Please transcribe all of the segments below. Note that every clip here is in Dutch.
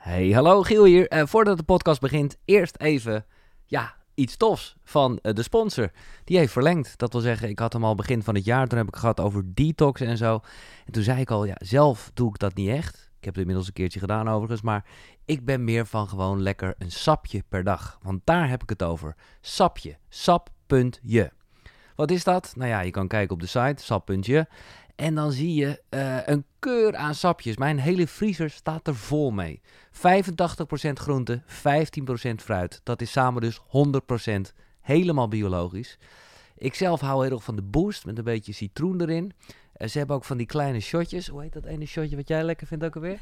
Hey, hallo, Giel hier. Voordat de podcast begint, eerst even iets tofs van de sponsor. Die heeft verlengd. Dat wil zeggen, ik had hem al begin van het jaar. Toen heb ik het gehad over detox en zo. En toen zei ik al, zelf doe ik dat niet echt. Ik heb het inmiddels een keertje gedaan overigens. Maar ik ben meer van gewoon lekker een sapje per dag. Want daar heb ik het over. Sapje. Sap.je. Wat is dat? Nou ja, je kan kijken op de site, sap.je. En dan zie je een keur aan sapjes. Mijn hele vriezer staat er vol mee. 85% groente, 15% fruit. Dat is samen dus 100% helemaal biologisch. Ik zelf hou heel erg van de Boost met een beetje citroen erin. Ze hebben ook van die kleine shotjes. Hoe heet dat ene shotje wat jij lekker vindt ook alweer?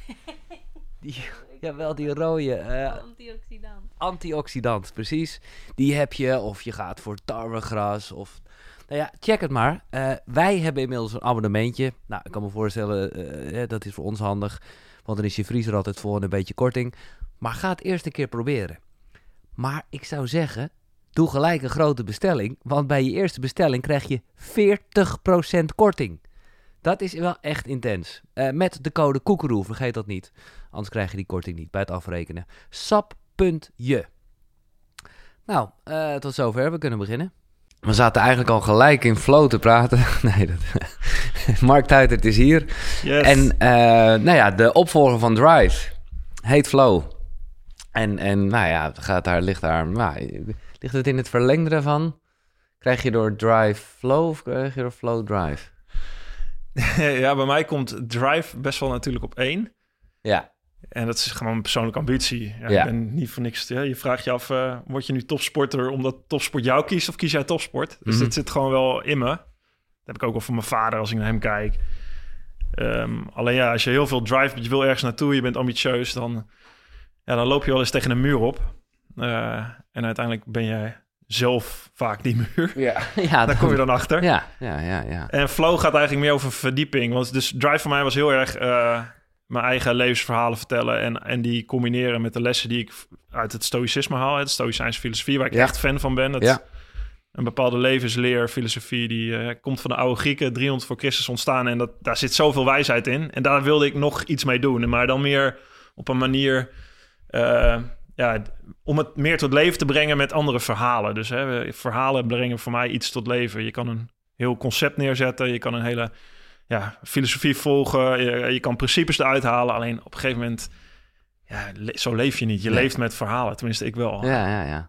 Die rode. Antioxidant, precies. Die heb je, of je gaat voor tarwegras of... Nou ja, check het maar. Wij hebben inmiddels een abonnementje. Nou, ik kan me voorstellen, dat is voor ons handig. Want dan is je vriezer altijd vol en een beetje korting. Maar ga het eerst een keer proberen. Maar ik zou zeggen, doe gelijk een grote bestelling. Want bij je eerste bestelling krijg je 40% korting. Dat is wel echt intens. Met de code Koekeroe, vergeet dat niet. Anders krijg je die korting niet bij het afrekenen. Sap.je. Nou, tot zover. We kunnen beginnen. We zaten eigenlijk al gelijk in flow te praten. Nee, Mark Tuitert is hier. Yes. En de opvolger van Drive heet Flow. En ligt het in het verlengde daarvan? Krijg je door Drive Flow of krijg je door Flow Drive? Ja, bij mij komt Drive best wel natuurlijk op 1. Ja. En dat is gewoon een persoonlijke ambitie. Ja. Ik ben niet voor niks... je vraagt je af, word je nu topsporter omdat topsport jou kiest of kies jij topsport? Dus dit zit gewoon wel in me. Dat heb ik ook wel van mijn vader als ik naar hem kijk. Alleen als je heel veel drive, je wil ergens naartoe, je bent ambitieus, dan loop je wel eens tegen een muur op. En uiteindelijk ben jij zelf vaak die muur. Ja, daar kom je dan achter. Ja. En flow gaat eigenlijk meer over verdieping. Want dus drive voor mij was heel erg... mijn eigen levensverhalen vertellen en die combineren met de lessen die ik uit het stoïcisme haal, het stoïcijnse filosofie, waar ik echt fan van ben. Een bepaalde levensleerfilosofie die komt van de oude Grieken, 300 voor Christus ontstaan en daar zit zoveel wijsheid in. En daar wilde ik nog iets mee doen, maar dan meer op een manier om het meer tot leven te brengen met andere verhalen. Dus verhalen brengen voor mij iets tot leven. Je kan een heel concept neerzetten, je kan een hele... filosofie volgen, je kan principes eruit halen. Alleen op een gegeven moment, zo leef je niet. Je leeft met verhalen, tenminste ik wel. Ja.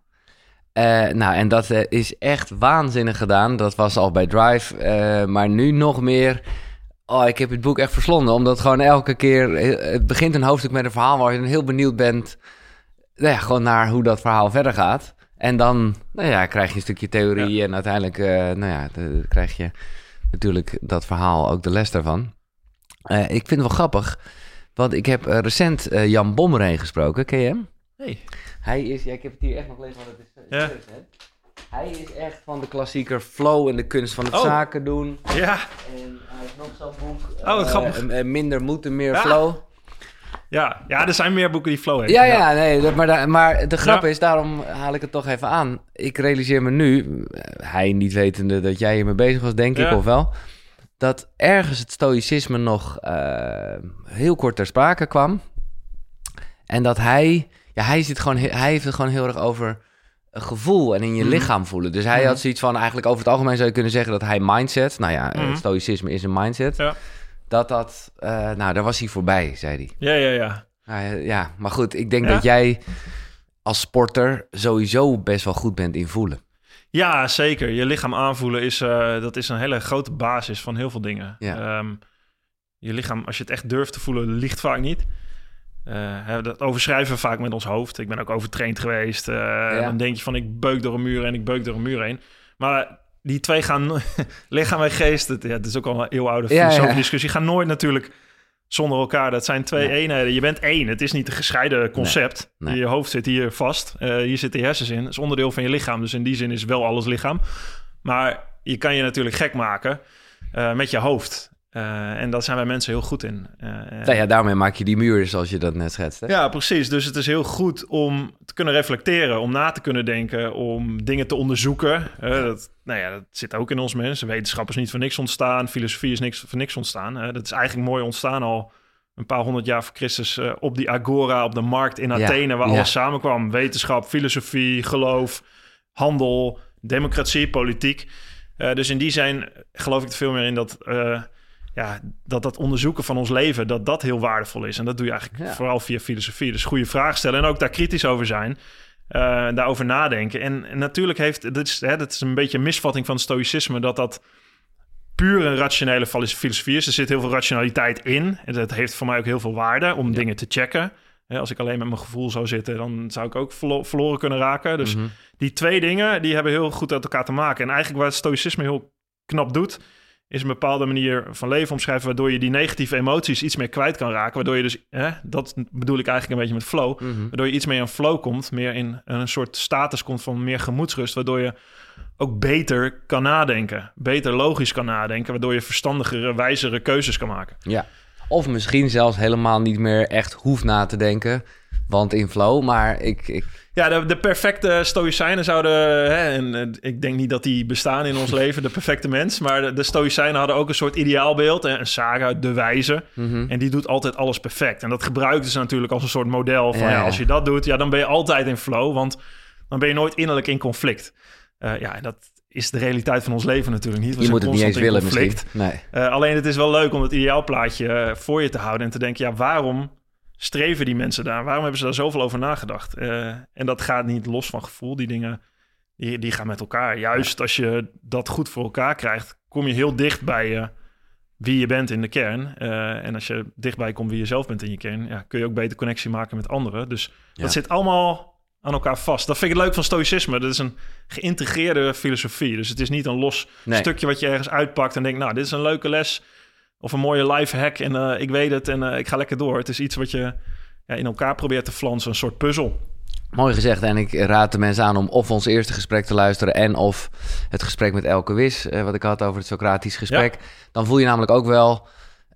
En dat is echt waanzinnig gedaan. Dat was al bij Drive, maar nu nog meer. Oh, ik heb het boek echt verslonden, omdat gewoon elke keer... Het begint een hoofdstuk met een verhaal waar je dan heel benieuwd bent... gewoon naar hoe dat verhaal verder gaat. En dan krijg je een stukje theorie en uiteindelijk krijg je... natuurlijk dat verhaal, ook de les daarvan. Ik vind het wel grappig, want ik heb recent Jan Bommereen gesproken. Ken je hem? Hey. Hij is, ik heb het hier echt nog lezen, want het is hij is echt van de klassieker flow en de kunst van het zaken doen. Ja. En hij heeft nog zo'n boek. Wat grappig. Minder moeten, meer flow. Ja, er zijn meer boeken die flow hebben. Maar de grap is, daarom haal ik het toch even aan. Ik realiseer me nu, hij niet wetende dat jij hiermee bezig was, denk ik, of wel, dat ergens het stoïcisme nog heel kort ter sprake kwam. En dat hij heeft het gewoon heel erg over een gevoel en in je lichaam voelen. Dus hij had zoiets van, eigenlijk over het algemeen zou je kunnen zeggen dat hij mindset, het stoïcisme is een mindset. Ja. Daar was hij voorbij, zei hij. Ja. Maar goed, ik denk dat jij als sporter best wel goed bent in voelen. Ja, zeker. Je lichaam aanvoelen dat is een hele grote basis van heel veel dingen. Ja. Je lichaam, als je het echt durft te voelen, liegt vaak niet. Dat overschrijven we vaak met ons hoofd. Ik ben ook overtraind geweest. Dan denk je van, ik beuk door een muur en ik beuk door een muur heen. Maar die twee gaan, lichaam en geest, het is ook al een eeuwenoude filosofische discussie, gaan nooit natuurlijk zonder elkaar. Dat zijn twee eenheden. Je bent één. Het is niet een gescheiden concept. Nee. Je hoofd zit hier vast. Hier zitten je hersens in. Het is onderdeel van je lichaam. Dus in die zin is wel alles lichaam. Maar je kan je natuurlijk gek maken met je hoofd. En daar zijn wij mensen heel goed in. Daarmee maak je die muur zoals je dat net schetst. Hè? Ja, precies. Dus het is heel goed om te kunnen reflecteren, om na te kunnen denken, om dingen te onderzoeken. Dat zit ook in ons mensen. Wetenschap is niet voor niks ontstaan. Filosofie is voor niks ontstaan. Dat is eigenlijk mooi ontstaan al een paar 100 jaar voor Christus op die agora, op de markt in Athene, waar alles samenkwam. Wetenschap, filosofie, geloof, handel, democratie, politiek. Dus in die zin geloof ik er veel meer in dat onderzoeken van ons leven, dat heel waardevol is. En dat doe je eigenlijk vooral via filosofie. Dus goede vragen stellen en ook daar kritisch over zijn. Daarover nadenken. En natuurlijk dat is een beetje een misvatting van het stoïcisme, dat puur een rationele filosofie is. Er zit heel veel rationaliteit in. En dat heeft voor mij ook heel veel waarde om dingen te checken. Als ik alleen met mijn gevoel zou zitten, dan zou ik ook verloren kunnen raken. Dus die twee dingen, die hebben heel goed uit elkaar te maken. En eigenlijk wat het stoïcisme heel knap doet, is een bepaalde manier van leven omschrijven, waardoor je die negatieve emoties iets meer kwijt kan raken. Waardoor je dus, dat bedoel ik eigenlijk een beetje met flow, waardoor je iets meer in flow komt, meer in een soort status komt van meer gemoedsrust, waardoor je ook beter kan nadenken, beter logisch kan nadenken, waardoor je verstandigere, wijzere keuzes kan maken. Ja, of misschien zelfs helemaal niet meer echt hoeft na te denken, want in flow, maar Ja, de perfecte stoïcijnen zouden... en ik denk niet dat die bestaan in ons leven, de perfecte mens. Maar de stoïcijnen hadden ook een soort ideaalbeeld. Een saga, de wijze. En die doet altijd alles perfect. En dat gebruikten ze natuurlijk als een soort model van... als je dat doet, dan ben je altijd in flow. Want dan ben je nooit innerlijk in conflict. Dat is de realiteit van ons leven natuurlijk niet. Je moet het niet eens willen misschien. Nee. Alleen het is wel leuk om het ideaalplaatje voor je te houden... en te denken, waarom streven die mensen daar? Waarom hebben ze daar zoveel over nagedacht? En dat gaat niet los van gevoel. Die dingen, die gaan met elkaar. Juist als je dat goed voor elkaar krijgt, kom je heel dicht bij wie je bent in de kern. En als je dichtbij komt wie je zelf bent in je kern, kun je ook beter connectie maken met anderen. Dus dat zit allemaal aan elkaar vast. Dat vind ik het leuk van stoïcisme. Dat is een geïntegreerde filosofie. Dus het is niet een los stukje wat je ergens uitpakt en denkt, nou, dit is een leuke les of een mooie life hack en ik weet het en ik ga lekker door. Het is iets wat je in elkaar probeert te flansen, een soort puzzel. Mooi gezegd. En ik raad de mensen aan om of ons eerste gesprek te luisteren en of het gesprek met Elke Wis, wat ik had over het Socratisch gesprek. Ja. Dan voel je namelijk ook wel,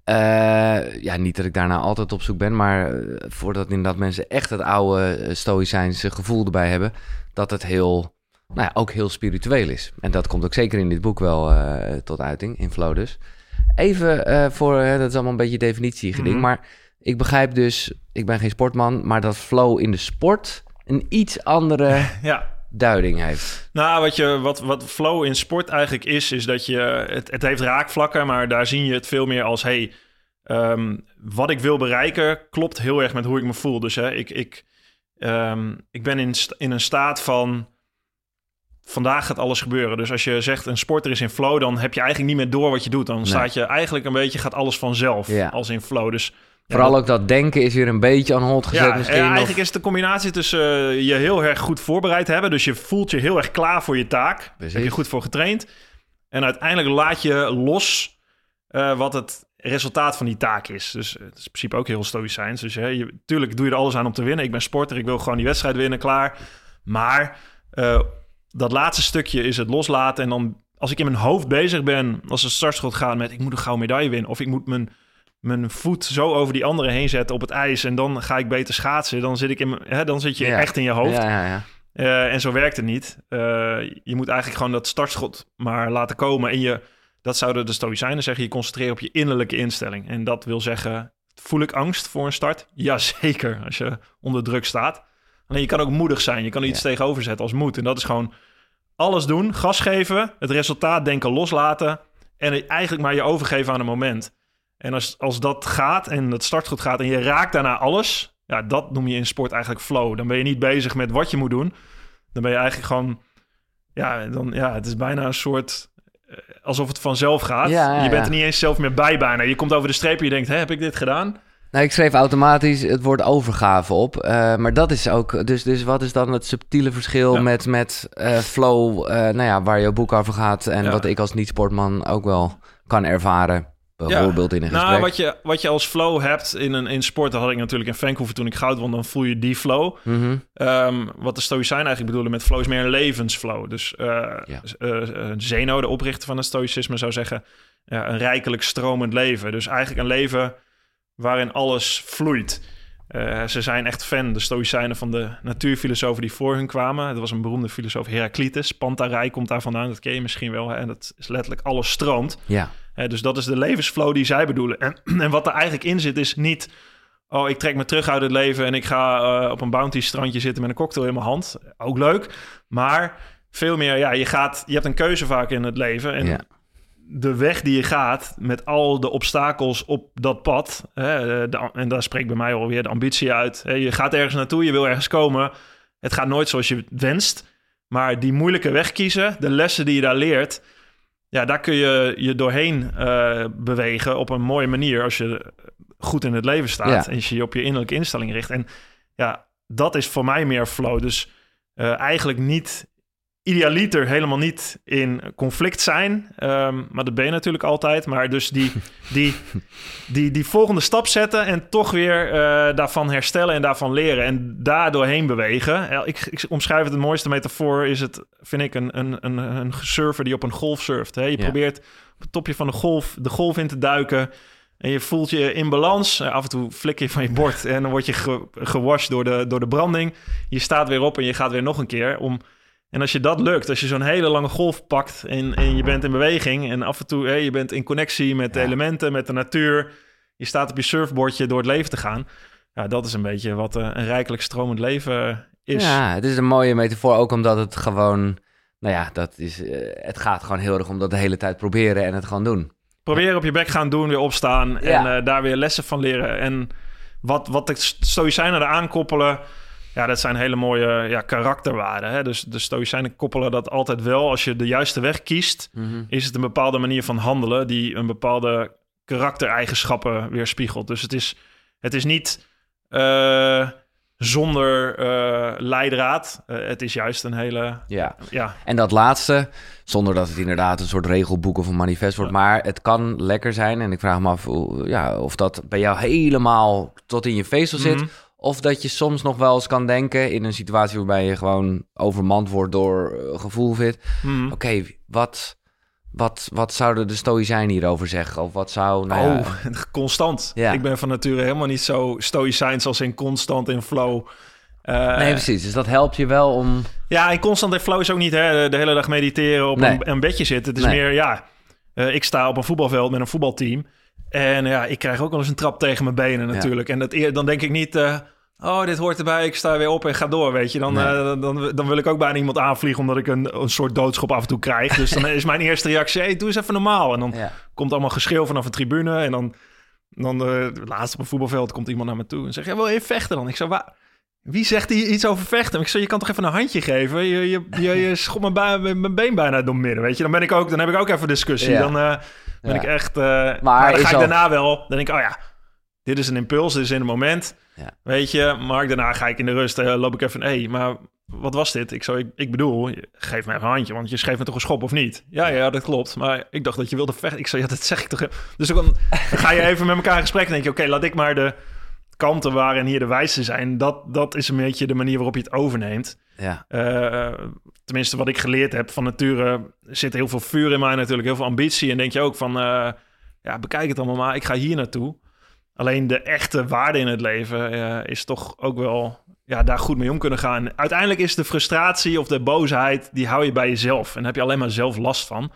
niet dat ik daarna altijd op zoek ben, maar voordat inderdaad mensen echt het oude stoïcijnse gevoel erbij hebben, dat het ook heel spiritueel is. En dat komt ook zeker in dit boek wel tot uiting, in Flow dus. Even dat is allemaal een beetje definitiegeding, maar ik begrijp dus, ik ben geen sportman, maar dat flow in de sport een iets andere duiding heeft. Nou, wat flow in sport eigenlijk is dat je, het heeft raakvlakken, maar daar zie je het veel meer als, wat ik wil bereiken klopt heel erg met hoe ik me voel. Dus ik ben in een staat van, vandaag gaat alles gebeuren. Dus als je zegt een sporter is in flow, dan heb je eigenlijk niet meer door wat je doet. Dan staat je eigenlijk een beetje, gaat alles vanzelf als in flow. Dus vooral ook dat denken is weer een beetje aan hold gezet misschien. Ja, eigenlijk is het de combinatie tussen je heel erg goed voorbereid hebben. Dus je voelt je heel erg klaar voor je taak. Daar heb je goed voor getraind. En uiteindelijk laat je los wat het resultaat van die taak is. Dus het is in principe ook heel stoïcijns. Dus tuurlijk doe je er alles aan om te winnen. Ik ben sporter, ik wil gewoon die wedstrijd winnen, klaar. Maar dat laatste stukje is het loslaten. En dan, als ik in mijn hoofd bezig ben, als het startschot gaat met, ik moet een gouden medaille winnen, of ik moet mijn voet zo over die andere heen zetten op het ijs en dan ga ik beter schaatsen. Dan zit dan zit je echt in je hoofd. Ja. En zo werkt het niet. Je moet eigenlijk gewoon dat startschot maar laten komen. En dat zouden de stoïcijnen zeggen, je concentreert op je innerlijke instelling. En dat wil zeggen, voel ik angst voor een start? Jazeker, als je onder druk staat. Alleen je kan ook moedig zijn. Je kan er iets tegenover zetten als moed. En dat is gewoon alles doen, gas geven, het resultaat denken loslaten en eigenlijk maar je overgeven aan een moment. En als dat gaat en het startgoed gaat en je raakt daarna alles, dat noem je in sport eigenlijk flow. Dan ben je niet bezig met wat je moet doen. Dan ben je eigenlijk gewoon, het is bijna een soort, alsof het vanzelf gaat. Je bent er niet eens zelf meer bij bijna. Je komt over de streep en je denkt, heb ik dit gedaan? Nou, ik schreef automatisch het woord overgave op. Maar dat is ook, dus wat is dan het subtiele verschil met flow, waar jouw boek over gaat en wat ik als niet-sportman ook wel kan ervaren? Bijvoorbeeld in een gesprek. Nou, wat je als flow hebt in sport, dat had ik natuurlijk in Vancouver toen ik goud won, dan voel je die flow. Wat de stoïcijnen eigenlijk bedoelen met flow is meer een levensflow. Dus Zeno, de oprichter van het stoïcisme, zou zeggen, een rijkelijk stromend leven. Dus eigenlijk een leven waarin alles vloeit. Ze zijn echt fan, de stoïcijnen, van de natuurfilosofen die voor hun kwamen. Het was een beroemde filosoof, Heraclitus. Pantarei komt daar vandaan, dat ken je misschien wel. En dat is letterlijk alles stroomt. Ja. Dus dat is de levensflow die zij bedoelen. En wat er eigenlijk in zit is niet... ik trek me terug uit het leven en ik ga op een bounty strandje zitten met een cocktail in mijn hand. Ook leuk. Maar veel meer, je hebt een keuze vaak in het leven. En de weg die je gaat met al de obstakels op dat pad... en daar spreekt bij mij alweer de ambitie uit. Je gaat ergens naartoe, je wil ergens komen. Het gaat nooit zoals je wenst. Maar die moeilijke weg kiezen, de lessen die je daar leert... daar kun je je doorheen bewegen op een mooie manier... als je goed in het leven staat en als je je op je innerlijke instelling richt. En dat is voor mij meer flow. Dus eigenlijk niet... idealiter helemaal niet in conflict zijn. Maar dat ben je natuurlijk altijd. Maar dus die volgende stap zetten... en toch weer daarvan herstellen en daarvan leren... en daar doorheen bewegen. Ik omschrijf het mooiste metafoor... is het, vind ik, een surfer die op een golf surft. Hè? Je probeert op het topje van de golf in te duiken... en je voelt je in balans. Af en toe flik je van je bord... en dan word je gewashed door de branding. Je staat weer op en je gaat weer nog een keer... En als je dat lukt, als je zo'n hele lange golf pakt en je bent in beweging... en af en toe je bent in connectie met de elementen, met de natuur... je staat op je surfboardje door het leven te gaan... dat is een beetje wat een rijkelijk stromend leven is. Ja, het is een mooie metafoor ook omdat het gewoon... het gaat gewoon heel erg om dat de hele tijd proberen en het gewoon doen. Proberen op je bek gaan doen, weer opstaan en daar weer lessen van leren. En wat de Stoïcijnen eraan koppelen... dat zijn hele mooie karakterwaarden. Hè? Dus de Stoïcijnen koppelen dat altijd wel. Als je de juiste weg kiest, is het een bepaalde manier van handelen... die een bepaalde karaktereigenschappen weerspiegelt. Dus het is niet zonder leidraad. Het is juist een hele... Ja. En dat laatste, zonder dat het inderdaad een soort regelboek of een manifest wordt... maar het kan lekker zijn. En ik vraag me af of dat bij jou helemaal tot in je vezel zit... Of dat je soms nog wel eens kan denken... in een situatie waarbij je gewoon overmand wordt door gevoel. Oké, wat zouden de Stoïcijnen hierover zeggen? Of wat zou... constant. Ja. Ik ben van nature helemaal niet zo Stoïcijns... als in constant in flow. Nee, precies. Dus dat helpt je wel om... Ja, en constant in flow is ook niet de hele dag mediteren... op een bedje zitten. Het is meer, ik sta op een voetbalveld met een voetbalteam... En ik krijg ook wel eens een trap tegen mijn benen natuurlijk. En dan denk ik niet... dit hoort erbij, ik sta weer op en ga door, weet je. Dan wil ik ook bijna iemand aanvliegen... omdat ik een soort doodschop af en toe krijg. Dus dan is mijn eerste reactie... doe eens even normaal. En dan komt allemaal geschreeuw vanaf een tribune... en dan laatst op een voetbalveld komt iemand naar me toe... en zegt, wil je vechten dan? Ik zeg, wie zegt hier iets over vechten? Ik zeg, je kan toch even een handje geven? Je schopt mijn been bijna door midden, weet je. Dan heb ik ook even discussie. Dan ben ik echt... maar dan ga ik daarna wel... Dan denk ik, dit is een impuls, dit is in een moment. Ja. Weet je, maar daarna ga ik in de rust... loop ik even... maar wat was dit? Ik bedoel, geef mij even een handje... want je schreef me toch een schop of niet? Ja, dat klopt. Maar ik dacht dat je wilde vechten. Ik zei, dat zeg ik toch... Dus dan ga je even met elkaar in gesprek... en denk je, oké, laat ik maar de kanten waarin hier de wijste zijn... Dat is een beetje de manier waarop je het overneemt. Ja. Tenminste, wat ik geleerd heb van nature... zit heel veel vuur in mij natuurlijk, heel veel ambitie... en denk je ook van, bekijk het allemaal maar... ik ga hier naartoe... Alleen de echte waarde in het leven is toch ook wel... daar goed mee om kunnen gaan. Uiteindelijk is de frustratie of de boosheid... die hou je bij jezelf. En daar heb je alleen maar zelf last van.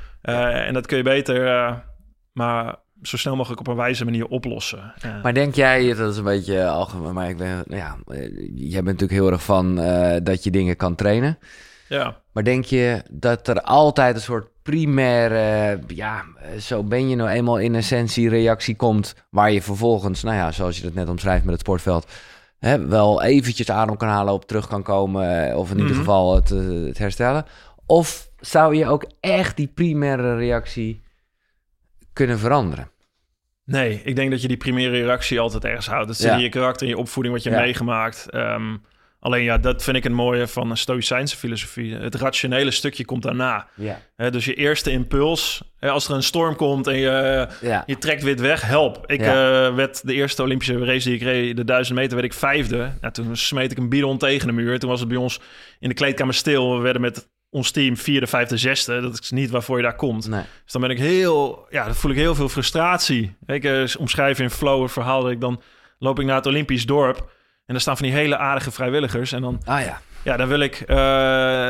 En dat kun je beter... maar zo snel mogelijk op een wijze manier oplossen. Maar denk jij, dat is een beetje algemeen... maar jij bent natuurlijk heel erg van... dat je dingen kan trainen. Ja. Maar denk je dat er altijd een soort primaire... zo ben je nou eenmaal in essentie reactie komt... waar je vervolgens, zoals je dat net omschrijft met het sportveld... wel eventjes adem kan halen, op terug kan komen... of in ieder geval het herstellen? Of zou je ook echt die primaire reactie kunnen veranderen? Nee, ik denk dat je die primaire reactie altijd ergens houdt. Dat zit in je karakter, in je opvoeding, wat je meegemaakt... Alleen dat vind ik het mooie van een Stoïcijnse filosofie. Het rationele stukje komt daarna. Ja. Dus je eerste impuls, als er een storm komt en je trekt wit weg, help. Ik werd de eerste Olympische race die ik reed, de 1000 meter, werd ik 5e. Toen smeet ik een bidon tegen de muur. Toen was het bij ons in de kleedkamer stil. We werden met ons team 4e, 5e, 6e. Dat is niet waarvoor je daar komt. Nee. Dus dan ben ik dan voel ik heel veel frustratie. Ik omschrijf in flow het verhaal dat ik dan loop ik naar het Olympisch dorp. En daar staan van die hele aardige vrijwilligers. En dan, dan wil ik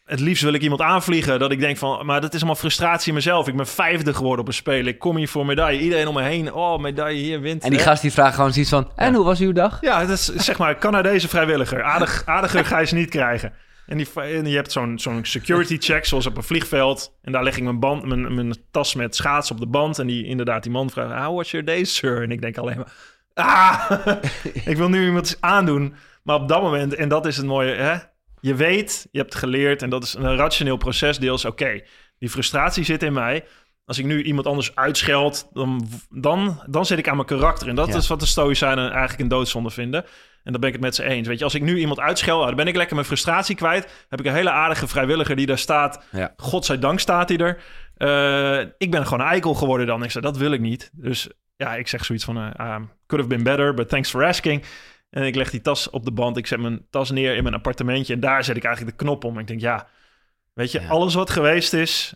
Het liefst wil ik iemand aanvliegen dat ik denk van... maar dat is allemaal frustratie in mezelf. Ik ben 5e geworden op een Spelen. Ik kom hier voor medaille. Iedereen om me heen. Oh, medaille hier, wint. En die gast die vraagt gewoon zoiets van... En hoe was uw dag? Ja, dat is zeg maar Canadese vrijwilliger. Aardiger ga je ze niet krijgen. En je hebt zo'n security check, zoals op een vliegveld. En daar leg ik mijn tas met schaatsen op de band. En die man vraagt... How was your day, sir? En ik denk alleen maar... ik wil nu iemand iets aandoen. Maar op dat moment, en dat is het mooie... Hè? Je weet, je hebt geleerd... en dat is een rationeel proces deels. Oké, die frustratie zit in mij. Als ik nu iemand anders uitscheld... dan zit ik aan mijn karakter. En dat is wat de Stoïcijnen eigenlijk een doodzonde vinden... En daar ben ik het met ze eens. Weet je, als ik nu iemand uitschel, dan ben ik lekker mijn frustratie kwijt. Heb ik een hele aardige vrijwilliger die daar staat. Ja. Godzijdank staat hij er. Ik ben gewoon een eikel geworden dan. Ik zeg, dat wil ik niet. Dus ja, ik zeg zoiets van... could have been better, but thanks for asking. En ik leg die tas op de band. Ik zet mijn tas neer in mijn appartementje. En daar zet ik eigenlijk de knop om. En ik denk, ja, weet je, alles wat geweest is...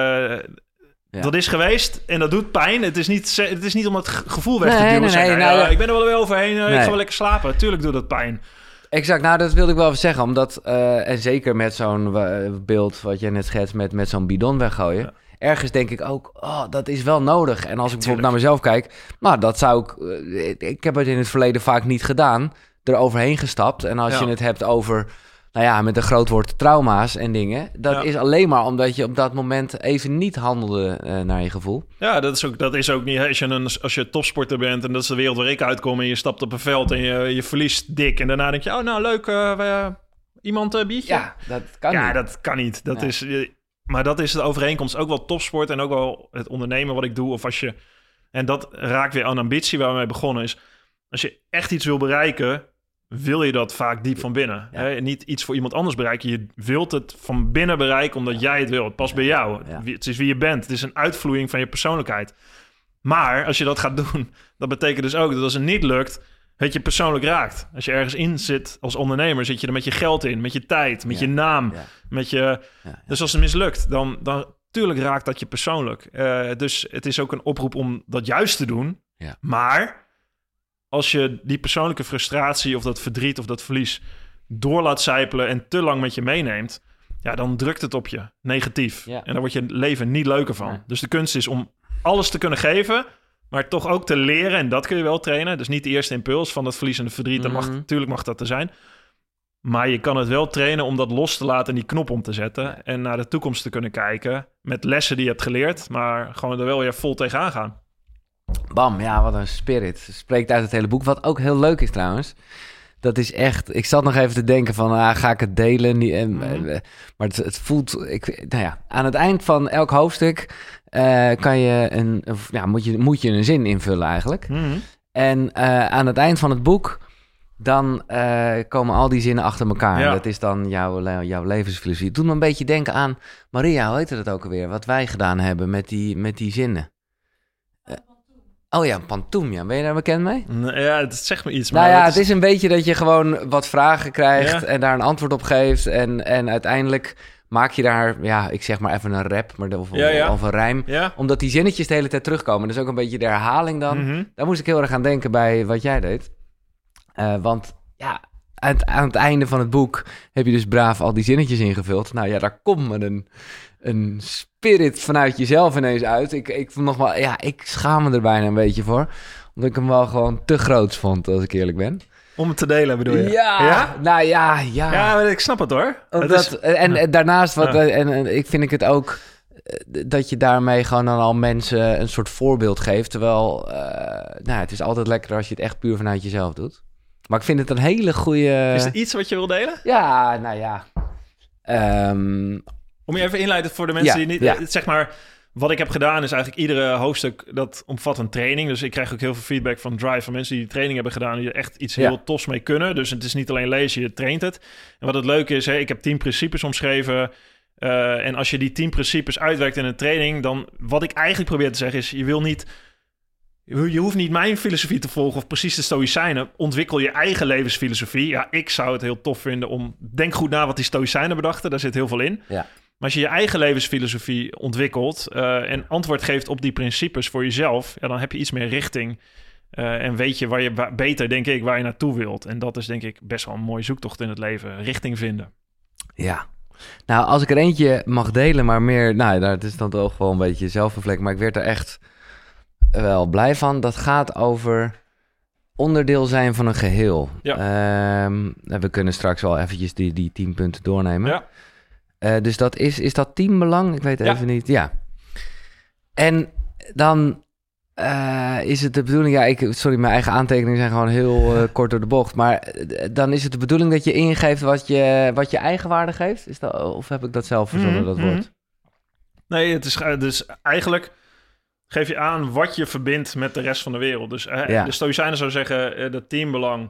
Dat is geweest en dat doet pijn. Het is niet om het gevoel weg te duwen. Ik ben er wel weer overheen. Ik ga wel lekker slapen. Tuurlijk doet dat pijn. Exact, nou dat wilde ik wel even zeggen. Omdat, en zeker met zo'n beeld wat je net schetst met zo'n bidon weggooien. Ja. Ergens denk ik ook, dat is wel nodig. En als ik bijvoorbeeld naar mezelf kijk, nou dat zou ik heb het in het verleden vaak niet gedaan. Er overheen gestapt. En als je het hebt over... Nou ja, met een groot woord trauma's en dingen. Dat is alleen maar omdat je op dat moment even niet handelde naar je gevoel. Ja, dat is ook niet... Als je topsporter bent en dat is de wereld waar ik uitkom... en je stapt op een veld en je verliest dik... en daarna denk je, oh nou leuk, iemand biertje? Ja, dat kan niet. Ja, dat kan niet. Maar dat is de overeenkomst. Ook wel topsport en ook wel het ondernemen wat ik doe. Of als je... En dat raakt weer aan ambitie waar we mee begonnen is. Als je echt iets wil bereiken... wil je dat vaak diep van binnen. Ja. Hè? Niet iets voor iemand anders bereiken. Je wilt het van binnen bereiken omdat jij het wil. Het past bij jou. Ja. Het is wie je bent. Het is een uitvloeiing van je persoonlijkheid. Maar als je dat gaat doen... dat betekent dus ook dat als het niet lukt... het je persoonlijk raakt. Als je ergens in zit als ondernemer... zit je er met je geld in, met je tijd, met je naam. Met je... Dus als het mislukt, dan tuurlijk raakt dat je persoonlijk. Dus het is ook een oproep om dat juist te doen. Ja. Maar... als je die persoonlijke frustratie of dat verdriet of dat verlies door laat sijpelen en te lang met je meeneemt, ja, dan drukt het op je negatief. Ja. En daar wordt je leven niet leuker van. Ja. Dus de kunst is om alles te kunnen geven, maar toch ook te leren. En dat kun je wel trainen. Dus niet de eerste impuls van dat verlies en de verdriet. Natuurlijk mag dat er zijn. Maar je kan het wel trainen om dat los te laten en die knop om te zetten. Ja. En naar de toekomst te kunnen kijken met lessen die je hebt geleerd, maar gewoon er wel weer vol tegenaan gaan. Bam, ja, wat een spirit. Spreekt uit het hele boek. Wat ook heel leuk is trouwens. Dat is echt... Ik zat nog even te denken van... ga ik het delen? Maar het voelt... aan het eind van elk hoofdstuk... kan je moet je een zin invullen eigenlijk. Mm-hmm. En aan het eind van het boek... dan komen al die zinnen achter elkaar. Ja. Dat is dan jouw levensfilosofie. Het doet me een beetje denken aan... Maria, hoe heette dat ook alweer? Wat wij gedaan hebben met die zinnen. Oh ja, Pantoum, ja. Ben je daar bekend mee? Ja, het zegt me iets. Maar nou ja, het is een beetje dat je gewoon wat vragen krijgt... en daar een antwoord op geeft. En uiteindelijk maak je daar, ik zeg maar even een rap... of een rijm. Ja. Omdat die zinnetjes de hele tijd terugkomen. Dus ook een beetje de herhaling dan. Mm-hmm. Daar moest ik heel erg aan denken bij wat jij deed. Want ja, aan het einde van het boek... heb je dus braaf al die zinnetjes ingevuld. Nou ja, daar komt me een spirit vanuit jezelf ineens uit. Ik vond nog wel, ik schaam me er bijna een beetje voor. Omdat ik hem wel gewoon te groot vond, als ik eerlijk ben. Om het te delen, bedoel je? Ja, nou ja. Ja, ik snap het hoor. Daarnaast, en ik vind het ook... dat je daarmee gewoon aan al mensen een soort voorbeeld geeft. Terwijl, het is altijd lekker als je het echt puur vanuit jezelf doet. Maar ik vind het een hele goede... Is er iets wat je wil delen? Ja, nou ja. Om je even inleiden voor de mensen die niet... Ja. Zeg maar, wat ik heb gedaan is eigenlijk iedere hoofdstuk... dat omvat een training. Dus ik krijg ook heel veel feedback van Drive... van mensen die training hebben gedaan... die er echt iets heel tofs mee kunnen. Dus het is niet alleen lezen, je traint het. En wat het leuke is, ik heb 10 principes omschreven... en als je die 10 principes uitwerkt in een training... dan wat ik eigenlijk probeer te zeggen is... je hoeft niet mijn filosofie te volgen... of precies de Stoïcijnen. Ontwikkel je eigen levensfilosofie. Ja, ik zou het heel tof vinden om... denk goed na wat die Stoïcijnen bedachten. Daar zit heel veel in. Ja. Maar als je je eigen levensfilosofie ontwikkelt... en antwoord geeft op die principes voor jezelf... dan heb je iets meer richting... en weet je beter, denk ik, waar je naartoe wilt. En dat is denk ik best wel een mooie zoektocht in het leven. Richting vinden. Ja. Nou, als ik er eentje mag delen, maar meer... Nou, het is dan toch wel een beetje zelfreflectie, maar ik werd er echt wel blij van. Dat gaat over onderdeel zijn van een geheel. Ja. We kunnen straks wel eventjes die 10 punten doornemen. Ja. Dus dat is dat teambelang? Ik weet even niet. Ja. En dan is het de bedoeling... Sorry, mijn eigen aantekeningen zijn gewoon heel kort door de bocht. Maar dan is het de bedoeling dat je ingeeft wat je eigenwaarde geeft? Is dat, of heb ik dat zelf verzonnen, dat woord? Nee, het is dus eigenlijk... geef je aan wat je verbindt met de rest van de wereld. Dus de Stoïcijnen zouden zeggen, dat teambelang...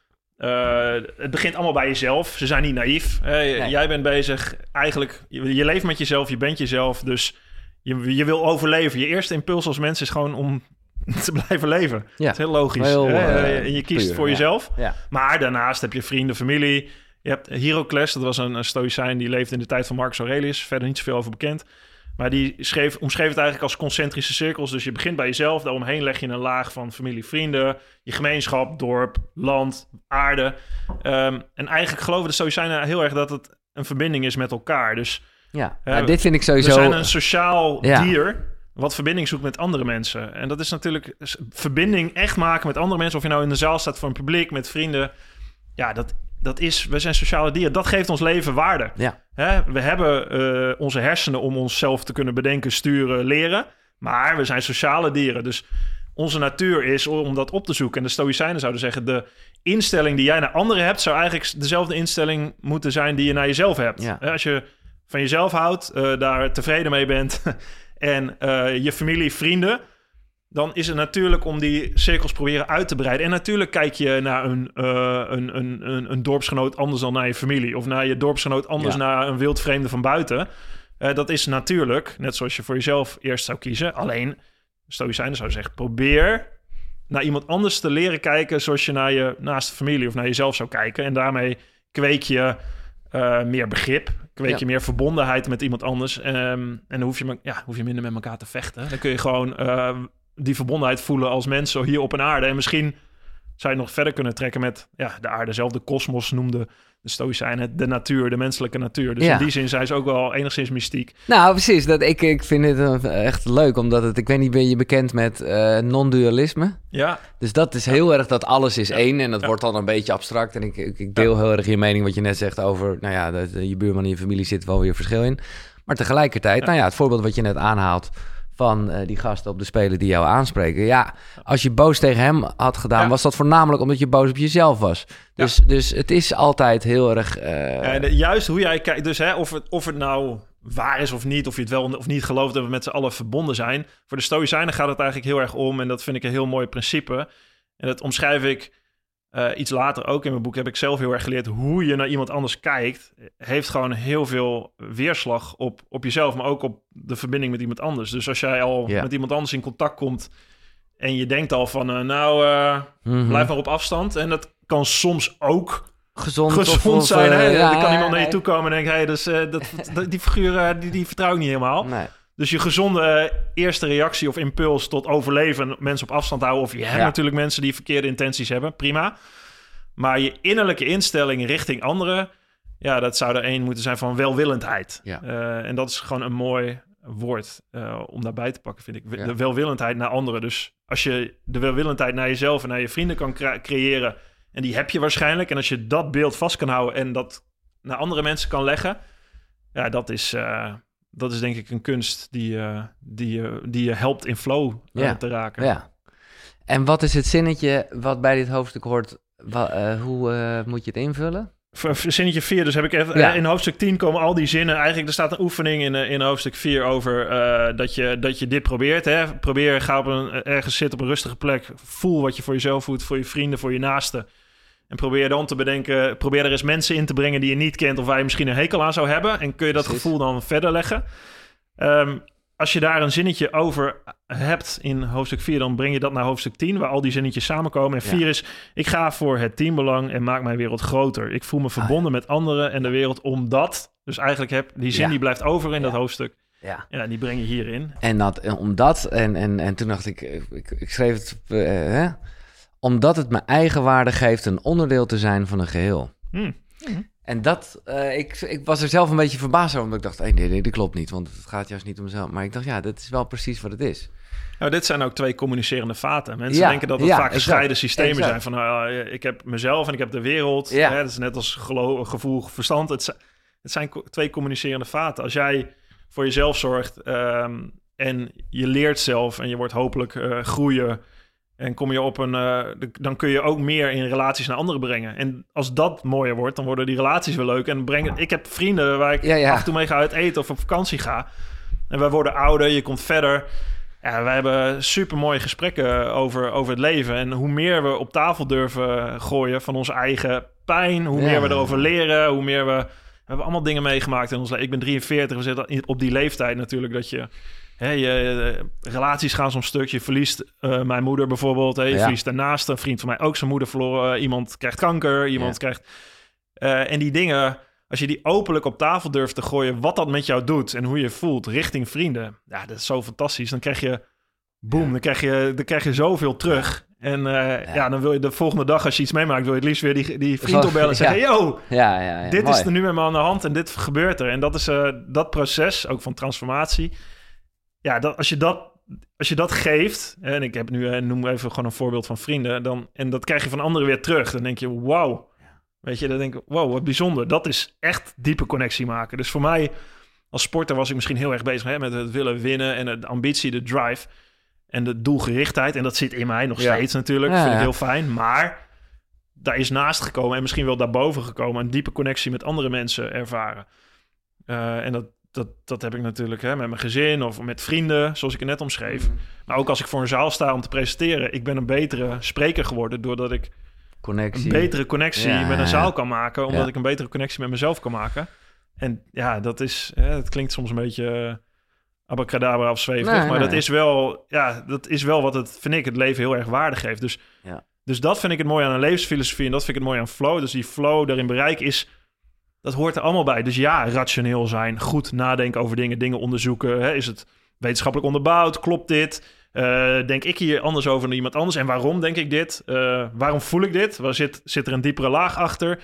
het begint allemaal bij jezelf. Ze zijn niet naïef. Nee. Jij bent bezig, eigenlijk... Je leeft met jezelf, je bent jezelf. Dus je wil overleven. Je eerste impuls als mens is gewoon om te blijven leven. Ja. Dat is heel logisch. Je kiest puur, voor jezelf. Ja. Maar daarnaast heb je vrienden, familie. Je hebt Heracles, dat was een Stoïcijn... die leefde in de tijd van Marcus Aurelius. Verder niet zoveel over bekend. Maar die omschreef het eigenlijk als concentrische cirkels. Dus je begint bij jezelf. Daaromheen leg je een laag van familie, vrienden... je gemeenschap, dorp, land, aarde. En eigenlijk geloven de Stoïcijnen heel erg... dat het een verbinding is met elkaar. Dus dit vind ik sowieso... We zijn een sociaal dier... wat verbinding zoekt met andere mensen. En dat is natuurlijk... verbinding echt maken met andere mensen... of je nou in de zaal staat voor een publiek, met vrienden... Ja, we zijn sociale dieren. Dat geeft ons leven waarde. Ja. We hebben onze hersenen om onszelf te kunnen bedenken, sturen, leren. Maar we zijn sociale dieren. Dus onze natuur is om dat op te zoeken. En de Stoïcijnen zouden zeggen... de instelling die jij naar anderen hebt... zou eigenlijk dezelfde instelling moeten zijn... die je naar jezelf hebt. Ja. Als je van jezelf houdt, daar tevreden mee bent... en je familie, vrienden... dan is het natuurlijk om die cirkels proberen uit te breiden. En natuurlijk kijk je naar een dorpsgenoot anders dan naar je familie. Of naar je dorpsgenoot anders naar een wildvreemde van buiten. Dat is natuurlijk, net zoals je voor jezelf eerst zou kiezen. Alleen, Stoïcijnen zouden zeggen, probeer naar iemand anders te leren kijken... zoals je naar je naaste familie of naar jezelf zou kijken. En daarmee kweek je meer begrip... kweek je meer verbondenheid met iemand anders. En dan hoef je minder met elkaar te vechten. Dan kun je gewoon... die verbondenheid voelen als mensen hier op een aarde. En misschien zou je nog verder kunnen trekken met de aarde zelf. De kosmos noemde de Stoïcijnen de natuur, de menselijke natuur. Dus in die zin zijn ze ook wel enigszins mystiek. Nou, precies. Ik vind het echt leuk, omdat ik weet niet, ben je bekend met non-dualisme? Ja. Dus dat is heel erg dat alles is één en dat wordt dan een beetje abstract. En ik deel heel erg je mening wat je net zegt over, je buurman en je familie zit wel weer verschil in. Maar tegelijkertijd, het voorbeeld wat je net aanhaalt, van die gasten op de Spelen die jou aanspreken. Ja, als je boos tegen hem had gedaan... was dat voornamelijk omdat je boos op jezelf was. Dus het is altijd heel erg... juist hoe jij kijkt... Dus of het nou waar is of niet... of je het wel of niet gelooft dat we met z'n allen verbonden zijn... voor de Stoïcijnen gaat het eigenlijk heel erg om... en dat vind ik een heel mooi principe. En dat omschrijf ik iets later ook in mijn boek... heb ik zelf heel erg geleerd... hoe je naar iemand anders kijkt... heeft gewoon heel veel weerslag op jezelf... maar ook op de verbinding met iemand anders. Dus als jij al met iemand anders in contact komt... en je denkt al van... blijf maar op afstand. En dat kan soms ook gezond zijn. Er kan iemand naar je toe komen en denkt... die figuur die vertrouw ik niet helemaal. Nee. Dus je gezonde eerste reactie of impuls tot overleven... mensen op afstand houden... of je hebt natuurlijk mensen die verkeerde intenties hebben. Prima. Maar je innerlijke instelling richting anderen... dat zou er één moeten zijn van welwillendheid. Ja. En dat is gewoon een mooi woord om daarbij te pakken, vind ik. De welwillendheid naar anderen. Dus als je de welwillendheid naar jezelf en naar je vrienden kan creëren... en die heb je waarschijnlijk... en als je dat beeld vast kan houden... en dat naar andere mensen kan leggen... dat is denk ik een kunst die je helpt in flow te raken. Ja. En wat is het zinnetje wat bij dit hoofdstuk hoort? Hoe moet je het invullen? Zinnetje 4, dus heb ik even... in hoofdstuk 10 komen al die zinnen. Eigenlijk, er staat een oefening in hoofdstuk 4 over dat je dit probeert. Hè? Ga ergens zitten op een rustige plek. Voel wat je voor jezelf voelt, voor je vrienden, voor je naasten. En probeer dan te bedenken... probeer er eens mensen in te brengen die je niet kent... of waar je misschien een hekel aan zou hebben. En kun je dat gevoel dan verder leggen. Als je daar een zinnetje over hebt in hoofdstuk 4... dan breng je dat naar hoofdstuk 10... waar al die zinnetjes samenkomen. En 4 is... ik ga voor het teambelang en maak mijn wereld groter. Ik voel me verbonden met anderen en de wereld omdat... Dus eigenlijk die zin die blijft over in dat hoofdstuk. Ja, die breng je hierin. En omdat... En toen dacht ik... Ik schreef het... omdat het me eigenwaarde geeft een onderdeel te zijn van een geheel. En dat, ik was er zelf een beetje verbaasd over, omdat ik dacht, nee, dat klopt niet, want het gaat juist niet om mezelf. Maar ik dacht, ja, dat is wel precies wat het is. Nou, dit zijn ook 2 communicerende vaten. Mensen denken dat het vaak gescheiden systemen zijn. Van, ik heb mezelf en ik heb de wereld. Ja. Hè, dat is net als gevoel, verstand. Het zijn 2 communicerende vaten. Als jij voor jezelf zorgt en je leert zelf en je wordt hopelijk groeien en kom je op dan kun je ook meer in relaties naar anderen brengen. En als dat mooier wordt, dan worden die relaties weer leuk. En ik heb vrienden waar ik af en toe mee ga uit eten of op vakantie ga. En wij worden ouder, je komt verder. Ja, wij hebben super mooie gesprekken over het leven. En hoe meer we op tafel durven gooien van onze eigen pijn, hoe meer we erover leren, hoe meer we hebben allemaal dingen meegemaakt in ons leven. Ik ben 43, we zitten op die leeftijd natuurlijk dat je relaties gaan soms stuk. Je verliest mijn moeder bijvoorbeeld. Je verliest daarnaast een vriend van mij ook zijn moeder verloren. Iemand krijgt kanker, iemand krijgt... en die dingen, als je die openlijk op tafel durft te gooien, wat dat met jou doet en hoe je voelt richting vrienden. Ja, dat is zo fantastisch. Dan krijg je, boom, dan krijg je zoveel terug. En dan wil je de volgende dag, als je iets meemaakt, wil je het liefst weer die vriend opbellen en zeggen, yo, dit is er nu met me aan de hand en dit gebeurt er. En dat is dat proces, ook van transformatie. Ja, als je dat geeft, en ik heb nu, noem even gewoon een voorbeeld van vrienden, en dat krijg je van anderen weer terug, dan denk je, wauw. Weet je, dan denk ik, wow, wat bijzonder. Dat is echt diepe connectie maken. Dus voor mij, als sporter was ik misschien heel erg bezig met het willen winnen en de ambitie, de drive en de doelgerichtheid. En dat zit in mij nog steeds natuurlijk. Dat vind ik heel fijn. Maar daar is naast gekomen en misschien wel daarboven gekomen een diepe connectie met andere mensen ervaren. En dat heb ik natuurlijk met mijn gezin of met vrienden, zoals ik het net omschreef. Maar ook als ik voor een zaal sta om te presenteren, ik ben een betere spreker geworden doordat ik een betere connectie met een zaal kan maken, omdat ik een betere connectie met mezelf kan maken. En ja, dat is, het klinkt soms een beetje abracadabra of zweverig, maar dat is wel wat het, vind ik, het leven heel erg waarde geeft. Dus dat vind ik het mooi aan een levensfilosofie en dat vind ik het mooi aan flow. Dus die flow daarin bereiken dat hoort er allemaal bij. Dus ja, rationeel zijn, goed nadenken over dingen onderzoeken. Is het wetenschappelijk onderbouwd? Klopt dit? Denk ik hier anders over dan iemand anders? En waarom denk ik dit? Waarom voel ik dit? Waar zit er een diepere laag achter?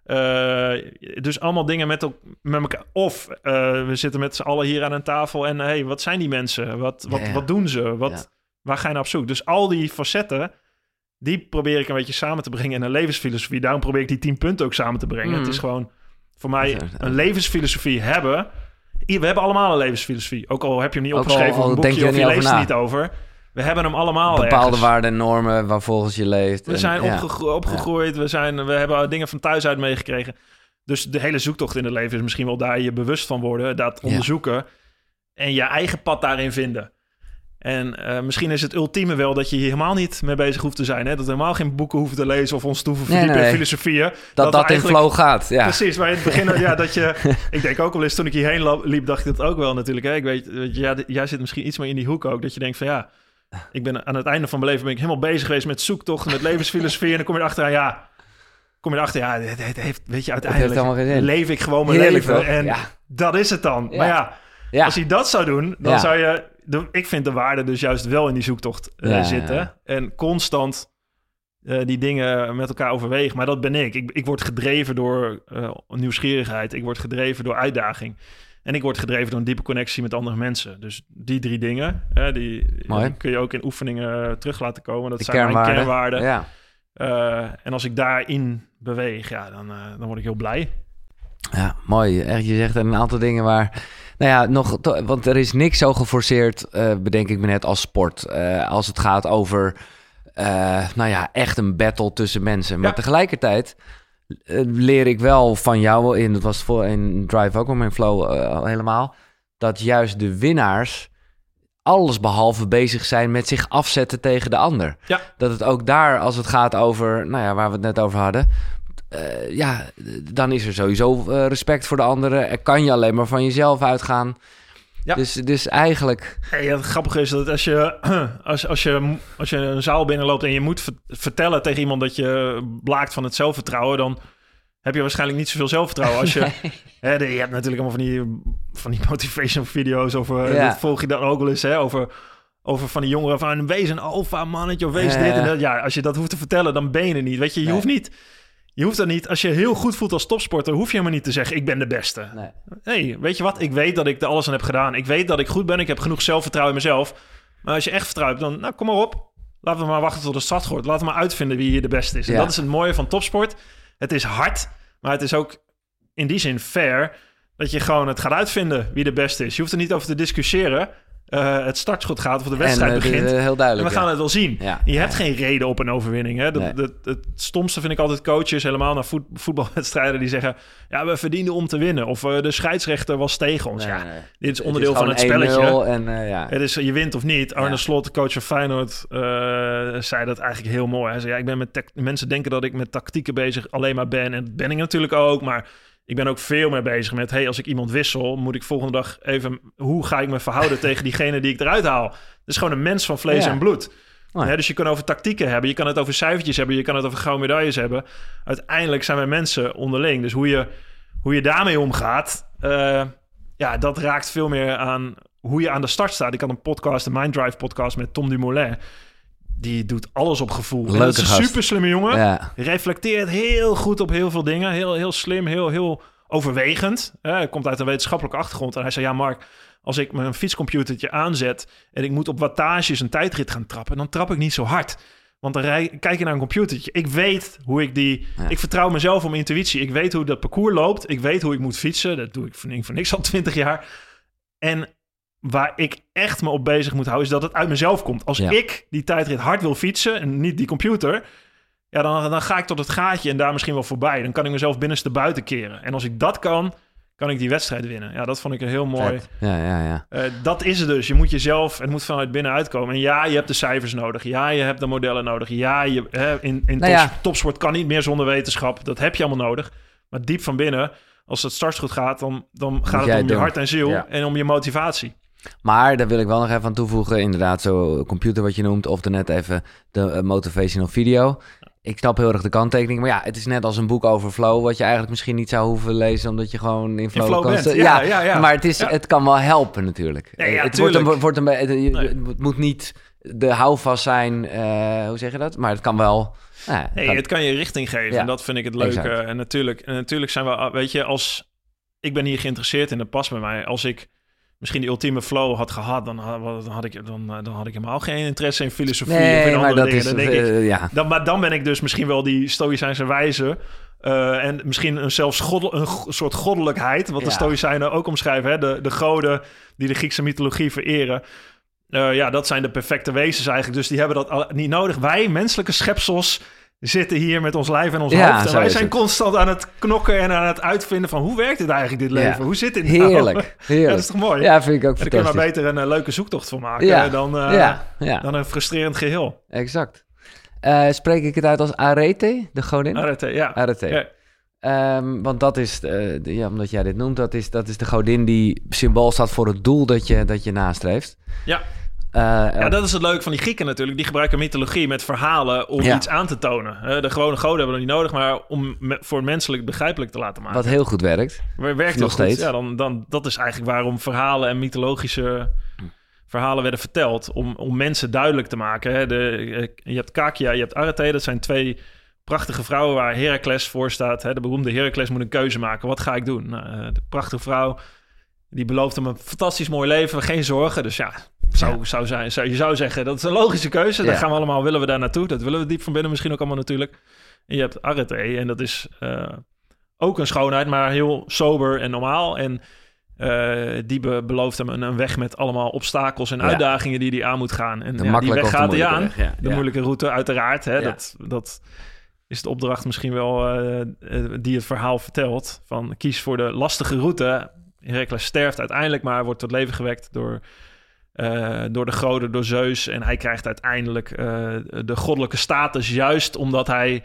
Dus allemaal dingen met elkaar. Of we zitten met z'n allen hier aan een tafel en wat zijn die mensen? Wat doen ze? Waar ga je naar op zoek? Dus al die facetten, die probeer ik een beetje samen te brengen in een levensfilosofie. Daarom probeer ik die 10 punten ook samen te brengen. Het is gewoon voor mij een levensfilosofie hebben. We hebben allemaal een levensfilosofie. Ook al heb je hem niet opgeschreven op een boekje of je leest er niet over. We hebben hem allemaal bepaalde waarden en normen waar volgens je leeft. We zijn opgegroeid. We hebben dingen van thuis uit meegekregen. Dus de hele zoektocht in het leven is misschien wel daar je bewust van worden. Dat onderzoeken. En je eigen pad daarin vinden. En misschien is het ultieme wel dat je hier helemaal niet mee bezig hoeft te zijn. Hè? Dat we helemaal geen boeken hoeven te lezen of ons te hoeven verdiepen in filosofieën. Dat in flow gaat, ja. Precies, maar in het begin, dat je... Ik denk ook wel eens, toen ik hierheen liep, dacht ik dat ook wel natuurlijk. Hè? Ik weet, jij zit misschien iets meer in die hoek ook. Dat je denkt van ik ben aan het einde van mijn leven ben ik helemaal bezig geweest met zoektochten, met levensfilosofie. En dan kom je erachteraan, het heeft, weet je, uiteindelijk leef ik gewoon mijn leven. En dat is het dan. Ja. Maar als je dat zou doen, dan zou je... Ik vind de waarde dus juist wel in die zoektocht zitten. Ja. En constant die dingen met elkaar overwegen. Maar dat ben ik. Ik word gedreven door nieuwsgierigheid. Ik word gedreven door uitdaging. En ik word gedreven door een diepe connectie met andere mensen. Dus die 3 dingen, die kun je ook in oefeningen terug laten komen. Dat zijn mijn kernwaarden. Ja. En als ik daarin beweeg, dan word ik heel blij. Ja, mooi. Echt, je zegt een aantal dingen waar... want er is niks zo geforceerd, bedenk ik me net, als sport. Als het gaat over, echt een battle tussen mensen. Maar tegelijkertijd leer ik wel van jou, dat was in Drive ook, in Flow helemaal, dat juist de winnaars alles behalve bezig zijn met zich afzetten tegen de ander. Ja. Dat het ook daar, als het gaat over, waar we het net over hadden... dan is er sowieso respect voor de anderen. Er kan je alleen maar van jezelf uitgaan. Ja. Dus eigenlijk... Het grappige is dat als je een zaal binnenloopt en je moet vertellen tegen iemand dat je blaakt van het zelfvertrouwen, dan heb je waarschijnlijk niet zoveel zelfvertrouwen. Als je, je hebt natuurlijk allemaal van die motivation video's over, dat volg je dan ook wel eens, over van die jongeren van wees een alfa mannetje of wees dit en dat. Ja, als je dat hoeft te vertellen, dan ben je er niet. Weet je, je hoeft niet... Je hoeft dat niet, als je heel goed voelt als topsporter, hoef je helemaal niet te zeggen, ik ben de beste. Nee, weet je wat? Ik weet dat ik er alles aan heb gedaan. Ik weet dat ik goed ben. Ik heb genoeg zelfvertrouwen in mezelf. Maar als je echt vertrouwt, dan, nou, kom maar op. Laten we maar wachten tot de start wordt. Laten we maar uitvinden wie hier de beste is. En dat is het mooie van topsport. Het is hard, maar het is ook in die zin fair dat je gewoon het gaat uitvinden wie de beste is. Je hoeft er niet over te discussiëren. Het startschot gaat of de wedstrijd begint. Heel duidelijk, en we gaan het wel zien. Ja. Je hebt geen reden op een overwinning. Hè? Het stomste vind ik altijd coaches, helemaal naar voetbalwedstrijden, die zeggen, ja, we verdienden om te winnen. Of de scheidsrechter was tegen ons. Nee. Dit is onderdeel van het spelletje. Het is, je wint of niet. Arne Slot, de coach van Feyenoord, zei dat eigenlijk heel mooi. Hij zei, ja, ik ben mensen denken dat ik met tactieken bezig alleen maar ben. En dat ben ik natuurlijk ook, maar ik ben ook veel meer bezig met, hey, als ik iemand wissel, moet ik volgende dag even, hoe ga ik me verhouden tegen diegene die ik eruit haal? Het is gewoon een mens van vlees en bloed. Dus je kan over tactieken hebben, je kan het over cijfertjes hebben, je kan het over gouden medailles hebben. Uiteindelijk zijn wij mensen onderling. Dus hoe je daarmee omgaat, dat raakt veel meer aan hoe je aan de start staat. Ik had een podcast, de Minddrive podcast met Tom Dumoulin. Die doet alles op gevoel. En dat is een super slimme jongen. Ja. Reflecteert heel goed op heel veel dingen. Heel slim, heel overwegend. Hij komt uit een wetenschappelijke achtergrond. En hij zei, ja Mark, als ik mijn fietscomputertje aanzet en ik moet op wattages een tijdrit gaan trappen, dan trap ik niet zo hard. Want dan kijk je naar een computertje. Ik weet hoe ik ik vertrouw mezelf om intuïtie. Ik weet hoe dat parcours loopt. Ik weet hoe ik moet fietsen. Dat doe ik voor niks al 20 jaar. En waar ik echt me op bezig moet houden, is dat het uit mezelf komt. Als ik die tijdrit hard wil fietsen en niet die computer, ja, dan ga ik tot het gaatje en daar misschien wel voorbij. Dan kan ik mezelf binnenste buiten keren. En als ik dat kan ik die wedstrijd winnen. Ja, dat vond ik heel mooi. Ja. Dat is het dus. Je moet jezelf, het moet vanuit binnenuit komen. En ja, je hebt de cijfers nodig. Ja, je hebt de modellen nodig. Ja, topsport kan niet meer zonder wetenschap. Dat heb je allemaal nodig. Maar diep van binnen, als het startschot gaat, dan gaat het om je hart en ziel en om je motivatie. Maar daar wil ik wel nog even aan toevoegen. Inderdaad, zo'n computer wat je noemt. Of net even de motivational video. Ik snap heel erg de kanttekening. Maar ja, het is net als een boek over flow, wat je eigenlijk misschien niet zou hoeven lezen, omdat je gewoon in flow kan bent. Ja. Maar het kan wel helpen natuurlijk. Het moet niet de houvast zijn, hoe zeg je dat? Maar het kan wel. Het kan je richting geven. Ja. En dat vind ik het leuke. Exact. En natuurlijk zijn we, weet je, ik ben hier geïnteresseerd in, dat past bij mij. Als ik misschien die ultieme flow had gehad, dan had ik helemaal geen interesse in filosofie of in andere dingen. Maar dan ben ik dus misschien wel die Stoïcijnse wijze. En misschien een soort goddelijkheid, wat de Stoïcijnen ook omschrijven. Hè? De goden die de Griekse mythologie vereren. Dat zijn de perfecte wezens eigenlijk. Dus die hebben dat niet nodig. Wij, menselijke schepsels, zitten hier met ons lijf en ons hoofd. En wij zijn constant aan het knokken en aan het uitvinden van, hoe werkt dit eigenlijk, dit leven? Hoe zit dit nou? Heerlijk. Ja, dat is toch mooi? Ja, vind ik ook fantastisch. Daar kun je maar beter een leuke zoektocht van maken dan een frustrerend geheel. Exact. Spreek ik het uit als Arete, de godin? Arete, ja. Arete. Ja. Want dat is, omdat jij dit noemt, dat is de godin die symbool staat voor het doel dat je nastreeft. Ja. Dat is het leuke van die Grieken natuurlijk. Die gebruiken mythologie met verhalen om iets aan te tonen. De gewone goden hebben we niet nodig, maar om voor menselijk begrijpelijk te laten maken. Wat heel goed werkt. Werkt nog steeds. Ja, dan dat is eigenlijk waarom verhalen en mythologische verhalen werden verteld. Om mensen duidelijk te maken. Hè. Je hebt Kakia, je hebt Arete. Dat zijn twee prachtige vrouwen waar Heracles voor staat. Hè. De beroemde Heracles moet een keuze maken. Wat ga ik doen? De prachtige vrouw, die belooft hem een fantastisch mooi leven. Geen zorgen. Dus ja, je zou zeggen, dat is een logische keuze. Daar gaan we allemaal, willen we daar naartoe. Dat willen we diep van binnen misschien ook allemaal natuurlijk. En je hebt Arete en dat is ook een schoonheid, maar heel sober en normaal. En die belooft hem een weg met allemaal obstakels en uitdagingen die hij aan moet gaan. En die weg gaat hij aan. De moeilijke route uiteraard. Hè, dat is de opdracht misschien wel die het verhaal vertelt. Van kies voor de lastige route. Heracles sterft uiteindelijk, maar wordt tot leven gewekt door de goden, door Zeus. En hij krijgt uiteindelijk de goddelijke status, juist omdat hij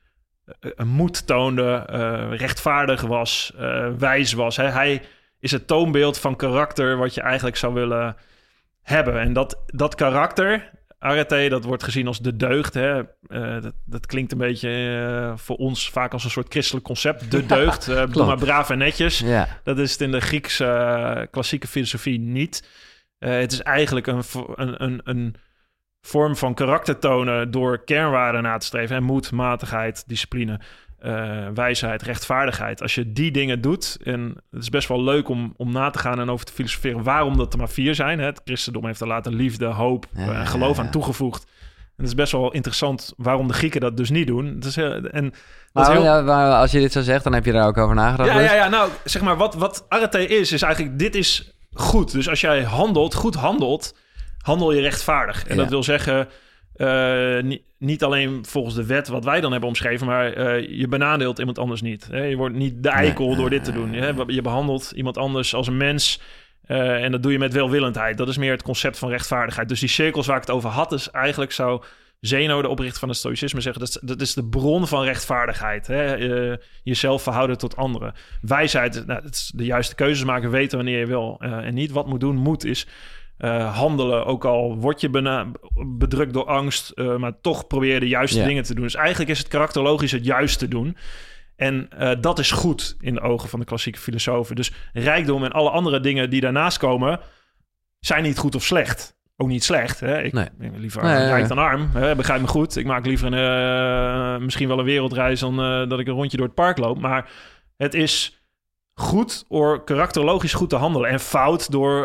moed toonde, rechtvaardig was, wijs was. Hè? Hij is het toonbeeld van karakter wat je eigenlijk zou willen hebben. En dat karakter, Arete, dat wordt gezien als de deugd. Hè? Dat klinkt een beetje voor ons vaak als een soort christelijk concept. De deugd, doe maar braaf en netjes. Ja. Dat is het in de Griekse klassieke filosofie niet. Het is eigenlijk een vorm van karakter tonen door kernwaarden na te streven. En moed, matigheid, discipline. wijsheid, rechtvaardigheid. Als je die dingen doet, en het is best wel leuk om na te gaan en over te filosoferen waarom dat er maar 4 zijn. Hè? Het christendom heeft er later liefde, hoop en geloof aan toegevoegd. En het is best wel interessant waarom de Grieken dat dus niet doen. Dus, maar als je dit zo zegt, dan heb je daar ook over nagedacht. Ja, nou, zeg maar, wat arete is eigenlijk, dit is goed. Dus als jij goed handelt, handel je rechtvaardig. En dat wil zeggen, niet alleen volgens de wet wat wij dan hebben omschreven, maar je benadeelt iemand anders niet. Hè? Je wordt niet de eikel door dit te doen. Je behandelt iemand anders als een mens. En dat doe je met welwillendheid. Dat is meer het concept van rechtvaardigheid. Dus die cirkels waar ik het over had, is eigenlijk zou Zeno, de oprichter van het stoïcisme, zeggen dat is de bron van rechtvaardigheid. Hè? Jezelf verhouden tot anderen. Wijsheid, dat is de juiste keuzes maken, weten wanneer je wil en niet. Wat moet doen, moed is handelen, ook al word je bedrukt door angst, maar toch probeer je de juiste dingen te doen. Dus eigenlijk is het karakterologisch het juiste doen. En dat is goed in de ogen van de klassieke filosofen. Dus rijkdom en alle andere dingen die daarnaast komen, zijn niet goed of slecht. Ook niet slecht. Hè? Ik ben liever rijk dan arm. Hè? Begrijp me goed. Ik maak liever misschien wel een wereldreis dan dat ik een rondje door het park loop. Maar het is goed door karakterologisch goed te handelen. En fout door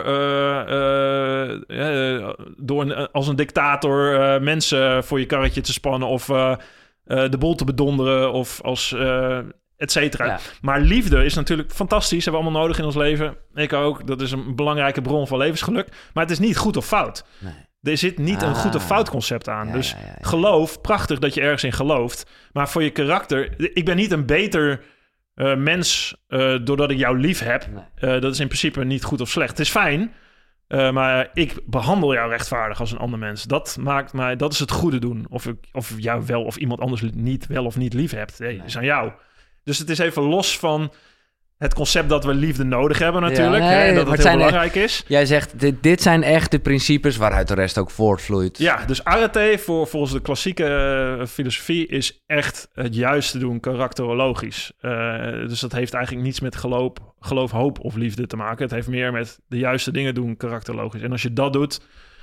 als een dictator mensen voor je karretje te spannen of de boel te bedonderen of als et cetera. Ja. Maar liefde is natuurlijk fantastisch. Hebben we allemaal nodig in ons leven. Ik ook. Dat is een belangrijke bron van levensgeluk. Maar het is niet goed of fout. Nee. Er zit niet een goed of fout concept aan. Dus geloof, prachtig dat je ergens in gelooft. Maar voor je karakter, ik ben niet een beter mens doordat ik jou lief heb. Nee. Dat is in principe niet goed of slecht. Het is fijn, maar ik behandel jou rechtvaardig als een ander mens. Dat maakt mij, dat is het goede doen. Of jou wel of iemand anders niet wel of niet lief hebt. Nee, is aan jou. Dus het is even los van het concept dat we liefde nodig hebben natuurlijk. Ja, en dat het heel belangrijk is. Jij zegt, dit zijn echt de principes waaruit de rest ook voortvloeit. Ja, dus arete volgens de klassieke filosofie is echt het juiste doen karakterologisch. Dus dat heeft eigenlijk niets met geloof, hoop of liefde te maken. Het heeft meer met de juiste dingen doen karakterologisch. En als je dat doet,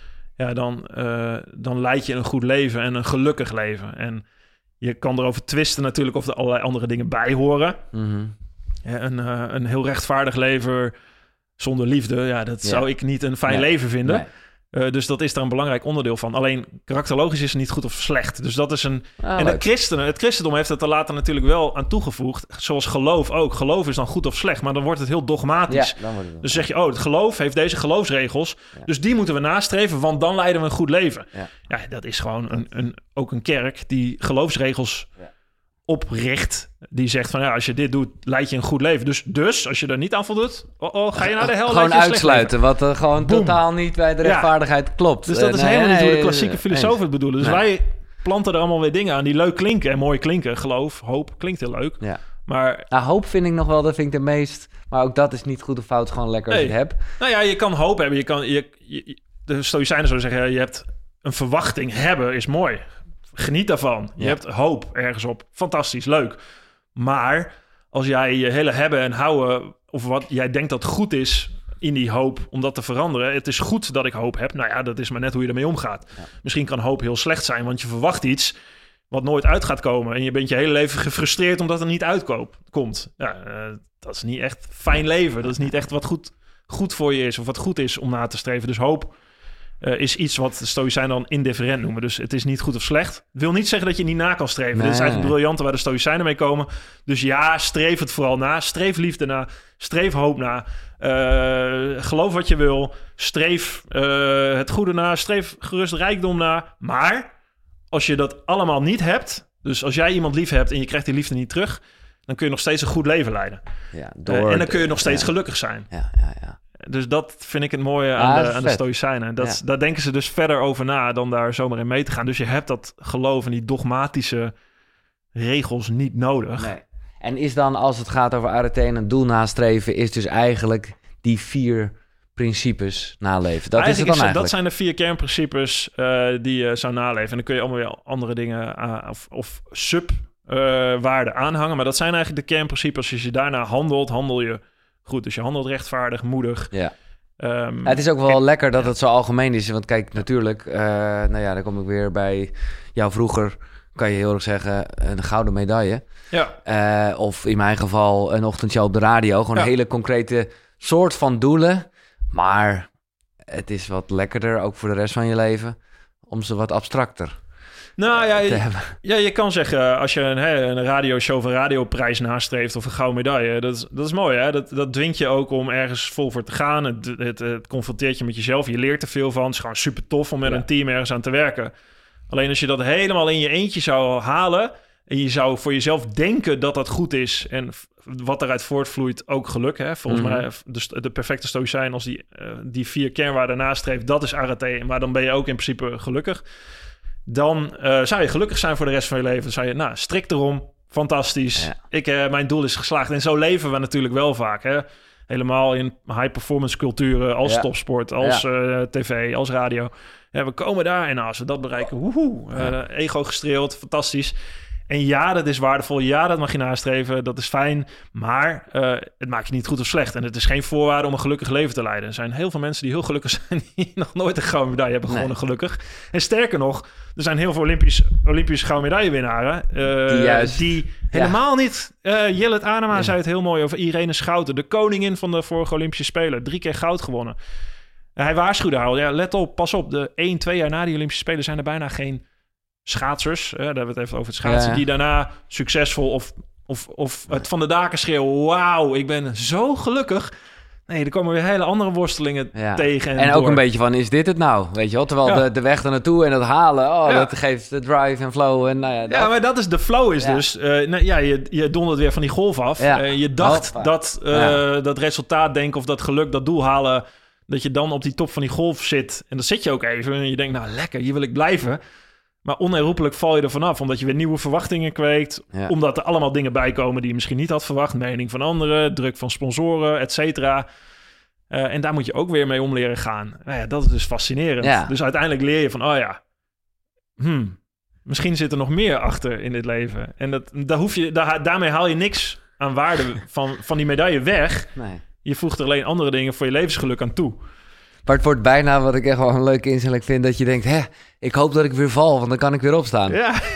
dan leid je een goed leven en een gelukkig leven. En je kan erover twisten natuurlijk of er allerlei andere dingen bij horen. Mm-hmm. Ja, een heel rechtvaardig leven zonder liefde, dat zou ik niet een fijn leven vinden. Nee. Dus dat is daar een belangrijk onderdeel van. Alleen karakterologisch is het niet goed of slecht. Dus dat is en het christendom heeft het er later natuurlijk wel aan toegevoegd. Zoals geloof ook. Geloof is dan goed of slecht, maar dan wordt het heel dogmatisch. Ja, dus zeg je, het geloof heeft deze geloofsregels. Ja. Dus die moeten we nastreven, want dan leiden we een goed leven. Ja, dat is gewoon ook een kerk die geloofsregels opricht, die zegt van als je dit doet, leid je een goed leven. Dus als je er niet aan voldoet, ga je naar de hel. Gewoon uitsluiten, wat gewoon totaal niet bij de rechtvaardigheid klopt. Dus dat is helemaal niet hoe de klassieke filosofen het bedoelen. Dus wij planten er allemaal weer dingen aan die leuk klinken en mooi klinken. Geloof, hoop, klinkt heel leuk. Ja. Maar hoop vind ik nog wel, dat vind ik de meest. Maar ook dat is niet goed of fout, gewoon lekker als je het hebt. Nou ja, je kan hoop hebben. De Stoïcijnen zouden zeggen, je hebt een verwachting hebben is mooi. Geniet daarvan. Je hebt hoop ergens op. Fantastisch, leuk. Maar als jij je hele hebben en houden, of wat jij denkt dat goed is in die hoop, om dat te veranderen. Het is goed dat ik hoop heb. Nou ja, dat is maar net hoe je ermee omgaat. Ja. Misschien kan hoop heel slecht zijn, want je verwacht iets wat nooit uit gaat komen. En je bent je hele leven gefrustreerd omdat het niet uitkomt. Ja, dat is niet echt fijn leven. Dat is niet echt wat goed voor je is of wat goed is om na te streven. Dus hoop is iets wat de Stoïcijnen dan indifferent noemen. Dus het is niet goed of slecht. Het wil niet zeggen dat je niet na kan streven. Dit is eigenlijk het briljante waar de Stoïcijnen mee komen. Dus streef het vooral na. Streef liefde na. Streef hoop na. Geloof wat je wil. Streef het goede na. Streef gerust rijkdom na. Maar als je dat allemaal niet hebt, dus als jij iemand lief hebt en je krijgt die liefde niet terug, dan kun je nog steeds een goed leven leiden. Ja, en dan kun je nog steeds gelukkig zijn. Ja. Dus dat vind ik het mooie aan de Stoïcijnen. Daar denken ze dus verder over na dan daar zomaar in mee te gaan. Dus je hebt dat geloof en die dogmatische regels niet nodig. Nee. En is dan, als het gaat over arete en een doel nastreven, is dus eigenlijk die 4 principes naleven. Dat zijn de 4 kernprincipes die je zou naleven. En dan kun je allemaal weer andere dingen of subwaarden aanhangen. Maar dat zijn eigenlijk de kernprincipes. Als je daarna handelt, handel je goed. Dus je handelt rechtvaardig, moedig. Ja. Het is ook wel lekker dat het zo algemeen is. Want kijk, natuurlijk, dan kom ik weer bij jou vroeger. kan je heel erg zeggen, een gouden medaille. Ja. Of in mijn geval een ochtendshow op de radio. Gewoon hele concrete soort van doelen. Maar het is wat lekkerder, ook voor de rest van je leven, om ze wat abstracter te hebben. Ja, je kan zeggen, als je een radioshow of een radioprijs nastreeft of een gouden medaille, dat is mooi, hè? Dat dwingt je ook om ergens vol voor te gaan. Het confronteert je met jezelf. Je leert er veel van. Het is gewoon super tof om met een team ergens aan te werken. Alleen als je dat helemaal in je eentje zou halen en je zou voor jezelf denken dat dat goed is en wat eruit voortvloeit ook geluk. Hè? Volgens mij de perfecte stoïcijn, als die 4 kernwaarden nastreeft, dat is arete. Maar dan ben je ook in principe gelukkig. Dan zou je gelukkig zijn voor de rest van je leven. Dan zou je, strikt erom, fantastisch. Ja. Mijn doel is geslaagd. En zo leven we natuurlijk wel vaak. Hè? Helemaal in high-performance culturen als topsport, als tv, als radio. Ja, we komen daar en als we dat bereiken, ego gestreeld, fantastisch. En ja, dat is waardevol. Ja, dat mag je nastreven. Dat is fijn. Maar het maakt je niet goed of slecht. En het is geen voorwaarde om een gelukkig leven te leiden. Er zijn heel veel mensen die heel gelukkig zijn, die nog nooit een gouden medaille hebben gewonnen, gelukkig. En sterker nog, er zijn heel veel Olympische gouden medaillewinaren. Die helemaal niet... Jillet Anema zei het heel mooi over Irene Schouten, de koningin van de vorige Olympische Spelen. 3 keer goud gewonnen. Hij waarschuwde haar al. Ja, let op, pas op. De 1-2 jaar na die Olympische Spelen zijn er bijna geen schaatsers, daar hebben we het even over het schaatsen, die daarna succesvol of het van de daken schreeuwen, wauw, ik ben zo gelukkig. Nee, er komen weer hele andere worstelingen tegen. En ook een beetje van, is dit het nou? Weet je wel, terwijl de weg er naartoe en het halen, dat geeft de drive en flow. En, Ja, maar dat is de flow is dus. Je dondert weer van die golf af. Je dacht dat resultaatdenken of dat geluk, dat doel halen, dat je dan op die top van die golf zit. En dan zit je ook even en je denkt, nou lekker, hier wil ik blijven. Maar onherroepelijk val je er vanaf, omdat je weer nieuwe verwachtingen kweekt. Ja. Omdat er allemaal dingen bij komen die je misschien niet had verwacht. Mening van anderen, druk van sponsoren, et cetera. En daar moet je ook weer mee om leren gaan. Nou ja, dat is dus fascinerend. Ja. Dus uiteindelijk leer je van, misschien zit er nog meer achter in dit leven. En daarmee haal je niks aan waarde van die medaille weg. Nee. Je voegt er alleen andere dingen voor je levensgeluk aan toe. Maar het wordt bijna, wat ik echt wel een leuke instelling vind, dat je denkt, ik hoop dat ik weer val, want dan kan ik weer opstaan.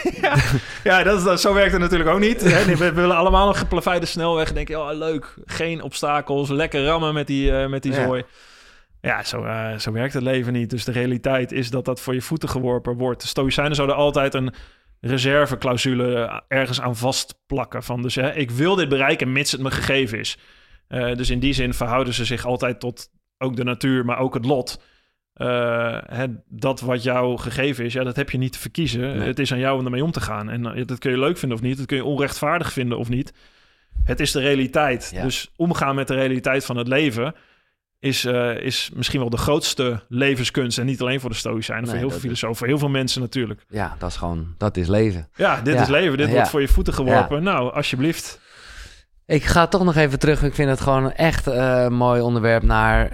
Ja, zo werkt het natuurlijk ook niet. Hè? We willen allemaal een geplaveide snelweg. Denk je, leuk, geen obstakels, lekker rammen met die zooi. Ja, zo werkt het leven niet. Dus de realiteit is dat voor je voeten geworpen wordt. De Stoïcijnen zouden altijd een reserveclausule ergens aan vastplakken. Van dus ik wil dit bereiken, mits het me gegeven is. Dus in die zin verhouden ze zich altijd tot ook de natuur, maar ook het lot. Dat wat jou gegeven is, dat heb je niet te verkiezen. Nee. Het is aan jou om ermee om te gaan. En dat kun je leuk vinden of niet. Dat kun je onrechtvaardig vinden of niet. Het is de realiteit. Ja. Dus omgaan met de realiteit van het leven is misschien wel de grootste levenskunst. En niet alleen voor de Stoïcijnen, voor heel veel filosofen, voor heel veel mensen natuurlijk. Ja, dat is leven. Ja, dit is leven. Dit wordt voor je voeten geworpen. Ja. Nou, alsjeblieft. Ik ga toch nog even terug. Ik vind het gewoon echt een mooi onderwerp naar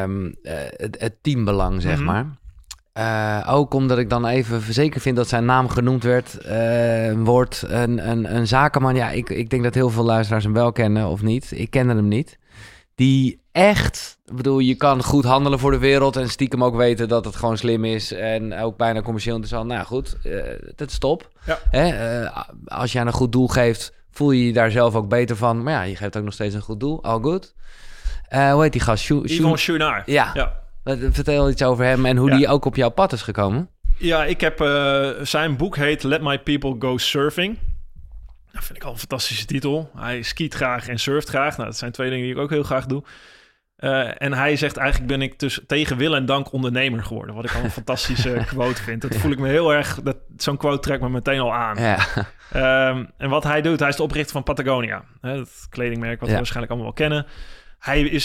het teambelang, zeg maar. Ook omdat ik dan even zeker vind dat zijn naam genoemd wordt. Een zakenman. Ja, ik denk dat heel veel luisteraars hem wel kennen of niet. Ik kende hem niet. Die echt, ik bedoel, je kan goed handelen voor de wereld en stiekem ook weten dat het gewoon slim is en ook bijna commercieel interessant. Nou goed, dat is top. Ja. Als je aan een goed doel geeft, voel je je daar zelf ook beter van. Maar ja, je geeft ook nog steeds een goed doel. All good. Hoe heet die gast? Yvon Chouinard. Ja. Vertel iets over hem en hoe die ook op jouw pad is gekomen. Ja, ik heb zijn boek heet Let My People Go Surfing. Dat vind ik al een fantastische titel. Hij skiet graag en surft graag. Nou, dat zijn 2 dingen die ik ook heel graag doe. En hij zegt eigenlijk ben ik dus tegen wil en dank ondernemer geworden. Wat ik al een fantastische quote vind. Dat voel ik me heel erg... Zo'n quote trekt me meteen al aan. Ja. En wat hij doet, hij is de oprichter van Patagonia. Dat kledingmerk wat we waarschijnlijk allemaal wel kennen. Hij is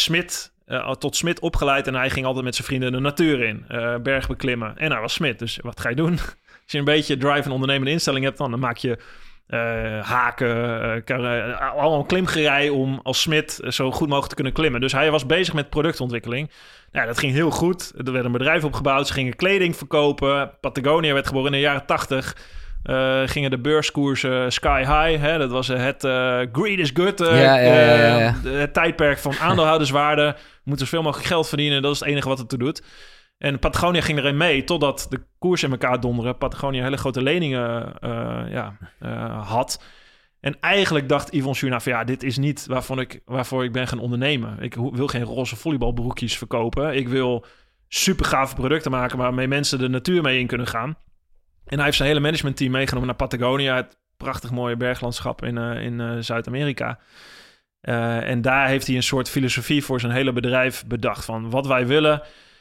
tot smid opgeleid en hij ging altijd met zijn vrienden de natuur in. Berg beklimmen. En hij was smid. Dus wat ga je doen? Als je een beetje drive en ondernemende instelling hebt, dan maak je haken, allemaal klimgerei om als smid zo goed mogelijk te kunnen klimmen. Dus hij was bezig met productontwikkeling. Ja, dat ging heel goed. Er werd een bedrijf opgebouwd. Ze gingen kleding verkopen. Patagonia werd geboren in de jaren 80. Gingen de beurskoersen sky high. Hè? Dat was het greed is good. Het tijdperk van aandeelhouderswaarde. Moeten zoveel mogelijk geld verdienen. Dat is het enige wat het toe doet. En Patagonia ging erin mee, totdat de koers in elkaar donderen. Patagonia hele grote leningen had. En eigenlijk dacht Yvon Chouinard van dit is niet waarvoor ik ben gaan ondernemen. Ik wil geen roze volleybalbroekjes verkopen. Ik wil super gave producten maken waarmee mensen de natuur mee in kunnen gaan. En hij heeft zijn hele managementteam meegenomen naar Patagonia, het prachtig mooie berglandschap in Zuid-Amerika. En daar heeft hij een soort filosofie voor zijn hele bedrijf bedacht. Van wat wij willen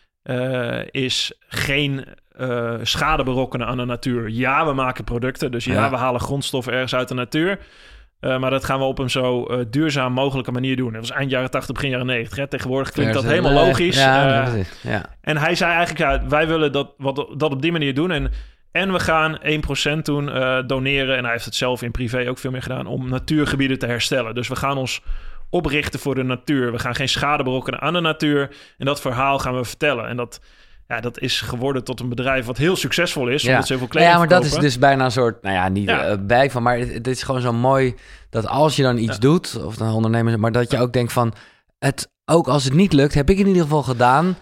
is geen schade berokkenen aan de natuur. Ja, we maken producten. Dus we halen grondstoffen ergens uit de natuur. Maar dat gaan we op een zo duurzaam mogelijke manier doen. Dat was eind jaren 80, begin jaren 90. Hè? Tegenwoordig klinkt dat helemaal logisch. En hij zei eigenlijk, wij willen dat op die manier doen. En we gaan 1% doen doneren. En hij heeft het zelf in privé ook veel meer gedaan om natuurgebieden te herstellen. Dus we gaan ons oprichten voor de natuur. We gaan geen schade berokkenen aan de natuur. En dat verhaal gaan we vertellen. En dat is geworden tot een bedrijf wat heel succesvol is. Omdat ze heel veel kleding verkopen. Dat is dus bijna een soort, bij van. Maar het is gewoon zo mooi dat als je dan iets doet, of dan ondernemen, maar dat je ook denkt van, ook als het niet lukt, heb ik in ieder geval gedaan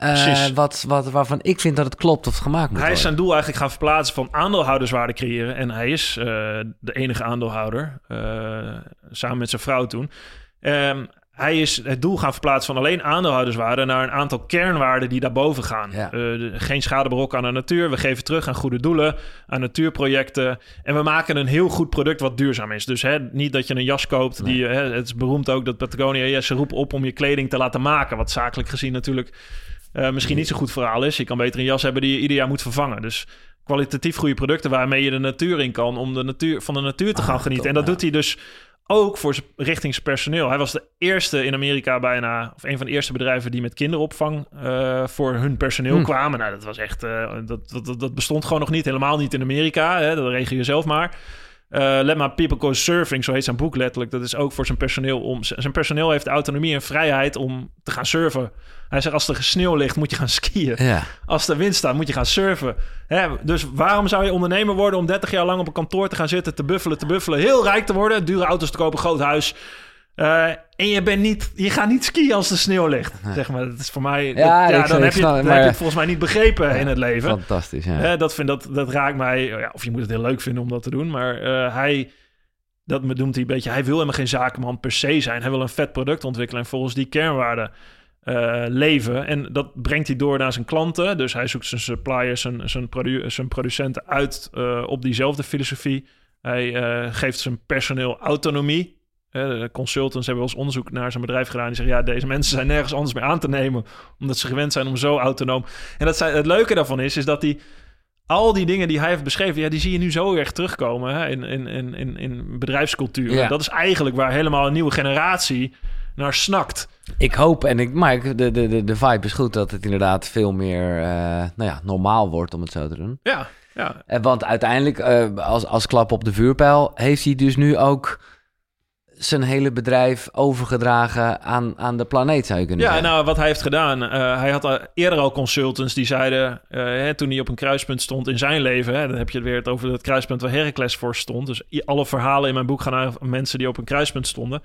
waarvan ik vind dat het klopt of gemaakt moet worden. Hij is zijn doel eigenlijk gaan verplaatsen van aandeelhouderswaarde creëren. En hij is de enige aandeelhouder, samen met zijn vrouw toen. Hij is het doel gaan verplaatsen van alleen aandeelhouderswaarde naar een aantal kernwaarden die daarboven gaan. Ja. Geen schade berokken aan de natuur. We geven terug aan goede doelen, aan natuurprojecten. En we maken een heel goed product wat duurzaam is. Dus niet dat je een jas koopt. Nee. Het is beroemd ook dat Patagonia, ze roepen op om je kleding te laten maken. Wat zakelijk gezien natuurlijk misschien niet zo'n goed verhaal is. Je kan beter een jas hebben die je ieder jaar moet vervangen. Dus kwalitatief goede producten waarmee je de natuur in kan om van de natuur te gaan genieten. En dat doet hij dus ook richting zijn personeel. Hij was de eerste in Amerika bijna, of een van de eerste bedrijven die met kinderopvang voor hun personeel kwamen. Nou, dat was echt, dat bestond gewoon nog niet, helemaal niet in Amerika. Hè, dat regel je zelf maar. Let My People Go Surfing, zo heet zijn boek letterlijk. Dat is ook voor zijn personeel. Zijn personeel heeft autonomie en vrijheid om te gaan surfen. Hij zegt, als er sneeuw ligt, moet je gaan skiën. Ja. Als er wind staat, moet je gaan surfen. Dus waarom zou je ondernemer worden om 30 jaar lang op een kantoor te gaan zitten, te buffelen, heel rijk te worden, dure auto's te kopen, groot huis. En je gaat niet skiën als er sneeuw ligt. Nee. Zeg maar, dat is voor mij. Dan heb je het volgens mij niet begrepen in het leven. Fantastisch. Ja. Dat raakt mij. Ja, of je moet het heel leuk vinden om dat te doen. Maar dat noemt hij een beetje. Hij wil helemaal geen zakenman per se zijn. Hij wil een vet product ontwikkelen en volgens die kernwaarden leven. En dat brengt hij door naar zijn klanten. Dus hij zoekt zijn suppliers, zijn producenten uit op diezelfde filosofie. Hij geeft zijn personeel autonomie. De consultants hebben wel eens onderzoek naar zijn bedrijf gedaan. Die zeggen, deze mensen zijn nergens anders meer aan te nemen, omdat ze gewend zijn om zo autonoom. En het leuke daarvan is dat al die dingen die hij heeft beschreven, die zie je nu zo erg terugkomen in bedrijfscultuur. Ja. Dat is eigenlijk waar helemaal een nieuwe generatie naar snakt. Ik hoop, de vibe is goed, dat het inderdaad veel meer normaal wordt om het zo te doen. Ja. Want uiteindelijk, als klap op de vuurpijl, heeft hij dus nu ook zijn hele bedrijf overgedragen aan de planeet, zou je kunnen zeggen. Nou, wat hij heeft gedaan, hij had eerder al consultants die zeiden, toen hij op een kruispunt stond in zijn leven, dan heb je het weer over het kruispunt waar Heracles voor stond. Dus alle verhalen in mijn boek gaan naar mensen die op een kruispunt stonden.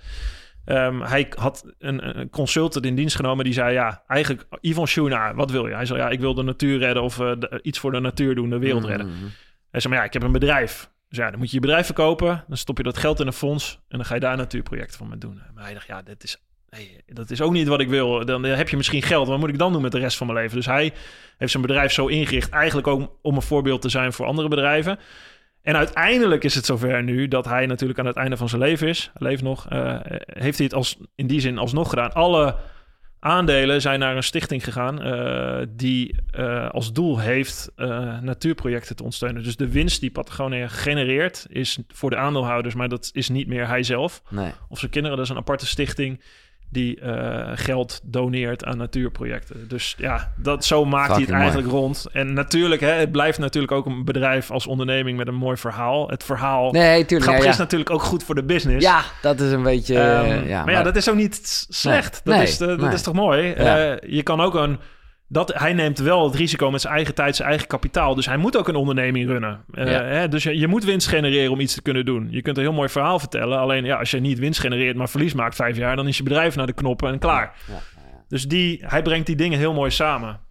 Hij had een consultant in dienst genomen die zei, eigenlijk Yvon Chouinard, wat wil je? Hij zei, ik wil de natuur redden of iets voor de natuur doen, de wereld redden. Hij zei, ik heb een bedrijf. Dus dan moet je je bedrijf verkopen, dan stop je dat geld in een fonds en dan ga je daar natuurprojecten van mee doen. Maar hij dacht, dat is ook niet wat ik wil. Dan heb je misschien geld, wat moet ik dan doen met de rest van mijn leven? Dus hij heeft zijn bedrijf zo ingericht, eigenlijk ook om een voorbeeld te zijn voor andere bedrijven. En uiteindelijk is het zover nu dat hij natuurlijk aan het einde van zijn leven is. Hij leeft nog. Heeft hij het in die zin alsnog gedaan. Alle aandelen zijn naar een stichting gegaan die als doel heeft natuurprojecten te ondersteunen. Dus de winst die Patagonia genereert is voor de aandeelhouders, maar dat is niet meer hij zelf of zijn kinderen. Dat is een aparte stichting die geld doneert aan natuurprojecten. Dus zo maakt hij het eigenlijk rond. En natuurlijk, het blijft natuurlijk ook een bedrijf als onderneming met een mooi verhaal. Het verhaal is natuurlijk ook goed voor de business. Ja, dat is een beetje... maar dat is ook niet slecht. Dat is toch mooi? Ja. Je kan ook hij neemt wel het risico met zijn eigen tijd, zijn eigen kapitaal. Dus hij moet ook een onderneming runnen. Dus je moet winst genereren om iets te kunnen doen. Je kunt een heel mooi verhaal vertellen. Alleen als je niet winst genereert, maar verlies maakt 5 jaar... dan is je bedrijf naar de knoppen en klaar. Ja. Dus hij brengt die dingen heel mooi samen.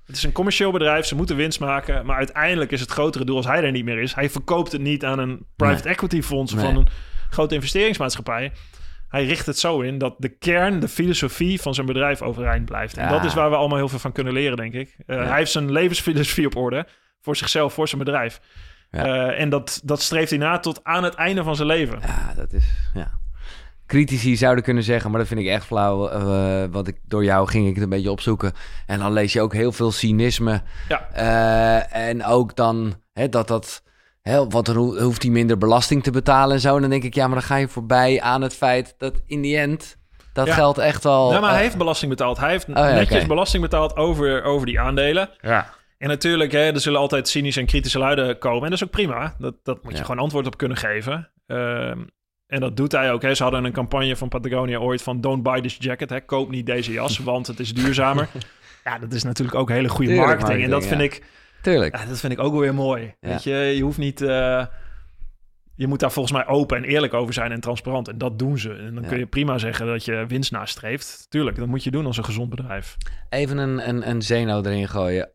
Het is een commercieel bedrijf, ze moeten winst maken. Maar uiteindelijk is het grotere doel als hij er niet meer is. Hij verkoopt het niet aan een private equity fonds of van een grote investeringsmaatschappij. Hij richt het zo in dat de kern, de filosofie van zijn bedrijf overeind blijft. En dat is waar we allemaal heel veel van kunnen leren, denk ik. Hij heeft zijn levensfilosofie op orde voor zichzelf, voor zijn bedrijf. Ja. En dat streeft hij na tot aan het einde van zijn leven. Ja, dat is... Ja. Critici zouden kunnen zeggen, maar dat vind ik echt flauw. Door jou ging ik het een beetje opzoeken. En dan lees je ook heel veel cynisme. Ja. En ook dan want dan hoeft hij minder belasting te betalen en zo. En dan denk ik, ja, maar dan ga je voorbij aan het feit dat in die end dat geld echt wel... Ja, maar hij heeft belasting betaald. Hij heeft netjes belasting betaald over die aandelen. Ja. En natuurlijk, er zullen altijd cynische en kritische luiden komen. En dat is ook prima. Dat moet je gewoon antwoord op kunnen geven. En dat doet hij ook. Ze hadden een campagne van Patagonia ooit van don't buy this jacket. Koop niet deze jas, want het is duurzamer. Ja, dat is natuurlijk ook hele goede marketing. En dat vind ik... Tuurlijk. Ja, dat vind ik ook weer mooi. Ja. Weet je hoeft niet... je moet daar volgens mij open en eerlijk over zijn en transparant. En dat doen ze. En dan kun je prima zeggen dat je winst nastreeft. Tuurlijk, dat moet je doen als een gezond bedrijf. Even een zeno erin gooien.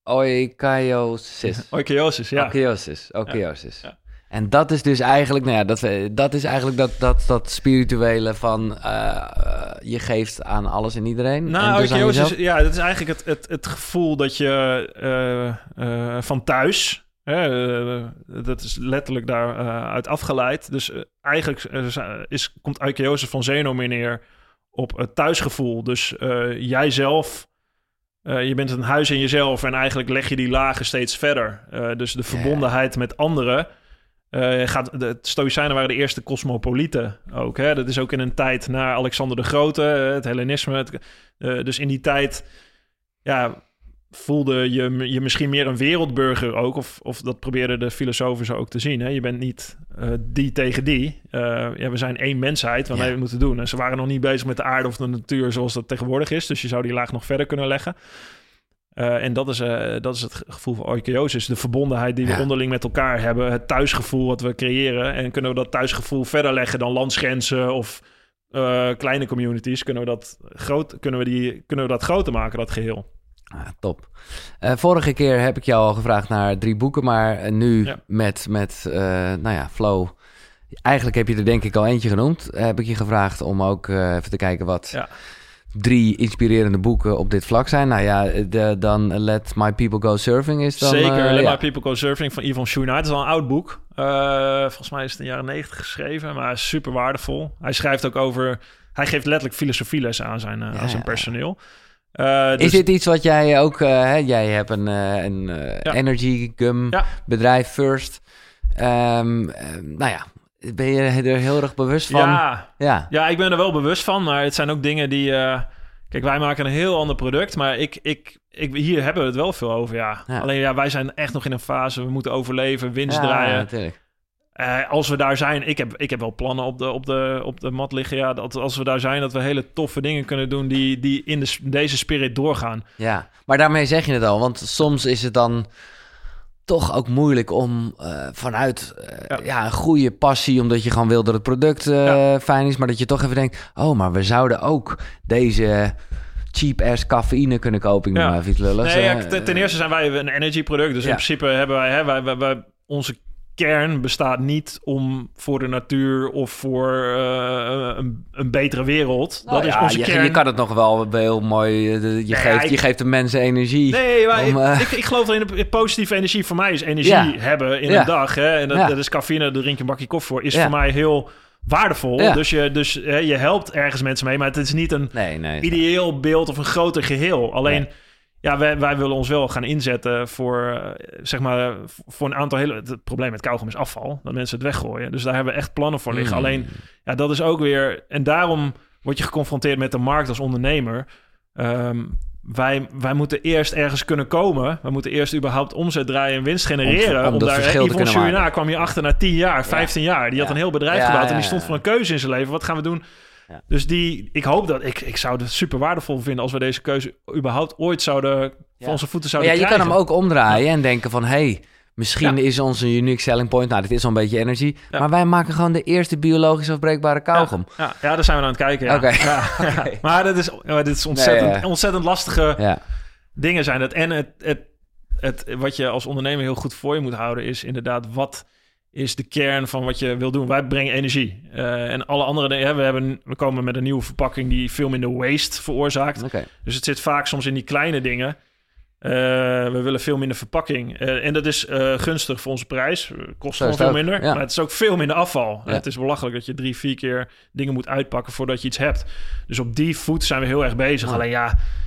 Oikiosis, ja. Oikiosis. Ja. En dat is dus eigenlijk, dat is eigenlijk dat spirituele van je geeft aan alles en iedereen. Nou, oikiosis, dat is eigenlijk het gevoel dat je van thuis, dat is letterlijk daaruit afgeleid. Dus eigenlijk komt oikiosis van Zeno meer neer op het thuisgevoel. Dus jijzelf... je bent een huis in jezelf en eigenlijk leg je die lagen steeds verder. Dus de verbondenheid met anderen... de Stoïcijnen waren de eerste cosmopolieten ook. Hè? Dat is ook in een tijd na Alexander de Grote, het Hellenisme. Dus in die tijd voelde je misschien meer een wereldburger ook. Of dat probeerden de filosofen zo ook te zien. Hè? Je bent niet die tegen die. We zijn één mensheid waarmee we het moeten doen. En ze waren nog niet bezig met de aarde of de natuur zoals dat tegenwoordig is. Dus je zou die laag nog verder kunnen leggen. En dat is het gevoel van oikiosis. De verbondenheid die we onderling met elkaar hebben. Het thuisgevoel wat we creëren. En kunnen we dat thuisgevoel verder leggen dan landsgrenzen of kleine communities? Kunnen we dat groter maken, dat geheel? Ah, top. Vorige keer heb ik jou al gevraagd naar 3 boeken. Maar nu met Flow... Eigenlijk heb je er denk ik al eentje genoemd. Heb ik je gevraagd om ook even te kijken wat... Ja. 3 inspirerende boeken op dit vlak zijn. Nou ja, dan Let My People Go Surfing is dan... Zeker, Let My People Go Surfing van Yvon Chouinard. Het is al een oud boek. Volgens mij is het in de jaren 90 geschreven, maar super waardevol. Hij schrijft ook over... Hij geeft letterlijk filosofielessen aan zijn personeel. Dus... Is dit iets wat jij ook... jij hebt een energy gum bedrijf First. Ben je er heel erg bewust van? Ja, ik ben er wel bewust van. Maar het zijn ook dingen die... Kijk, wij maken een heel ander product. Maar hier hebben we het wel veel over, ja. Alleen wij zijn echt nog in een fase... We moeten overleven, winst draaien. Natuurlijk. Als we daar zijn... Ik heb wel plannen op de mat liggen. Ja, dat als we daar zijn, dat we hele toffe dingen kunnen doen... die in deze spirit doorgaan. Ja, maar daarmee zeg je het al. Want soms is het dan... toch ook moeilijk om vanuit een goede passie... omdat je gewoon wil dat het product fijn is... maar dat je toch even denkt... maar we zouden ook deze cheap-ass cafeïne kunnen kopen. Maar iets lulligs. Ten eerste zijn wij een energy product. Dus in principe hebben wij onze kern bestaat niet om voor de natuur... of voor een betere wereld. Dat is onze kern. Je kan het nog wel heel mooi... Je geeft de mensen energie. Nee, maar ik geloof in de positieve energie. Voor mij is energie hebben in een dag. Hè? En dat is cafeïne, daar drink je een bakje koffie voor. Is voor mij heel waardevol. Ja. Dus je helpt ergens mensen mee. Maar het is niet een ideeel beeld of een groter geheel. Alleen... Ja, wij willen ons wel gaan inzetten voor een aantal het probleem met kauwgom is afval. Dat mensen het weggooien. Dus daar hebben we echt plannen voor liggen. Alleen, dat is ook weer... En daarom word je geconfronteerd met de markt als ondernemer. Wij moeten eerst ergens kunnen komen. We moeten eerst überhaupt omzet draaien en winst genereren. Om dat verschil te kunnen maken. Kwam je achter na 10 jaar, 15 jaar. Die had een heel bedrijf gebouwd en die stond voor een keuze in zijn leven. Wat gaan we doen? Ja. Dus ik hoop dat... Ik zou het super waardevol vinden... als we deze keuze überhaupt ooit voor onze voeten zouden krijgen. Je kan hem ook omdraaien en denken van... misschien is onze unique selling point... dit is al een beetje energie... maar wij maken gewoon de eerste biologisch afbreekbare kauwgom. Ja, daar zijn we aan het kijken. Ja. Okay. Okay. Maar dit is ontzettend lastige... Ja. dingen zijn dat. En het wat je als ondernemer heel goed voor je moet houden is inderdaad, wat is de kern van wat je wil doen? Wij brengen energie. En alle andere dingen, we komen met een nieuwe verpakking die veel minder waste veroorzaakt. Okay. Dus het zit vaak soms in die kleine dingen. We willen veel minder verpakking. En dat is gunstig voor onze prijs. Kost gewoon veel minder. Ja. Maar het is ook veel minder afval. Ja. Het is belachelijk dat je 3-4 keer dingen moet uitpakken voordat je iets hebt. Dus op die voet zijn we heel erg bezig. Ja. Alleen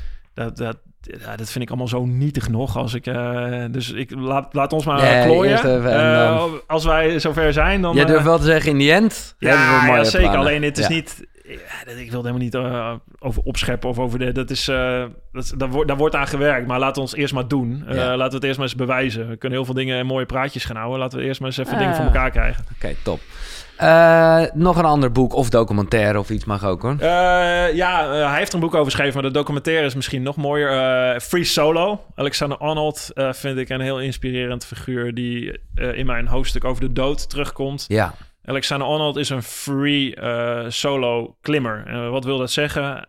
dat vind ik allemaal zo nietig nog. Als ik, dus ik laat ons maar klooien. Als wij zover zijn, dan... Je durft wel te zeggen, in die end... Ja, zeker. Plannen. Alleen het is niet... ik wil helemaal niet over opscheppen of over daar wordt aan gewerkt. Maar laten we ons eerst maar doen. Laten we het eerst maar eens bewijzen. We kunnen heel veel dingen en mooie praatjes gaan houden. Laten we eerst maar eens even dingen voor elkaar krijgen. Oké, top. Nog een ander boek of documentaire of iets mag ook, hoor. Hij heeft er een boek over geschreven, maar de documentaire is misschien nog mooier. Free Solo. Alexander Arnold vind ik een heel inspirerend figuur die in mijn hoofdstuk over de dood terugkomt. Ja. Alexander Arnold is een free solo klimmer. Wat wil dat zeggen?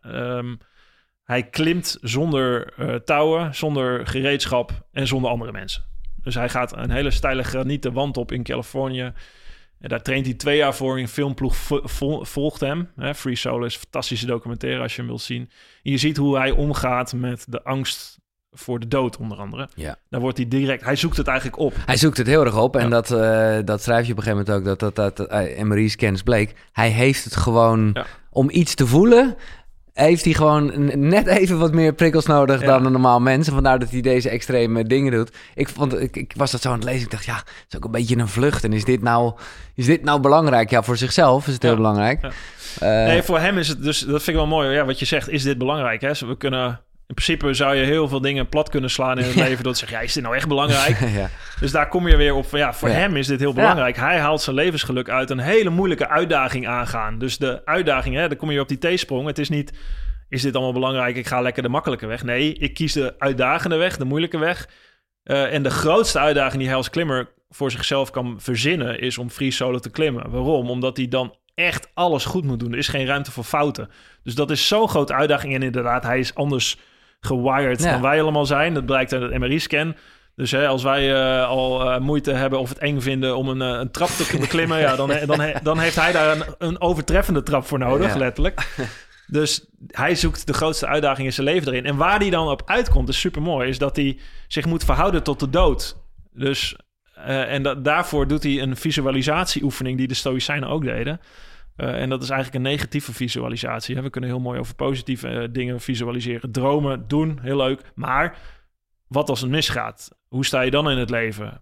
Hij klimt zonder touwen, zonder gereedschap en zonder andere mensen. Dus hij gaat een hele steile granieten wand op in Californië. En daar traint hij 2 jaar voor. Een filmploeg volgt hem. Free Solo is een fantastische documentaire als je hem wilt zien. En je ziet hoe hij omgaat met de angst voor de dood, onder andere. Ja. Dan wordt hij direct... Hij zoekt het eigenlijk op. Hij zoekt het heel erg op. En dat schrijf je op een gegeven moment ook. Dat MRI-scans bleek. Hij heeft het gewoon... Om iets te voelen... heeft hij gewoon net even wat meer prikkels nodig dan een normaal mens. En vandaar dat hij deze extreme dingen doet. Ik was dat zo aan het lezen. Ik dacht, het is ook een beetje een vlucht. En is dit nou belangrijk? Ja, voor zichzelf is het heel belangrijk. Ja. Nee, voor hem is het dus... Dat vind ik wel mooi. Ja, wat je zegt, is dit belangrijk? Hè? We kunnen... In principe zou je heel veel dingen plat kunnen slaan in het leven... door te zeggen, is dit nou echt belangrijk? Dus daar kom je weer op van, voor hem is dit heel belangrijk. Hij haalt zijn levensgeluk uit een hele moeilijke uitdaging aangaan. Dus de uitdaging, dan kom je op die T-sprong. Het is niet, is dit allemaal belangrijk? Ik ga lekker de makkelijke weg. Nee, ik kies de uitdagende weg, de moeilijke weg. En de grootste uitdaging die hij als klimmer voor zichzelf kan verzinnen... is om free solo te klimmen. Waarom? Omdat hij dan echt alles goed moet doen. Er is geen ruimte voor fouten. Dus dat is zo'n grote uitdaging. En inderdaad, hij is anders gewired dan wij allemaal zijn. Dat blijkt uit het MRI-scan. Dus als wij al moeite hebben of het eng vinden om een trap te beklimmen... dan heeft hij daar een overtreffende trap voor nodig, letterlijk. Dus hij zoekt de grootste uitdaging in zijn leven erin. En waar hij dan op uitkomt, is supermooi... is dat hij zich moet verhouden tot de dood. Dus, daarvoor doet hij een visualisatieoefening... die de Stoïcijnen ook deden... en dat is eigenlijk een negatieve visualisatie. We kunnen heel mooi over positieve dingen visualiseren. Dromen, doen, heel leuk. Maar wat als het misgaat? Hoe sta je dan in het leven?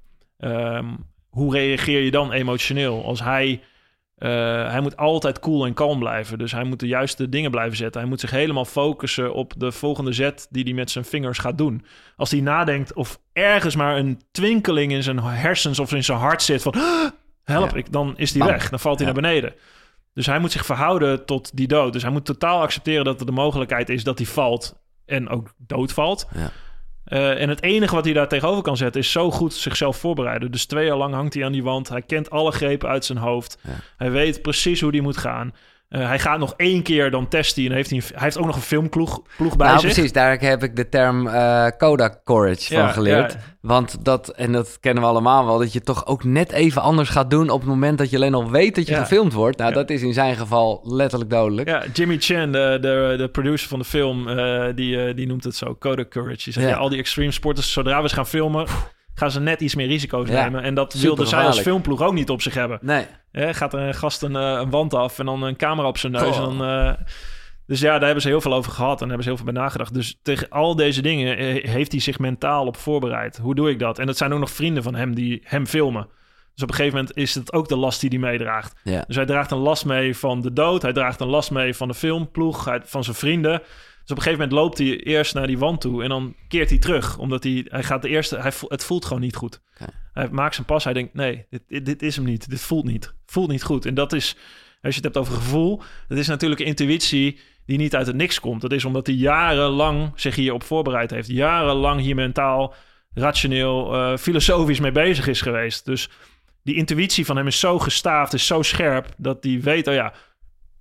Hoe reageer je dan emotioneel? Als hij moet altijd cool en kalm blijven. Dus hij moet de juiste dingen blijven zetten. Hij moet zich helemaal focussen op de volgende zet... die hij met zijn vingers gaat doen. Als hij nadenkt of ergens maar een twinkeling in zijn hersens... of in zijn hart zit van... help, dan is hij weg. Dan valt hij naar beneden. Dus hij moet zich verhouden tot die dood. Dus hij moet totaal accepteren dat er de mogelijkheid is dat hij valt en ook doodvalt. Ja. En het enige wat hij daar tegenover kan zetten is zo goed zichzelf voorbereiden. Dus 2 jaar lang hangt hij aan die wand. Hij kent alle grepen uit zijn hoofd. Ja. Hij weet precies hoe die moet gaan. Hij gaat nog 1 keer dan testen. En hij heeft ook nog een filmploeg bij zich. Precies, daar heb ik de term Kodak Courage van geleerd. Ja. Want dat kennen we allemaal wel... dat je toch ook net even anders gaat doen... op het moment dat je alleen al weet dat je gefilmd wordt. Nou, dat is in zijn geval letterlijk dodelijk. Ja, Jimmy Chan, de producer van de film... die noemt het zo, Kodak Courage. Die zegt, al die extreme sporters, zodra we ze gaan filmen... gaan ze net iets meer risico's nemen. En dat wilde zij als filmploeg ook niet op zich hebben. Nee. Gaat er een gast een wand af en dan een camera op zijn neus. En dan, dus daar hebben ze heel veel over gehad en hebben ze heel veel bij nagedacht. Dus tegen al deze dingen heeft hij zich mentaal op voorbereid. Hoe doe ik dat? En dat zijn ook nog vrienden van hem die hem filmen. Dus op een gegeven moment is het ook de last die hij meedraagt. Ja. Dus hij draagt een last mee van de dood. Hij draagt een last mee van de filmploeg, van zijn vrienden. Dus op een gegeven moment loopt hij eerst naar die wand toe... en dan keert hij terug. Omdat hij gaat het voelt gewoon niet goed. Okay. Hij maakt zijn pas. Hij denkt, nee, dit is hem niet. Dit voelt niet goed. En dat is, als je het hebt over gevoel... dat is natuurlijk een intuïtie die niet uit het niks komt. Dat is omdat hij jarenlang zich hierop voorbereid heeft. Jarenlang hier mentaal, rationeel, filosofisch mee bezig is geweest. Dus die intuïtie van hem is zo gestaafd, is zo scherp... dat hij weet,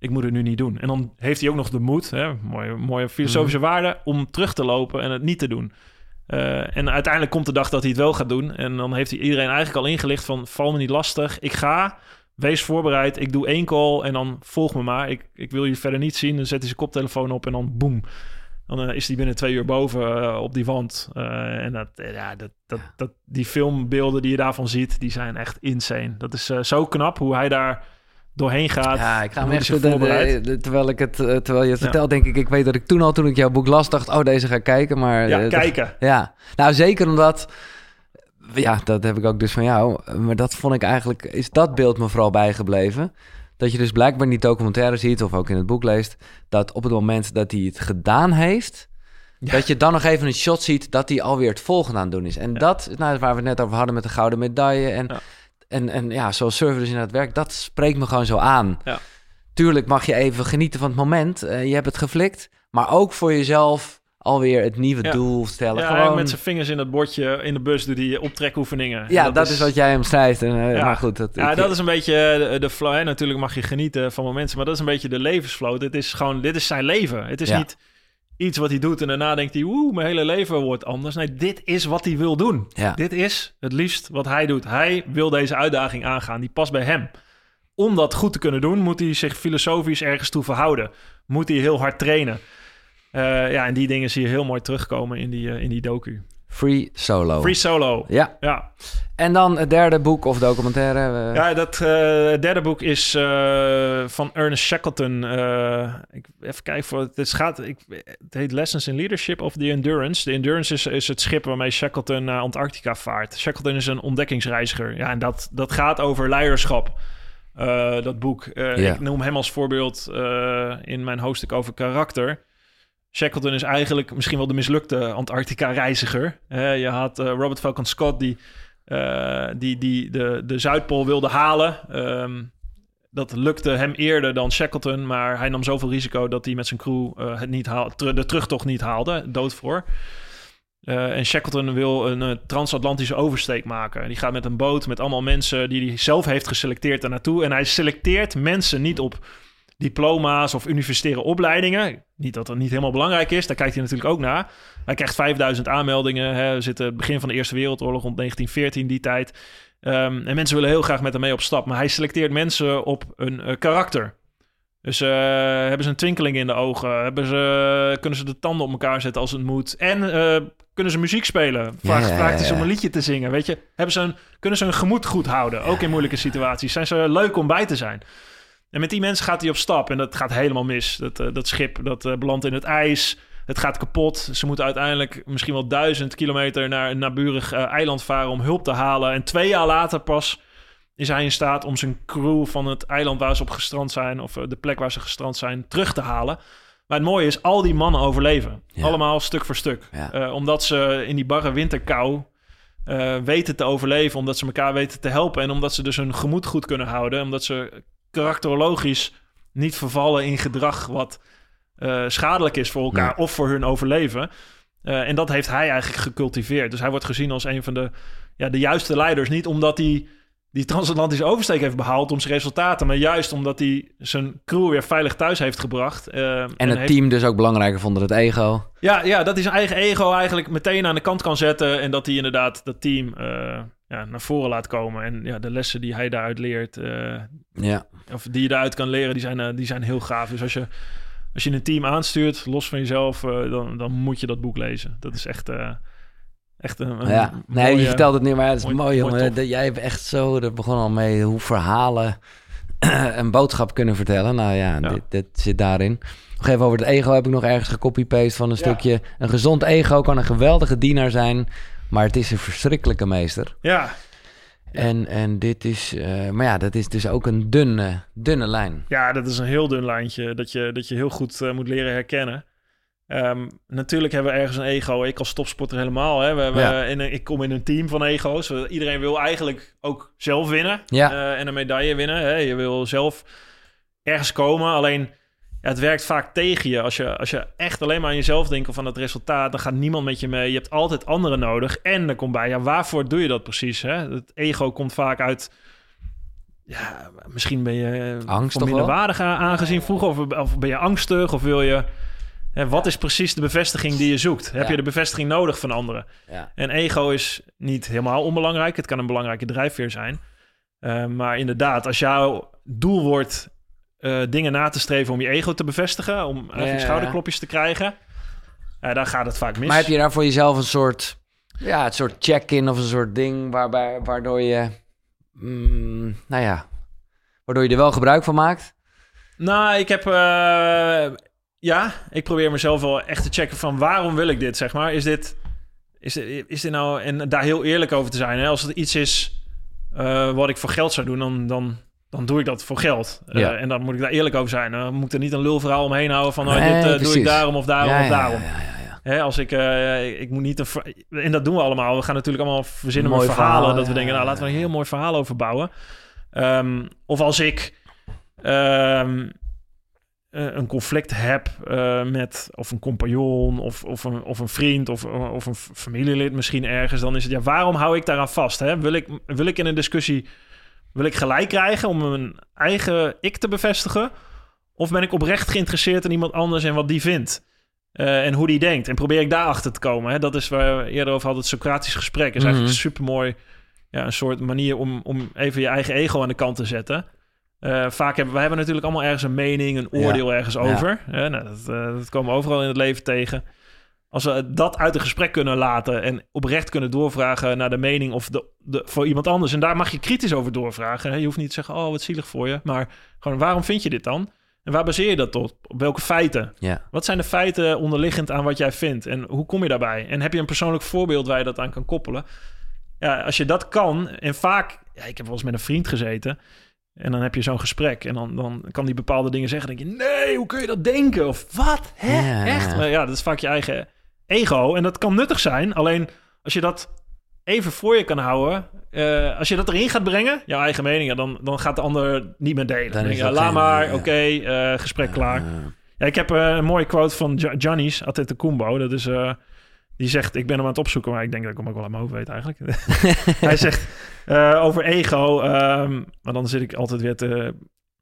ik moet het nu niet doen. En dan heeft hij ook nog de moed, hè, mooie filosofische waarde, om terug te lopen en het niet te doen. En uiteindelijk komt de dag dat hij het wel gaat doen. En dan heeft hij iedereen eigenlijk al ingelicht van, val me niet lastig. Ik ga, wees voorbereid. Ik doe 1 call en dan volg me maar. Ik wil je verder niet zien. Dan zet hij zijn koptelefoon op en dan boem. Dan is hij binnen 2 uur boven op die wand. En die filmbeelden die je daarvan ziet, die zijn echt insane. Dat is zo knap hoe hij daar doorheen gaat. Ja, ik ga me echt terwijl je het vertelt, denk ik weet dat ik toen ik jouw boek las, dacht, deze ga ik kijken. Maar kijken. Ja, nou zeker omdat, dat heb ik ook dus van jou. Maar dat vond ik eigenlijk, is dat beeld me vooral bijgebleven. Dat je dus blijkbaar in die documentaire ziet, of ook in het boek leest, dat op het moment dat hij het gedaan heeft, dat je dan nog even een shot ziet dat hij alweer het volgende aan het doen is. En dat is waar we het net over hadden met de gouden medaille. En zoals surfen dus in het werk, dat spreekt me gewoon zo aan. Ja. Tuurlijk mag je even genieten van het moment. Je hebt het geflikt, maar ook voor jezelf alweer het nieuwe doel stellen. Ja, gewoon met zijn vingers in het bordje in de bus doet hij optrekoefeningen. Ja, dat is wat jij hem schrijft. Maar goed, dat is een beetje de flow. Hè? Natuurlijk mag je genieten van momenten, maar dat is een beetje de levensflow. Dit is zijn leven. Het is niet iets wat hij doet en daarna denkt hij, mijn hele leven wordt anders. Nee, dit is wat hij wil doen. Ja. Dit is het liefst wat hij doet. Hij wil deze uitdaging aangaan. Die past bij hem. Om dat goed te kunnen doen, moet hij zich filosofisch ergens toe verhouden. Moet hij heel hard trainen. En die dingen zie je heel mooi terugkomen in die docu. Free Solo. Ja. En dan het derde boek of documentaire? Dat derde boek is van Ernest Shackleton. Even kijken. Het heet Lessons in Leadership of the Endurance. De Endurance is het schip waarmee Shackleton naar Antarctica vaart. Shackleton is een ontdekkingsreiziger. Ja, en dat gaat over leiderschap. Dat boek. Ik noem hem als voorbeeld in mijn hoofdstuk over karakter. Shackleton is eigenlijk misschien wel de mislukte Antarctica-reiziger. Je had Robert Falcon Scott die de Zuidpool wilde halen. Dat lukte hem eerder dan Shackleton, maar hij nam zoveel risico dat hij met zijn crew de terugtocht niet haalde, dood voor. En Shackleton wil een transatlantische oversteek maken. Die gaat met een boot met allemaal mensen die hij zelf heeft geselecteerd daar naartoe. En hij selecteert mensen niet op diploma's of universitaire opleidingen. Niet dat dat niet helemaal belangrijk is, daar kijkt hij natuurlijk ook naar. Hij krijgt 5000 aanmeldingen. We zitten het begin van de Eerste Wereldoorlog rond 1914, die tijd. En mensen willen heel graag met hem mee op stap. Maar hij selecteert mensen op een karakter. Dus hebben ze een twinkeling in de ogen? Kunnen ze de tanden op elkaar zetten als het moet? En kunnen ze muziek spelen? Vraagt hij ze om een liedje te zingen, weet je? Kunnen ze hun gemoed goed houden? Ook in moeilijke situaties. Zijn ze leuk om bij te zijn? En met die mensen gaat hij op stap en dat gaat helemaal mis. Dat schip belandt in het ijs. Het gaat kapot. Ze moeten uiteindelijk misschien wel 1000 kilometer naar een naburig eiland varen om hulp te halen. En 2 jaar later pas is hij in staat om zijn crew van het eiland waar ze op gestrand zijn, of de plek waar ze gestrand zijn, terug te halen. Maar het mooie is, al die mannen overleven. Ja. Allemaal stuk voor stuk. Ja. Omdat ze in die barre winterkou weten te overleven, omdat ze elkaar weten te helpen en omdat ze dus hun gemoed goed kunnen houden, omdat ze karakterologisch niet vervallen in gedrag wat schadelijk is voor elkaar of voor hun overleven. En dat heeft hij eigenlijk gecultiveerd. Dus hij wordt gezien als een van de juiste leiders. Niet omdat hij die transatlantische oversteek heeft behaald om zijn resultaten, maar juist omdat hij zijn crew weer veilig thuis heeft gebracht. En het team dus ook belangrijker vond dan het ego. Ja, dat hij zijn eigen ego eigenlijk meteen aan de kant kan zetten en dat hij inderdaad dat team naar voren laat komen. En de lessen die hij daaruit leert, of die je daaruit kan leren, die zijn heel gaaf. Dus als je een team aanstuurt, los van jezelf, dan moet je dat boek lezen. Dat is echt een mooie, je vertelt het niet, maar het is mooi, jongen. Jij hebt echt zo, dat begon al mee, hoe verhalen een boodschap kunnen vertellen. Nou ja, dit zit daarin. Nog even over het ego heb ik nog ergens gecopy-paste van een stukje. Een gezond ego kan een geweldige dienaar zijn, maar het is een verschrikkelijke meester. Ja. En dit is, dat is dus ook een dunne lijn. Ja, dat is een heel dun lijntje dat je heel goed moet leren herkennen. Natuurlijk hebben we ergens een ego. Ik als topsporter helemaal. Hè. Ik kom in een team van ego's. Iedereen wil eigenlijk ook zelf winnen. En een medaille winnen. Hè. Je wil zelf ergens komen. Alleen, het werkt vaak tegen je. Als je echt alleen maar aan jezelf denkt of aan het resultaat, dan gaat niemand met je mee. Je hebt altijd anderen nodig. En er komt bij, waarvoor doe je dat precies? Hè? Het ego komt vaak uit misschien ben je Angstig minderwaardig aangezien vroeger. Of ben je angstig? Of wil je... wat is precies de bevestiging die je zoekt? Heb je de bevestiging nodig van anderen? Ja. En ego is niet helemaal onbelangrijk. Het kan een belangrijke drijfveer zijn. Maar inderdaad, als jouw doel wordt dingen na te streven om je ego te bevestigen, om eigenlijk schouderklopjes te krijgen, dan gaat het vaak mis. Maar heb je daar voor jezelf een soort check-in of een soort ding waardoor je, waardoor je er wel gebruik van maakt? Nou, ik heb, ik probeer mezelf wel echt te checken van waarom wil ik dit, zeg maar. Is dit nou, en daar heel eerlijk over te zijn. Hè? Als het iets is wat ik voor geld zou doen, dan doe ik dat voor geld. En dan moet ik daar eerlijk over zijn. Dan moet ik er niet een lulverhaal omheen houden van dit doe ik daarom of daarom of daarom. Hè, als ik moet niet en dat doen we allemaal. We gaan natuurlijk allemaal verzinnen met verhalen. Dat we denken, nou, laten we een heel mooi verhaal over bouwen. Of als ik een conflict heb met of een compagnon of een vriend of een familielid misschien ergens, dan is het, waarom hou ik daaraan vast? Hè? Wil ik in een discussie gelijk krijgen om mijn eigen ik te bevestigen? Of ben ik oprecht geïnteresseerd in iemand anders en wat die vindt? En hoe die denkt. En probeer ik daarachter te komen. Hè? Dat is waar we eerder over hadden, het Socratisch gesprek. Is eigenlijk supermooi. Ja, een soort manier om even je eigen ego aan de kant te zetten. Vaak hebben we natuurlijk allemaal ergens een mening, een oordeel ergens over. Dat komen we overal in het leven tegen. Als we dat uit een gesprek kunnen laten en oprecht kunnen doorvragen naar de mening of voor iemand anders. En daar mag je kritisch over doorvragen. Hè? Je hoeft niet te zeggen, wat zielig voor je. Maar gewoon, waarom vind je dit dan? En waar baseer je dat op? Op welke feiten? Ja. Wat zijn de feiten onderliggend aan wat jij vindt? En hoe kom je daarbij? En heb je een persoonlijk voorbeeld waar je dat aan kan koppelen? Ja, als je dat kan, en vaak... Ja, ik heb wel eens met een vriend gezeten. En dan heb je zo'n gesprek. En dan kan die bepaalde dingen zeggen. Dan denk je, nee, hoe kun je dat denken? Of wat? Hè? Ja. Echt? Maar ja, dat is vaak je eigen ego. En dat kan nuttig zijn. Alleen als je dat even voor je kan houden... als je dat erin gaat brengen, jouw eigen mening... dan gaat de ander niet meer delen. Dan denk je, laat maar, oké, gesprek klaar. Ja, ik heb een mooie quote van Giannis Antetokounmpo. Dat is... die zegt, ik ben hem aan het opzoeken... maar ik denk dat ik hem ook wel aan mijn hoofd weet eigenlijk. Hij zegt over ego... maar dan zit ik altijd weer te...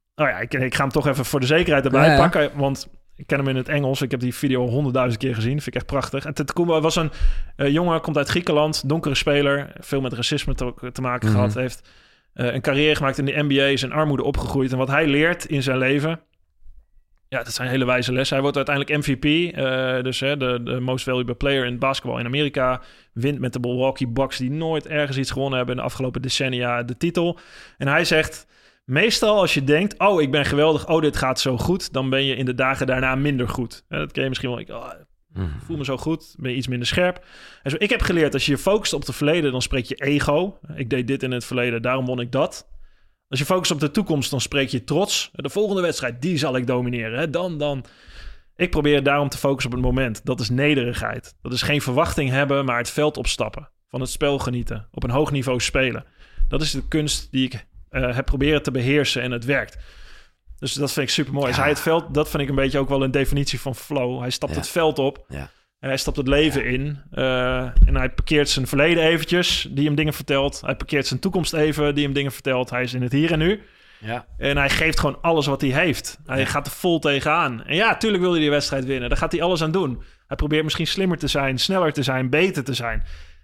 ik ga hem toch even voor de zekerheid erbij pakken... want ik ken hem in het Engels. Ik heb die video 100.000 keer gezien. Dat vind ik echt prachtig. En Antetokounmpo was een jongen, komt uit Griekenland... donkere speler, veel met racisme te maken gehad. Heeft een carrière gemaakt in de NBA... is in armoede opgegroeid. En wat hij leert in zijn leven... Ja, dat zijn hele wijze lessen. Hij wordt uiteindelijk MVP. Dus de most valuable player in basketbal in Amerika. Wint met de Milwaukee Bucks... die nooit ergens iets gewonnen hebben... in de afgelopen decennia de titel. En hij zegt... meestal als je denkt... ik ben geweldig, dit gaat zo goed... dan ben je in de dagen daarna minder goed. Dat ken je misschien wel. Ik voel me zo goed, ben je iets minder scherp. En zo, ik heb geleerd, als je je focust op het verleden... dan spreek je ego. Ik deed dit in het verleden, daarom won ik dat... Als je focust op de toekomst, dan spreek je trots. De volgende wedstrijd, die zal ik domineren. Hè? Dan. Ik probeer daarom te focussen op het moment. Dat is nederigheid. Dat is geen verwachting hebben, maar het veld opstappen. Van het spel genieten. Op een hoog niveau spelen. Dat is de kunst die ik heb proberen te beheersen en het werkt. Dus dat vind ik super mooi. Ja. Hij het veld, dat vind ik een beetje ook wel een definitie van flow. Hij stapt het veld op. Ja. En hij stapt het leven in. En hij parkeert zijn verleden eventjes, die hem dingen vertelt. Hij parkeert zijn toekomst even, die hem dingen vertelt. Hij is in het hier en nu. Ja. En hij geeft gewoon alles wat hij heeft. Hij gaat er vol tegenaan. En ja, tuurlijk wil hij die wedstrijd winnen. Daar gaat hij alles aan doen. Hij probeert misschien slimmer te zijn, sneller te zijn, beter te zijn.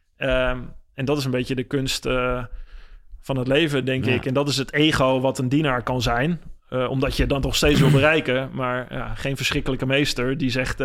En dat is een beetje de kunst van het leven, denk ik. En dat is het ego wat een dienaar kan zijn. Omdat je dan toch steeds wil bereiken. Maar geen verschrikkelijke meester die zegt...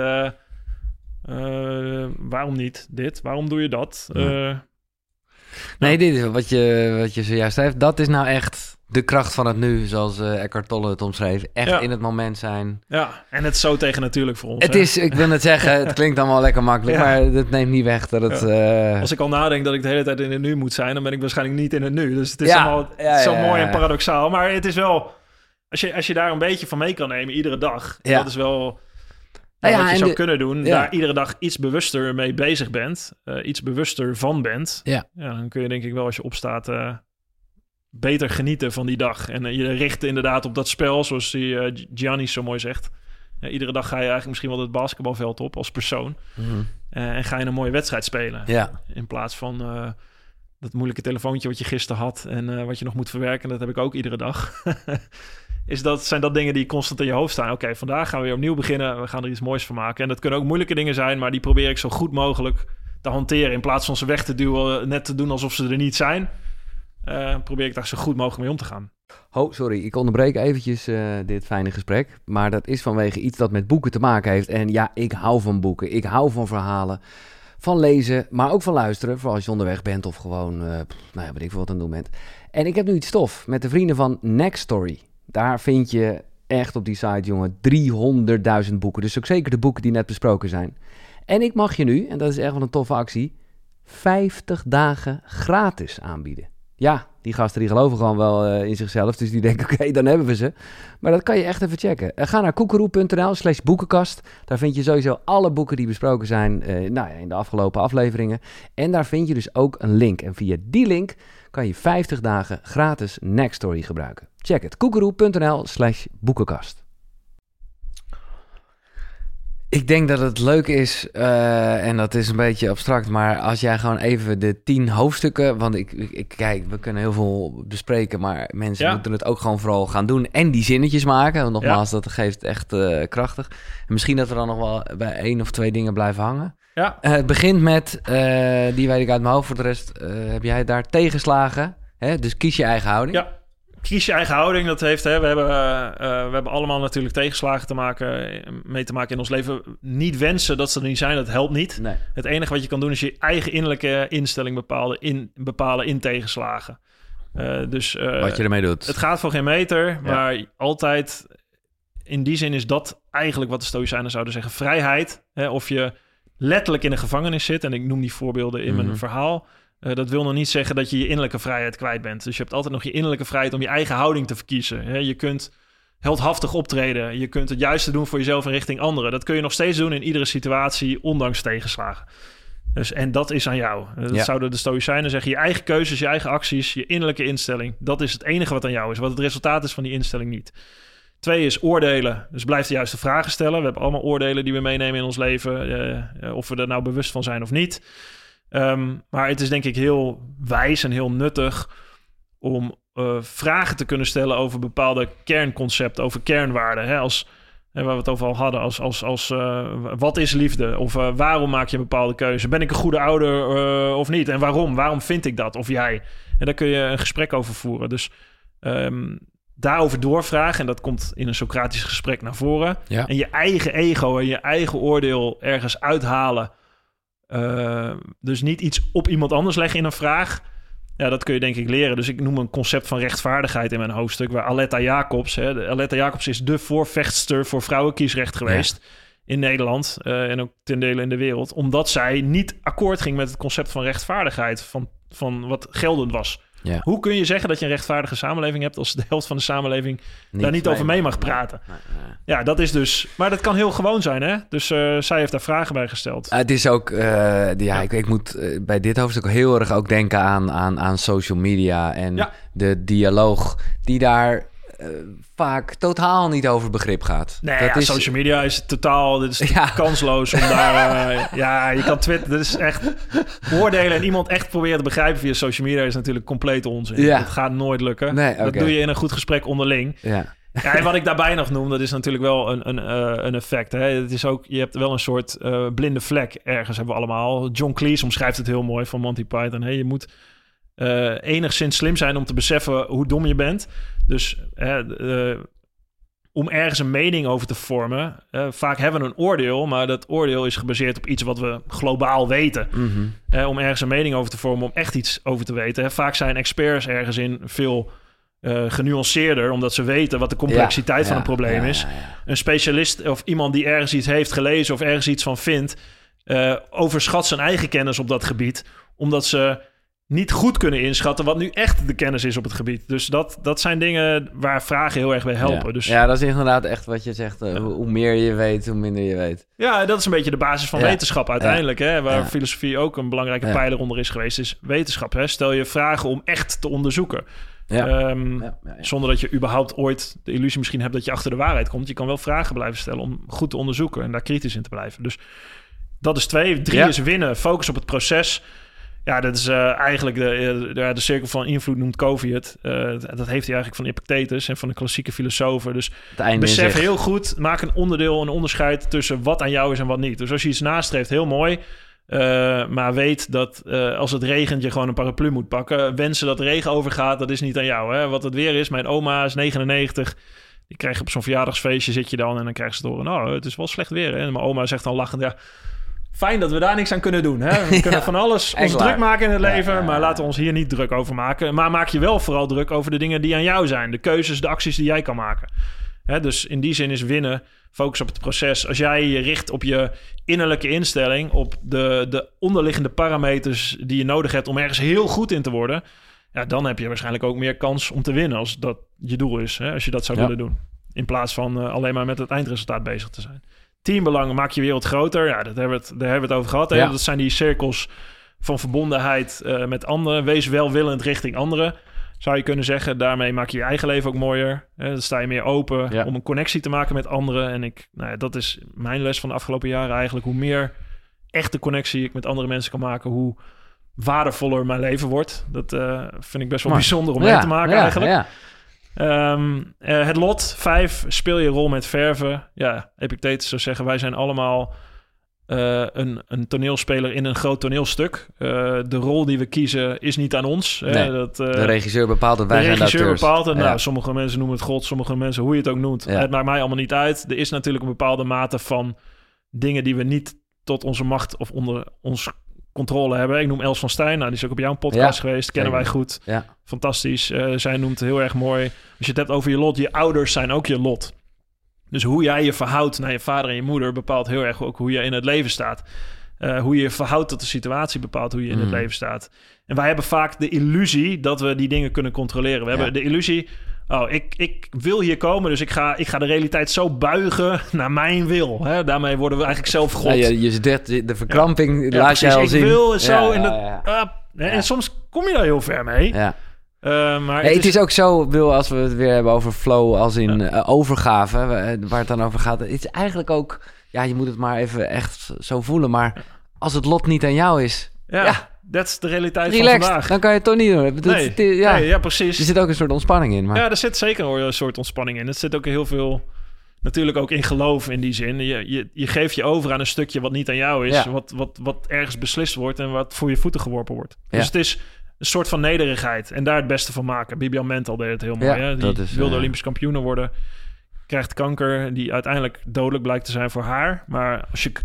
waarom niet dit? Waarom doe je dat? Nee, dit is wat je zojuist heeft. Dat is nou echt de kracht van het nu, zoals Eckhart Tolle het omschreef. Echt in het moment zijn. Ja, en het is zo tegen natuurlijk voor ons. Het is, ik wil het zeggen, het klinkt allemaal lekker makkelijk, maar het neemt niet weg dat het... Als ik al nadenk dat ik de hele tijd in het nu moet zijn, dan ben ik waarschijnlijk niet in het nu. Dus het is allemaal zo mooi en paradoxaal. Maar het is wel, als je daar een beetje van mee kan nemen, iedere dag, dat is wel... wat je zou kunnen doen, daar iedere dag iets bewuster mee bezig bent, iets bewuster van bent, dan kun je denk ik wel als je opstaat beter genieten van die dag. En je richt inderdaad op dat spel, zoals die Giannis zo mooi zegt. Iedere dag ga je eigenlijk misschien wel het basketbalveld op als persoon. En ga je een mooie wedstrijd spelen. Ja. In plaats van dat moeilijke telefoontje wat je gisteren had en wat je nog moet verwerken, dat heb ik ook iedere dag. Zijn dat dingen die constant in je hoofd staan. Oké, vandaag gaan we weer opnieuw beginnen. We gaan er iets moois van maken. En dat kunnen ook moeilijke dingen zijn, maar die probeer ik zo goed mogelijk te hanteren. In plaats van ze weg te duwen, net te doen alsof ze er niet zijn. Probeer ik daar zo goed mogelijk mee om te gaan. Oh, sorry, ik onderbreek eventjes dit fijne gesprek. Maar dat is vanwege iets dat met boeken te maken heeft. En ja, ik hou van boeken. Ik hou van verhalen. Van lezen, maar ook van luisteren. Vooral als je onderweg bent of gewoon, weet ik veel wat aan het doen bent. En ik heb nu iets tof met de vrienden van Next Story. Daar vind je echt op die site, jongen, 300.000 boeken. Dus ook zeker de boeken die net besproken zijn. En ik mag je nu, en dat is echt wel een toffe actie, 50 dagen gratis aanbieden. Ja, die gasten die geloven gewoon wel in zichzelf. Dus die denken, oké, dan hebben we ze. Maar dat kan je echt even checken. Ga naar koekeroe.nl/boekenkast. Daar vind je sowieso alle boeken die besproken zijn in de afgelopen afleveringen. En daar vind je dus ook een link. En via die link kan je 50 dagen gratis Next Story gebruiken. Check het. koekeroe.nl/boekenkast. Ik denk dat het leuk is, en dat is een beetje abstract, maar als jij gewoon even de 10 hoofdstukken, want ik kijk, we kunnen heel veel bespreken, maar mensen moeten het ook gewoon vooral gaan doen en die zinnetjes maken. Want nogmaals, dat geeft echt krachtig. En misschien dat we dan nog wel bij 1 of 2 dingen blijven hangen. Ja. Het begint met, die weet ik uit mijn hoofd, voor de rest heb jij daar tegenslagen, hè? Dus kies je eigen houding. Ja. Kies je eigen houding, dat heeft... Hè, we hebben allemaal natuurlijk tegenslagen mee te maken in ons leven. Niet wensen dat ze er niet zijn, dat helpt niet. Nee. Het enige wat je kan doen is je eigen innerlijke instelling bepalen in tegenslagen. Wat je ermee doet. Het gaat voor geen meter, maar altijd... In die zin is dat eigenlijk wat de Stoïcijnen zouden zeggen. Vrijheid, hè, of je letterlijk in een gevangenis zit. En ik noem die voorbeelden in mijn verhaal... dat wil nog niet zeggen dat je je innerlijke vrijheid kwijt bent. Dus je hebt altijd nog je innerlijke vrijheid om je eigen houding te verkiezen. Je kunt heldhaftig optreden. Je kunt het juiste doen voor jezelf en richting anderen. Dat kun je nog steeds doen in iedere situatie, ondanks tegenslagen. Dus, en dat is aan jou. Dat zouden de Stoïcijnen zeggen. Je eigen keuzes, je eigen acties, je innerlijke instelling. Dat is het enige wat aan jou is. Wat het resultaat is van die instelling niet. 2 is oordelen. Dus blijf de juiste vragen stellen. We hebben allemaal oordelen die we meenemen in ons leven. Of we er nou bewust van zijn of niet. Maar het is denk ik heel wijs en heel nuttig om vragen te kunnen stellen over bepaalde kernconcepten, over kernwaarden. Hè? Waar we het over al hadden, als wat is liefde? Of waarom maak je een bepaalde keuze? Ben ik een goede ouder of niet? En waarom? Waarom vind ik dat? Of jij? En daar kun je een gesprek over voeren. Dus daarover doorvragen, en dat komt in een Socratisch gesprek naar voren. Ja. En je eigen ego en je eigen oordeel ergens uithalen. Dus niet iets op iemand anders leggen in een vraag. Ja, dat kun je denk ik leren. Dus ik noem een concept van rechtvaardigheid in mijn hoofdstuk... waar Aletta Jacobs... Aletta Jacobs is de voorvechtster voor vrouwenkiesrecht geweest... in Nederland en ook ten dele in de wereld... omdat zij niet akkoord ging met het concept van rechtvaardigheid... van wat geldend was. Ja. Hoe kun je zeggen dat je een rechtvaardige samenleving hebt... als de helft van de samenleving daar niet over mee mag praten? Nee. Ja, dat is dus... Maar dat kan heel gewoon zijn, hè? Dus zij heeft daar vragen bij gesteld. Het is ook... Ik moet bij dit hoofdstuk heel erg ook denken aan social media... en de dialoog die daar... vaak totaal niet over begrip gaat. Nee, social media is totaal... Dit is kansloos om daar... je kan Twitter... Dit is echt... Oordelen en iemand echt proberen te begrijpen via social media... is natuurlijk compleet onzin. Ja. Dat gaat nooit lukken. Nee, dat doe je in een goed gesprek onderling. Ja. En wat ik daarbij nog noem... dat is natuurlijk wel een effect. Hè? Het is ook... Je hebt wel een soort blinde vlek. Ergens hebben we allemaal... John Cleese omschrijft het heel mooi van Monty Python. Hey, je moet... enigszins slim zijn om te beseffen hoe dom je bent. Dus om ergens een mening over te vormen... vaak hebben we een oordeel... maar dat oordeel is gebaseerd op iets wat we globaal weten. Mm-hmm. Om ergens een mening over te vormen... om echt iets over te weten. Vaak zijn experts ergens in veel genuanceerder... omdat ze weten wat de complexiteit van een probleem is. Een specialist of iemand die ergens iets heeft gelezen... of ergens iets van vindt... overschat zijn eigen kennis op dat gebied... omdat ze... niet goed kunnen inschatten wat nu echt de kennis is op het gebied. Dus dat zijn dingen waar vragen heel erg bij helpen. Ja, dus, dat is inderdaad echt wat je zegt. Hoe meer je weet, hoe minder je weet. Ja, dat is een beetje de basis van wetenschap uiteindelijk. Hè, waar filosofie ook een belangrijke pijler onder is geweest, is wetenschap. Hè. Stel je vragen om echt te onderzoeken. Zonder dat je überhaupt ooit de illusie misschien hebt dat je achter de waarheid komt. Je kan wel vragen blijven stellen om goed te onderzoeken en daar kritisch in te blijven. Dus dat is 2. 3 is winnen. Focus op het proces. Ja, dat is eigenlijk de cirkel van invloed noemt Covey het. Dat heeft hij eigenlijk van Epictetus en van de klassieke filosofen. Dus besef heel goed, maak een onderscheid tussen wat aan jou is en wat niet. Dus als je iets nastreeft, heel mooi. Maar weet dat als het regent je gewoon een paraplu moet pakken. Wensen dat de regen overgaat, dat is niet aan jou. Hè? Wat het weer is, mijn oma is 99. Die krijg op zo'n verjaardagsfeestje zit je dan en dan krijg ze te horen... nou, het is wel slecht weer. Hè? En mijn oma zegt dan lachend... ja, fijn dat we daar niks aan kunnen doen. Hè? We kunnen van alles ons druk maken in het leven... maar laten we ons hier niet druk over maken. Maar maak je wel vooral druk over de dingen die aan jou zijn. De keuzes, de acties die jij kan maken. Hè? Dus in die zin is winnen, focus op het proces. Als jij je richt op je innerlijke instelling... op de onderliggende parameters die je nodig hebt... om ergens heel goed in te worden... ja, dan heb je waarschijnlijk ook meer kans om te winnen... als dat je doel is, hè? Als je dat zou willen doen. In plaats van alleen maar met het eindresultaat bezig te zijn. Teambelangen maak je wereld groter. Ja, daar hebben we het over gehad. Ja. Dat zijn die cirkels van verbondenheid met anderen. Wees welwillend richting anderen, zou je kunnen zeggen. Daarmee maak je je eigen leven ook mooier. Dan sta je meer open om een connectie te maken met anderen. En dat is mijn les van de afgelopen jaren eigenlijk. Hoe meer echte connectie ik met andere mensen kan maken... hoe waardevoller mijn leven wordt. Dat vind ik best wel bijzonder om mee te maken eigenlijk. Ja. Het lot, 5, speel je rol met verven. Ja, Epictetus zou zeggen, wij zijn allemaal een toneelspeler in een groot toneelstuk. De rol die we kiezen is niet aan ons. Nee, de regisseur bepaalt het, wij zijn de acteurs. De regisseur bepaalt het. Nou, sommige mensen noemen het God, sommige mensen hoe je het ook noemt. Ja. Het maakt mij allemaal niet uit. Er is natuurlijk een bepaalde mate van dingen die we niet tot onze macht of onder ons controle hebben. Ik noem Els van Stijn. Nou, die is ook op jouw podcast geweest. Kennen wij goed. Ja. Fantastisch. Zij noemt het heel erg mooi. Als je het hebt over je lot, je ouders zijn ook je lot. Dus hoe jij je verhoudt naar je vader en je moeder... bepaalt heel erg ook hoe je in het leven staat. Hoe je je verhoudt tot de situatie bepaalt hoe je in het leven staat. En wij hebben vaak de illusie dat we die dingen kunnen controleren. We hebben de illusie... oh, ik wil hier komen, dus ik ga de realiteit zo buigen naar mijn wil. Hè? Daarmee worden we eigenlijk zelf God. Ja, je zegt de verkramping laat je al zien. Ik wil het zo. En soms kom je daar heel ver mee. Ja. Maar het is ook zo, Wil, als we het weer hebben over flow als in overgave, waar het dan over gaat. Het is eigenlijk ook, je moet het maar even echt zo voelen. Maar als het lot niet aan jou is, dat is de realiteit van vandaag. Dan kan je het toch niet doen. Nee, precies. Er zit ook een soort ontspanning in. Maar... ja, er zit zeker een soort ontspanning in. Er zit ook heel veel, natuurlijk ook in geloof in die zin. Je geeft je over aan een stukje wat niet aan jou is. Ja. Wat ergens beslist wordt en wat voor je voeten geworpen wordt. Ja. Dus het is een soort van nederigheid. En daar het beste van maken. Bibian Mental deed het heel mooi. Hè? Die wilde Olympisch kampioen worden. Krijgt kanker die uiteindelijk dodelijk blijkt te zijn voor haar. Maar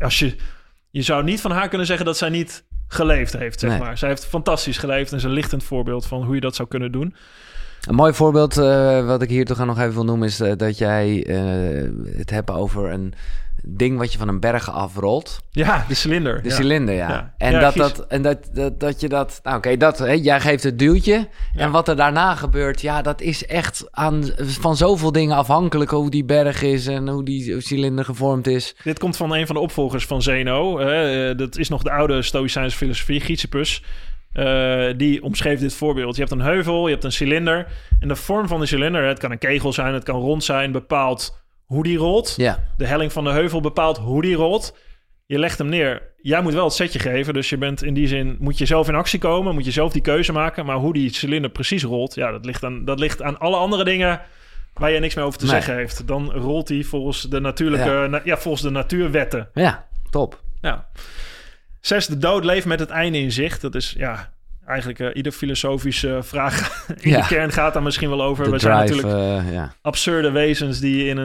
je zou niet van haar kunnen zeggen dat zij niet geleefd heeft, zeg maar. Zij heeft fantastisch geleefd en is een lichtend voorbeeld van hoe je dat zou kunnen doen. Een mooi voorbeeld wat ik hier toch nog even wil noemen is dat jij het hebt over een ding wat je van een berg afrolt. Ja, de cilinder. De cilinder, ja. En dat je dat... Nou oké, jij geeft het duwtje. Ja. En wat er daarna gebeurt, dat is echt van zoveel dingen afhankelijk hoe die berg is en hoe die cilinder gevormd is. Dit komt van een van de opvolgers van Zeno. Dat is nog de oude Stoïcijnse filosofie, Chrysippus. Die omschreef dit voorbeeld. Je hebt een heuvel, je hebt een cilinder. En de vorm van de cilinder, het kan een kegel zijn, het kan rond zijn, bepaalt hoe die rolt. Ja. De helling van de heuvel bepaalt hoe die rolt. Je legt hem neer. Jij moet wel het setje geven. Dus je bent in die zin, moet je zelf in actie komen. Moet je zelf die keuze maken. Maar hoe die cilinder precies rolt, dat ligt aan alle andere dingen waar je niks meer over te zeggen heeft. Dan rolt hij volgens de natuurlijke, volgens de natuurwetten. Ja, top. Ja. 6, de dood leeft met het einde in zicht. Dat is eigenlijk ieder filosofische vraag in de kern gaat daar misschien wel over. We zijn natuurlijk absurde wezens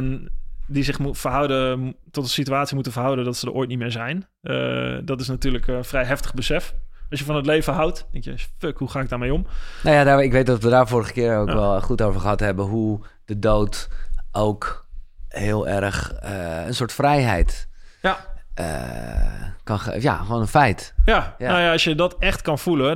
die zich verhouden tot een situatie moeten verhouden dat ze er ooit niet meer zijn. Dat is natuurlijk een vrij heftig besef. Als je van het leven houdt, denk je, fuck, hoe ga ik daarmee om? Nou ja, ik weet dat we daar vorige keer ook wel goed over gehad hebben, hoe de dood ook heel erg een soort vrijheid kan gewoon een feit. Ja. Nou ja, als je dat echt kan voelen,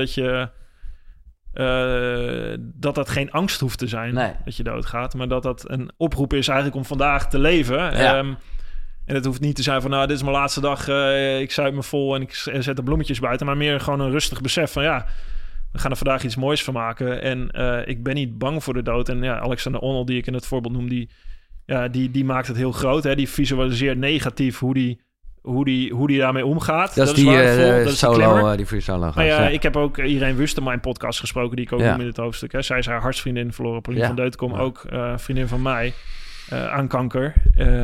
dat geen angst hoeft te zijn dat je doodgaat, maar dat een oproep is eigenlijk om vandaag te leven. Ja. En het hoeft niet te zijn van, dit is mijn laatste dag, ik zuip me vol en ik zet de bloemetjes buiten, maar meer gewoon een rustig besef van, we gaan er vandaag iets moois van maken. En ik ben niet bang voor de dood. En Alexander Arnold, die ik in het voorbeeld noem, die maakt het heel groot. Hè? Die visualiseert negatief hoe die hoe die daarmee omgaat. Dat is die solo, die free solo. Ik heb ook Irene Wust in mijn podcast gesproken, die ik ook noem in het hoofdstuk. Hè. Zij is haar hartsvriendin verloren, Pauline van Deutenkom, ook vriendin van mij, aan kanker.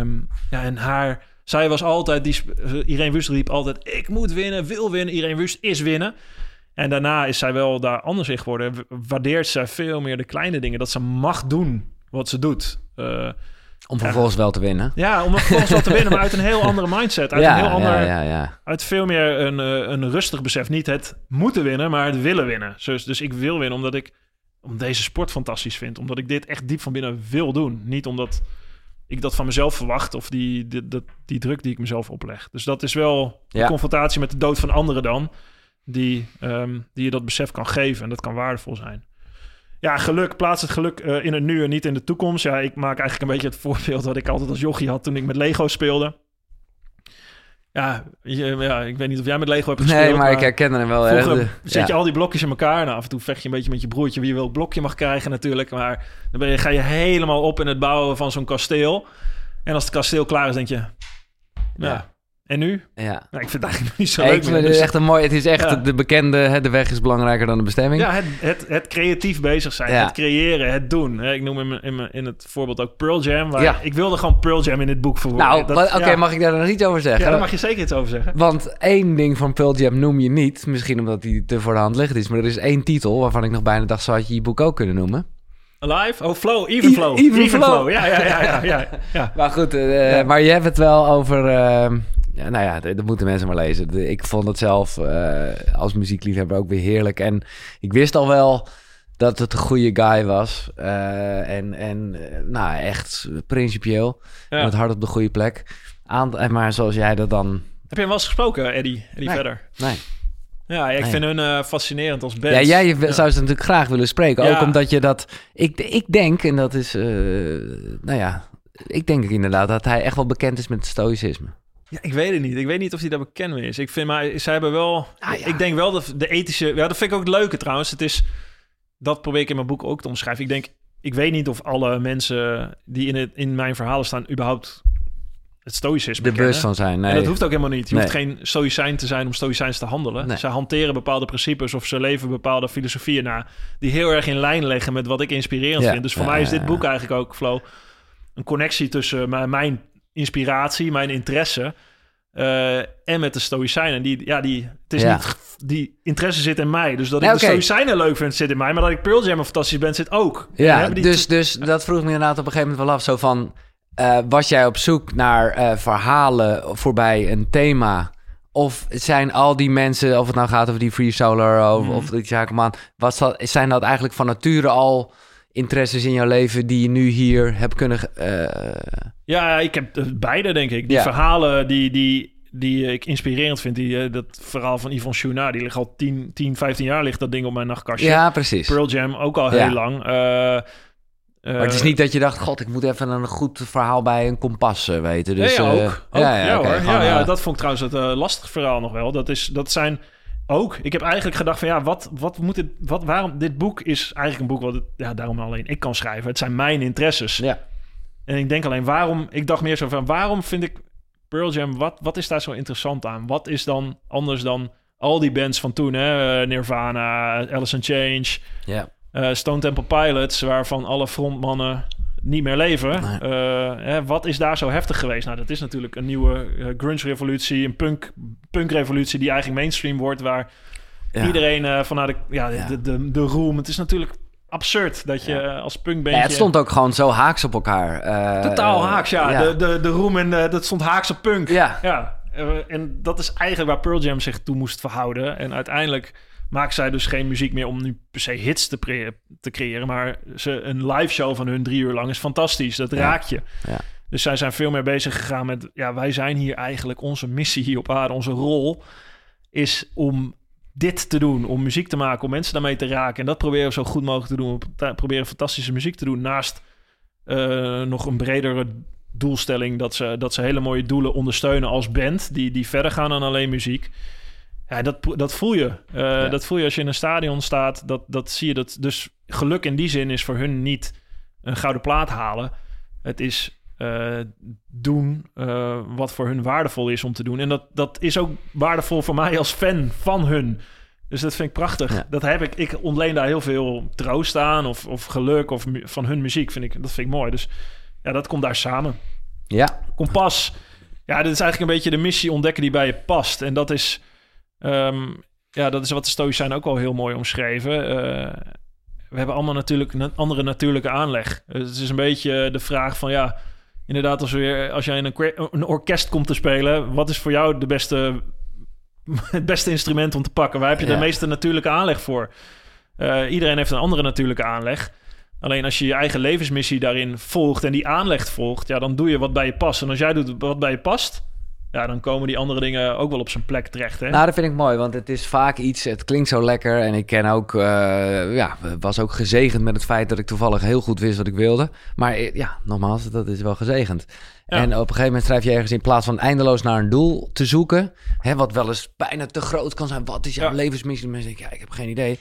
Zij was altijd, Irene Wust riep altijd, ik moet winnen, wil winnen. Irene Wust is winnen. En daarna is zij wel daar anders in geworden. Waardeert zij veel meer de kleine dingen, dat ze mag doen wat ze doet. Om vervolgens wel te winnen. Ja, om vervolgens wel te winnen, maar uit een heel andere mindset. Uit een heel ander, uit veel meer een rustig besef. Niet het moeten winnen, maar het willen winnen. Dus ik wil winnen omdat ik deze sport fantastisch vind. Omdat ik dit echt diep van binnen wil doen. Niet omdat ik dat van mezelf verwacht of die druk die ik mezelf opleg. Dus dat is wel de confrontatie met de dood van anderen dan. Die je dat besef kan geven. En dat kan waardevol zijn. Ja, geluk. Plaats het geluk in het nu en niet in de toekomst. Ja, ik maak eigenlijk een beetje het voorbeeld wat ik altijd als jochie had toen ik met Lego speelde. Ja, ik weet niet of jij met Lego hebt gespeeld. Nee, maar ik herken hem wel. Vroeger zet je al die blokjes in elkaar. Nou, af en toe vecht je een beetje met je broertje wie welk blokje mag krijgen natuurlijk. Maar dan ga je helemaal op in het bouwen van zo'n kasteel. En als het kasteel klaar is, denk je... En nu? Ja. Nou, ik vind het eigenlijk niet zo leuk. Het is echt de bekende, de weg is belangrijker dan de bestemming. Ja, het creatief bezig zijn, het creëren, het doen. Ik noem in het voorbeeld ook Pearl Jam. Ik wilde gewoon Pearl Jam in dit boek verwoorden. Nou, mag ik daar nog iets over zeggen? Ja, daar mag je zeker iets over zeggen. Want één ding van Pearl Jam noem je niet. Misschien omdat die te voor de hand liggend is. Maar er is één titel waarvan ik nog bijna dacht, zou je boek ook kunnen noemen? Alive? Oh, Flow. Even Flow. Even Flow. Ja. Maar goed, maar je hebt het wel over... dat moeten mensen maar lezen. Ik vond het zelf als muziekliefhebber ook weer heerlijk. En ik wist al wel dat het een goede guy was. Echt principieel. Met het hart op de goede plek. Maar zoals jij dat dan... Heb je hem wel eens gesproken, Eddie Vedder? Nee. Ja, ik vind hun fascinerend als band. Ja, jij zou ze natuurlijk graag willen spreken. Ook omdat je dat... Ik denk, en dat is... ik denk inderdaad dat hij echt wel bekend is met het stoïcisme. Ja, ik weet het niet. Ik weet niet of hij daar bekend mee is. Ik vind, maar zij hebben wel... Ik denk wel dat de ethische... Ja, dat vind ik ook het leuke trouwens. Het is... Dat probeer ik in mijn boek ook te omschrijven. Ik weet niet of alle mensen die in mijn verhalen staan überhaupt het stoïcisme kennen. Bewust van zijn, nee. En dat hoeft ook helemaal niet. Je hoeft geen stoïcijn te zijn om stoïcijns te handelen. Nee. Ze hanteren bepaalde principes of ze leven bepaalde filosofieën na... die heel erg in lijn leggen met wat ik inspirerend vind. Dus voor mij is dit boek eigenlijk ook, Flo... een connectie tussen mijn inspiratie, mijn interesse... en met de stoïcijnen. Die interesse zit in mij. Dus dat ik de stoïcijnen leuk vind, zit in mij. Maar dat ik Pearl Jam fantastisch ben, zit ook. Ja, dus dat vroeg me inderdaad op een gegeven moment wel af. Zo van, was jij op zoek naar verhalen voorbij een thema? Of zijn al die mensen, of het nou gaat over die Free Solar of die Zakenman... zijn dat eigenlijk van nature al interesses in jouw leven die je nu hier hebt kunnen... Ja, ik heb beide, denk ik. Die verhalen die ik inspirerend vind. Dat verhaal van Yvonne Chouinard, die ligt al 10, 15 jaar ligt dat ding op mijn nachtkastje. Ja, precies. Pearl Jam ook al heel lang. Maar het is niet dat je dacht, god, ik moet even een goed verhaal bij een kompas weten. Dus, ook. Dat vond ik trouwens het lastig verhaal nog wel. Dat zijn... Ook, ik heb eigenlijk gedacht van waarom dit boek is eigenlijk een boek wat daarom alleen ik kan schrijven. Het zijn mijn interesses. Ja. En ik denk alleen ik dacht meer zo van, waarom vind ik Pearl Jam, wat is daar zo interessant aan? Wat is dan anders dan al die bands van toen, hè? Nirvana, Alice in Chains, Stone Temple Pilots, waarvan alle frontmannen niet meer leven. Nee. Wat is daar zo heftig geweest? Nou, dat is natuurlijk een nieuwe grunge-revolutie, een punk-revolutie die eigenlijk mainstream wordt, waar iedereen vanuit de roem... Het is natuurlijk absurd dat je als punkbandje... het stond ook gewoon zo haaks op elkaar. Totaal haaks, De roem en dat stond haaks op punk. En dat is eigenlijk waar Pearl Jam zich toe moest verhouden. En uiteindelijk maakt zij dus geen muziek meer om nu per se hits te creëren. Maar een live show van hun 3 uur lang is fantastisch. Dat raakt je. Ja. Dus zij zijn veel meer bezig gegaan met... wij zijn hier eigenlijk... Onze missie hier op aarde, onze rol... is om dit te doen. Om muziek te maken, om mensen daarmee te raken. En dat proberen we zo goed mogelijk te doen. We proberen fantastische muziek te doen. Naast nog een bredere doelstelling... dat ze hele mooie doelen ondersteunen als band... die verder gaan dan alleen muziek... Ja, dat voel je. Dat voel je als je in een stadion staat. Dat zie je. Dus geluk in die zin is voor hun niet een gouden plaat halen. Het is doen wat voor hun waardevol is om te doen. En dat is ook waardevol voor mij als fan van hun. Dus dat vind ik prachtig. Ja. Dat heb ik. Ik ontleen daar heel veel troost aan of geluk of van hun muziek. Dat vind ik mooi. Dus ja, dat komt daar samen. Ja. Kompas. Ja, dit is eigenlijk een beetje de missie ontdekken die bij je past. En dat is... dat is wat de Stoïcijnen ook wel heel mooi omschreven. We hebben allemaal natuurlijk een andere natuurlijke aanleg. Het is een beetje de vraag van ja... Inderdaad, als jij in een orkest komt te spelen... wat is voor jou het beste instrument om te pakken? Waar heb je de meeste natuurlijke aanleg voor? Iedereen heeft een andere natuurlijke aanleg. Alleen als je je eigen levensmissie daarin volgt... en die aanleg volgt... ja, dan doe je wat bij je past. En als jij doet wat bij je past... ja, dan komen die andere dingen ook wel op zijn plek terecht. Hè? Nou, dat vind ik mooi, want het is vaak iets... Het klinkt zo lekker en ik ken ook... was ook gezegend met het feit dat ik toevallig heel goed wist wat ik wilde. Maar nogmaals, dat is wel gezegend. Ja. En op een gegeven moment schrijf je ergens... in plaats van eindeloos naar een doel te zoeken... Hè, wat wel eens bijna te groot kan zijn. Wat is jouw levensmissie? Mensen denken, ik heb geen idee.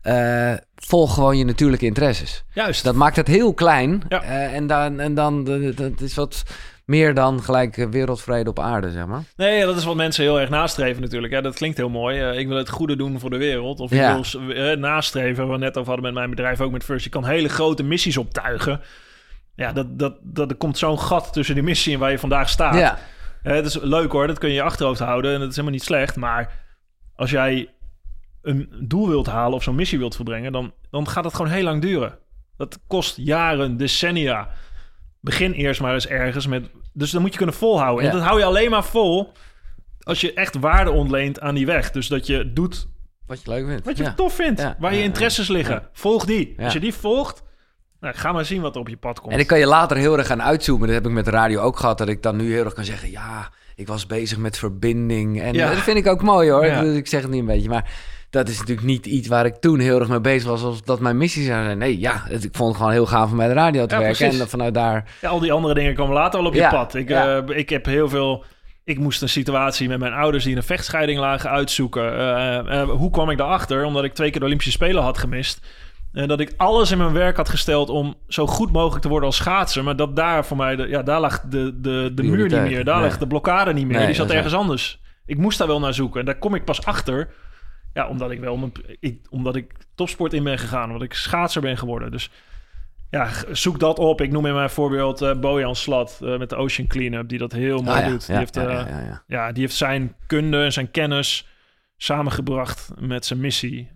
Volg gewoon je natuurlijke interesses. Juist. Dat maakt het heel klein. Ja. En dan dat is wat... meer dan gelijk wereldvrede op aarde, zeg maar. Nee, dat is wat mensen heel erg nastreven natuurlijk. Ja, dat klinkt heel mooi. Ik wil het goede doen voor de wereld. Of ik wil nastreven, waar we net over hadden met mijn bedrijf, ook met First. Je kan hele grote missies optuigen. Ja, dat er komt zo'n gat tussen die missie en waar je vandaag staat. Ja. Het is leuk hoor, dat kun je in je achterhoofd houden. En dat is helemaal niet slecht. Maar als jij een doel wilt halen of zo'n missie wilt volbrengen... dan gaat het gewoon heel lang duren. Dat kost jaren, decennia... Begin eerst maar eens ergens met... Dus dan moet je kunnen volhouden. Ja. En dat hou je alleen maar vol... als je echt waarde ontleent aan die weg. Dus dat je doet... Wat je leuk vindt. Wat je tof vindt. Ja. Waar je interesses liggen. Ja. Volg die. Ja. Als je die volgt... Nou, ga maar zien wat er op je pad komt. En dan kan je later heel erg gaan uitzoomen. Dat heb ik met de radio ook gehad. Dat ik dan nu heel erg kan zeggen... Ja, ik was bezig met verbinding. En dat vind ik ook mooi hoor. Ja. Dus ik zeg het niet een beetje. Maar... Dat is natuurlijk niet iets waar ik toen heel erg mee bezig was... als dat mijn missie zou zijn. Nee, ik vond het gewoon heel gaaf om bij de radio te werken. Precies. En vanuit daar... Ja, al die andere dingen komen later wel op je pad. Ik heb heel veel... Ik moest een situatie met mijn ouders... die in een vechtscheiding lagen uitzoeken. Hoe kwam ik daarachter? Omdat ik 2 keer de Olympische Spelen had gemist. Dat ik alles in mijn werk had gesteld... om zo goed mogelijk te worden als schaatser. Maar dat daar voor mij... daar lag de muur niet meer. Daar lag de blokkade niet meer. Nee, die zat ergens anders. Ik moest daar wel naar zoeken. En daar kom ik pas achter... Ja, omdat ik topsport in ben gegaan. Omdat ik schaatser ben geworden. Dus ja, zoek dat op. Ik noem in mijn voorbeeld Bojan Slat met de Ocean Cleanup. Die dat heel mooi doet. Die heeft zijn kunde en zijn kennis samengebracht met zijn missie.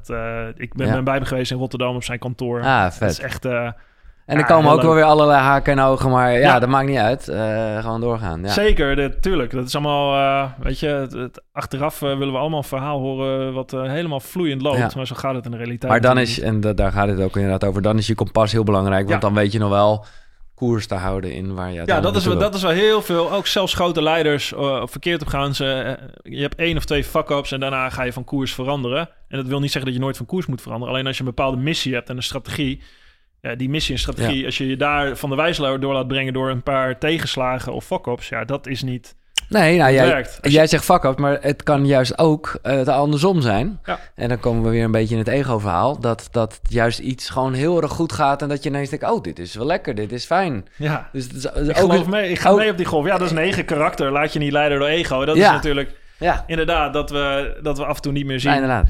Ik ben bij hem geweest in Rotterdam op zijn kantoor. Vet. Dat is echt... En er komen ook wel weer allerlei haken en ogen, maar dat maakt niet uit. Gewoon doorgaan. Ja. Zeker, tuurlijk. Dat is allemaal, achteraf willen we allemaal een verhaal horen wat helemaal vloeiend loopt. Ja. Maar zo gaat het in de realiteit. Maar dan is, daar gaat het ook inderdaad over, dan is je kompas heel belangrijk. Want dan weet je nog wel koers te houden in waar je... Ja, dat is wel heel veel. Ook zelfs grote leiders verkeerd op gaan. Je hebt 1 of 2 fuck-ups en daarna ga je van koers veranderen. En dat wil niet zeggen dat je nooit van koers moet veranderen. Alleen als je een bepaalde missie hebt en een strategie... Ja, die missie en strategie, als je je daar van de wijze door laat brengen... door een paar tegenslagen of fuck-ups, dat is niet... Nee, jij zegt fuck-up, maar het kan juist ook andersom zijn. Ja. En dan komen we weer een beetje in het ego-verhaal. Dat juist iets gewoon heel erg goed gaat... en dat je ineens denkt, oh, dit is wel lekker, dit is fijn. Ja, dus ik geloof mee. Ik ga mee op die golf. Ja, dat is een eigen karakter. Laat je niet leiden door ego. Dat is natuurlijk inderdaad dat we af en toe niet meer zien. Ja, inderdaad.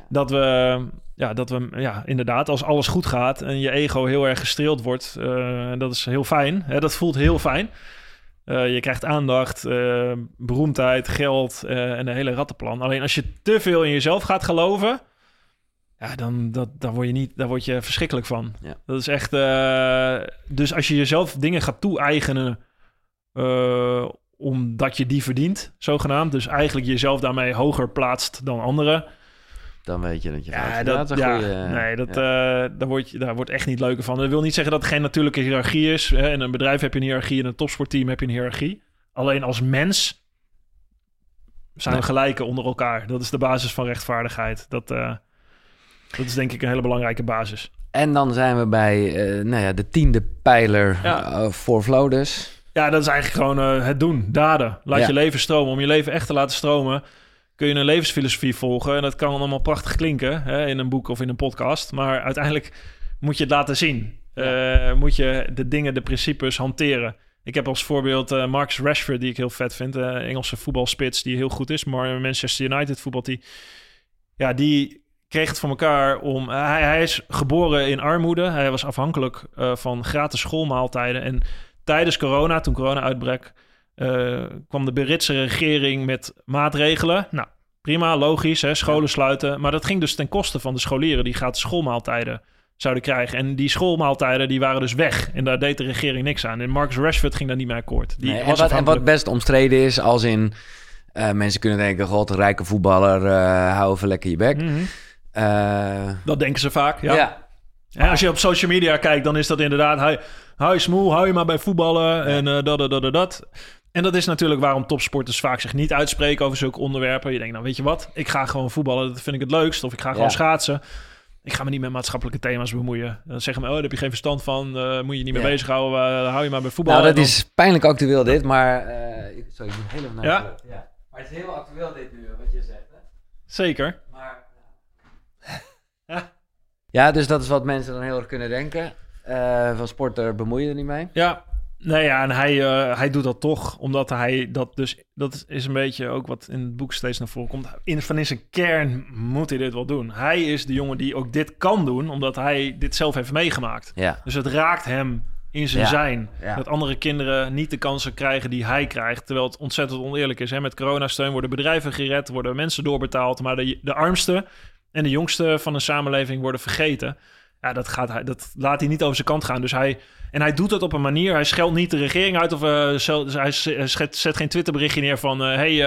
Dat we inderdaad, als alles goed gaat... en je ego heel erg gestreeld wordt... dat is heel fijn. Hè? Dat voelt heel fijn. Je krijgt aandacht, beroemdheid, geld en een hele rattenplan. Alleen als je te veel in jezelf gaat geloven... ja, daar word je verschrikkelijk van. Ja. Dat is echt... dus als je jezelf dingen gaat toe-eigenen... omdat je die verdient, zogenaamd... dus eigenlijk jezelf daarmee hoger plaatst dan anderen... Dan weet je dat je daar wordt echt niet leuker van. Dat wil niet zeggen dat er geen natuurlijke hiërarchie is. Hè? In een bedrijf heb je een hiërarchie, in een topsportteam heb je een hiërarchie. Alleen als mens zijn we gelijken onder elkaar. Dat is de basis van rechtvaardigheid. Dat is denk ik een hele belangrijke basis. En dan zijn we bij de 10e pijler voor Flow dus. Ja, dat is eigenlijk gewoon het doen, daden. Laat je leven stromen. Om je leven echt te laten stromen... kun je een levensfilosofie volgen. En dat kan allemaal prachtig klinken hè, in een boek of in een podcast. Maar uiteindelijk moet je het laten zien. Moet je de dingen, de principes hanteren. Ik heb als voorbeeld Marcus Rashford, die ik heel vet vind. Engelse voetbalspits die heel goed is. Maar Manchester United voetbalt die kreeg het voor elkaar om... Hij is geboren in armoede. Hij was afhankelijk van gratis schoolmaaltijden. En tijdens corona, toen corona uitbrak... kwam de Britse regering met maatregelen. Nou, prima, logisch, hè, scholen sluiten. Maar dat ging dus ten koste van de scholieren... die gratis schoolmaaltijden zouden krijgen. En die schoolmaaltijden die waren dus weg. En daar deed de regering niks aan. En Marcus Rashford ging daar niet mee akkoord. En wat best omstreden is, als in... mensen kunnen denken, god, een rijke voetballer, hou even lekker je bek. Mm-hmm. Dat denken ze vaak, ja. En als je op social media kijkt, dan is dat inderdaad... Hou smoel, hou je maar bij voetballen en dat. En dat is natuurlijk waarom topsporters vaak zich niet uitspreken over zulke onderwerpen. Je denkt, nou weet je wat, ik ga gewoon voetballen, dat vind ik het leukst. Of ik ga gewoon schaatsen. Ik ga me niet met maatschappelijke thema's bemoeien. Dan zeggen we, daar heb je geen verstand van, moet je niet mee bezighouden. Hou je maar bij voetballen. Nou, dat is pijnlijk actueel dit, maar... sorry, ik moet helemaal naar ja? Maar het is heel actueel dit nu, wat je zegt. Hè? Zeker. Maar... Ja, dus dat is wat mensen dan heel erg kunnen denken. Van sport, daar bemoei je er niet mee. Ja, en hij doet dat toch, omdat hij dat dus... Dat is een beetje ook wat in het boek steeds naar voren komt. Van in zijn kern moet hij dit wel doen. Hij is de jongen die ook dit kan doen, omdat hij dit zelf heeft meegemaakt. Ja. Dus het raakt hem in zijn zijn. Ja. Dat andere kinderen niet de kansen krijgen die hij krijgt. Terwijl het ontzettend oneerlijk is. Hè? Met coronasteun worden bedrijven gered, worden mensen doorbetaald. Maar de armste en de jongste van een samenleving worden vergeten. Ja, dat laat hij niet over zijn kant gaan. Dus hij doet het op een manier. Hij scheldt niet de regering uit. Of hij zet geen Twitterberichtje neer van...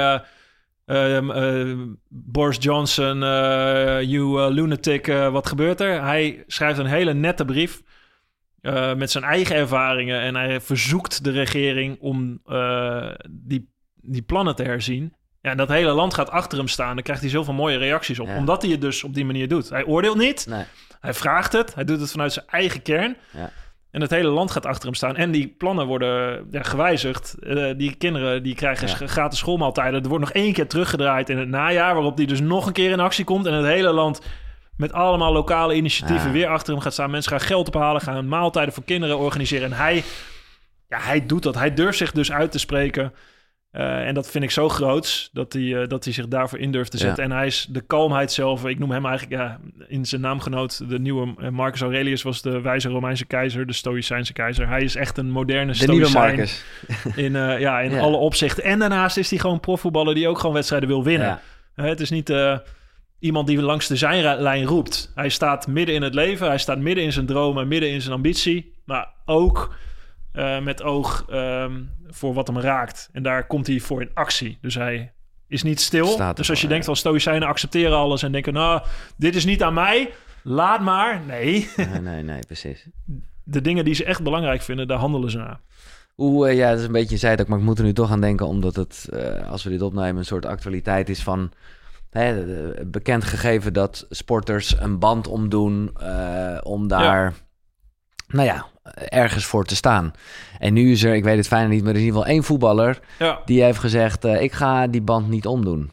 Boris Johnson, you lunatic, wat gebeurt er? Hij schrijft een hele nette brief... met zijn eigen ervaringen. En hij verzoekt de regering om die plannen te herzien. Ja, en dat hele land gaat achter hem staan. Dan krijgt hij zoveel mooie reacties op. Ja. Omdat hij het dus op die manier doet. Hij oordeelt niet. Nee. Hij vraagt het. Hij doet het vanuit zijn eigen kern. Ja. En het hele land gaat achter hem staan. En die plannen worden gewijzigd. Die kinderen die krijgen gratis schoolmaaltijden. Er wordt nog 1 keer teruggedraaid in het najaar... waarop die dus nog een keer in actie komt. En het hele land met allemaal lokale initiatieven weer achter hem gaat staan. Mensen gaan geld ophalen, gaan maaltijden voor kinderen organiseren. En hij doet dat. Hij durft zich dus uit te spreken... en dat vind ik zo groots, dat hij zich daarvoor in durft te zetten. Ja. En hij is de kalmheid zelf. Ik noem hem eigenlijk in zijn naamgenoot... de nieuwe Marcus Aurelius was de wijze Romeinse keizer... de Stoïcijnse keizer. Hij is echt een moderne Stoïcijn. In alle opzichten. En daarnaast is hij gewoon profvoetballer... die ook gewoon wedstrijden wil winnen. Ja. Het is niet iemand die langs de zijlijn roept. Hij staat midden in het leven. Hij staat midden in zijn dromen, midden in zijn ambitie. Maar ook... met oog voor wat hem raakt. En daar komt hij voor in actie. Dus hij is niet stil. Dus als je denkt van Stoïcijnen accepteren alles... en denken, nou, dit is niet aan mij, laat maar. Nee. Nee, precies. De dingen die ze echt belangrijk vinden, daar handelen ze naar. Dat is een beetje, je zei het ook, maar ik moet er nu toch aan denken... omdat het, als we dit opnemen, een soort actualiteit is van... bekend gegeven dat sporters een band omdoen... om daar... ergens voor te staan. En nu is er, ik weet het fijn niet, maar er is in ieder geval 1 voetballer... die heeft gezegd, ik ga die band niet omdoen.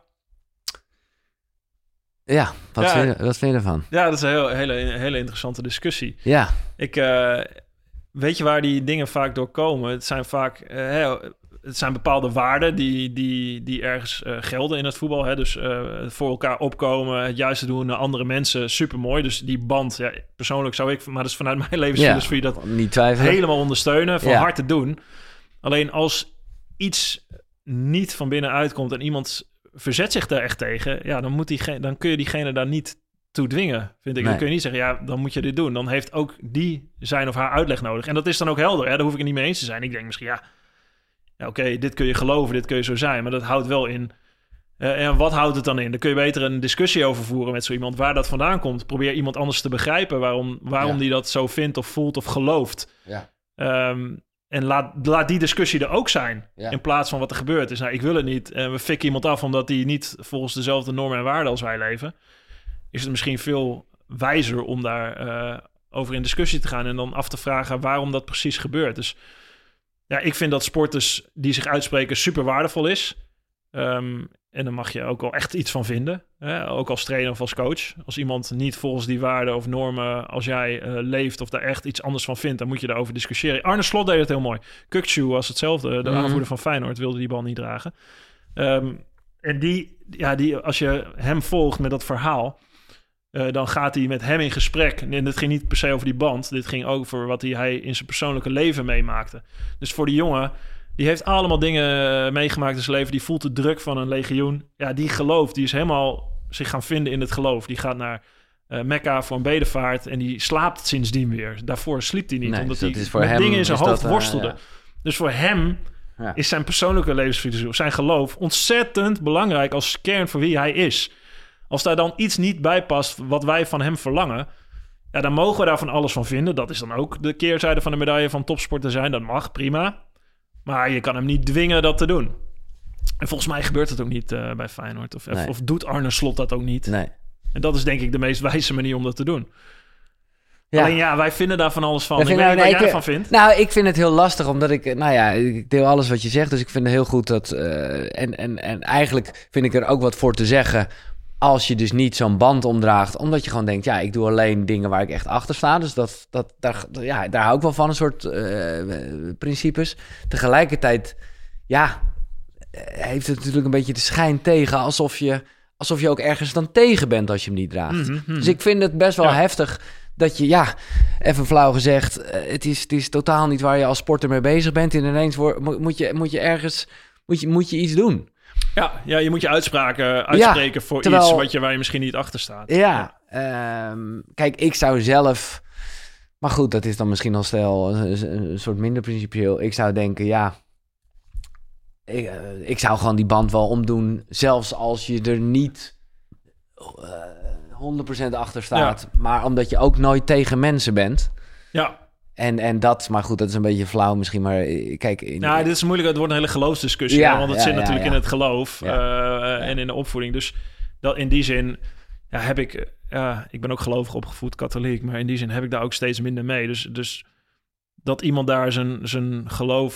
Wat vind je ervan? Ja, dat is een hele interessante discussie. Ja. Weet je waar die dingen vaak door komen? Het zijn vaak... het zijn bepaalde waarden die ergens gelden in het voetbal. Hè? Dus voor elkaar opkomen, het juiste doen naar andere mensen, supermooi. Dus die band, persoonlijk zou ik, maar dat is vanuit mijn levensfilosofie, dat niet twijfelen. Helemaal ondersteunen, van harte doen. Alleen als iets niet van binnenuit komt en iemand verzet zich daar echt tegen, dan kun je diegene daar niet toe dwingen, vind ik. Nee. Dan kun je niet zeggen, dan moet je dit doen. Dan heeft ook die zijn of haar uitleg nodig. En dat is dan ook helder. Daar hoef ik het niet mee eens te zijn. Ik denk misschien, oké, dit kun je geloven, dit kun je zo zijn. Maar dat houdt wel in... en wat houdt het dan in? Dan kun je beter een discussie over voeren met zo iemand... waar dat vandaan komt. Probeer iemand anders te begrijpen... waarom die dat zo vindt of voelt of gelooft. Ja. En laat die discussie er ook zijn... in plaats van wat er gebeurd is. Nou, ik wil het niet. En we fikken iemand af omdat die niet... volgens dezelfde normen en waarden als wij leven. Is het misschien veel wijzer om daar over in discussie te gaan... en dan af te vragen waarom dat precies gebeurt. Dus... ik vind dat sporters die zich uitspreken super waardevol is. En daar mag je ook wel echt iets van vinden. ook als trainer of als coach. Als iemand niet volgens die waarden of normen als jij leeft of daar echt iets anders van vindt, dan moet je daarover discussiëren. Arne Slot deed het heel mooi. Kukçu was hetzelfde. De aanvoerder van Feyenoord wilde die bal niet dragen. En die, als je hem volgt met dat verhaal, dan gaat hij met hem in gesprek. En dit ging niet per se over die band. Dit ging over wat hij in zijn persoonlijke leven meemaakte. Dus voor die jongen, die heeft allemaal dingen meegemaakt in zijn leven. Die voelt de druk van een legioen. Ja, die gelooft. Die is helemaal zich gaan vinden in het geloof. Die gaat naar Mekka voor een bedevaart en die slaapt sindsdien weer. Daarvoor sliep hij niet, omdat hij met dingen in zijn hoofd worstelde. Ja. Dus voor hem is zijn persoonlijke levensfilosofie, zijn geloof, ontzettend belangrijk als kern voor wie hij is. Als daar dan iets niet bij past wat wij van hem verlangen, ja, dan mogen we daar van alles van vinden. Dat is dan ook de keerzijde van de medaille van topsporter zijn. Dat mag, prima. Maar je kan hem niet dwingen dat te doen. En volgens mij gebeurt het ook niet bij Feyenoord. Of doet Arne Slot dat ook niet. Nee. En dat is denk ik de meest wijze manier om dat te doen. Ja. Alleen wij vinden daar van alles van. Ik weet niet wat jij ervan vindt. Nou, ik vind het heel lastig, omdat ik deel alles wat je zegt. Dus ik vind het heel goed dat... En eigenlijk vind ik er ook wat voor te zeggen als je dus niet zo'n band omdraagt. Omdat je gewoon denkt, ik doe alleen dingen waar ik echt achter sta. Dus daar hou ik wel van, een soort principes. Tegelijkertijd, heeft het natuurlijk een beetje de schijn tegen alsof je ook ergens dan tegen bent als je hem niet draagt. Mm-hmm. Dus ik vind het best wel heftig dat je, even flauw gezegd, het is totaal niet waar je als sporter mee bezig bent. En ineens moet je iets doen. Ja, je moet je uitspraken uitspreken voor iets waar je misschien niet achter staat. Kijk, ik zou zelf... Maar goed, dat is dan misschien al een soort minder principieel. Ik zou denken, ik zou gewoon die band wel omdoen, zelfs als je er niet 100% achter staat. Ja. Maar omdat je ook nooit tegen mensen bent. Ja. En dat, maar goed, dat is een beetje flauw misschien, maar kijk... dit is moeilijk, het wordt een hele geloofsdiscussie, want het zit natuurlijk in het geloof en in de opvoeding. Dus dat, in die zin heb ik... ik ben ook gelovig opgevoed, katholiek, maar in die zin heb ik daar ook steeds minder mee. Dus dat iemand daar zijn geloof,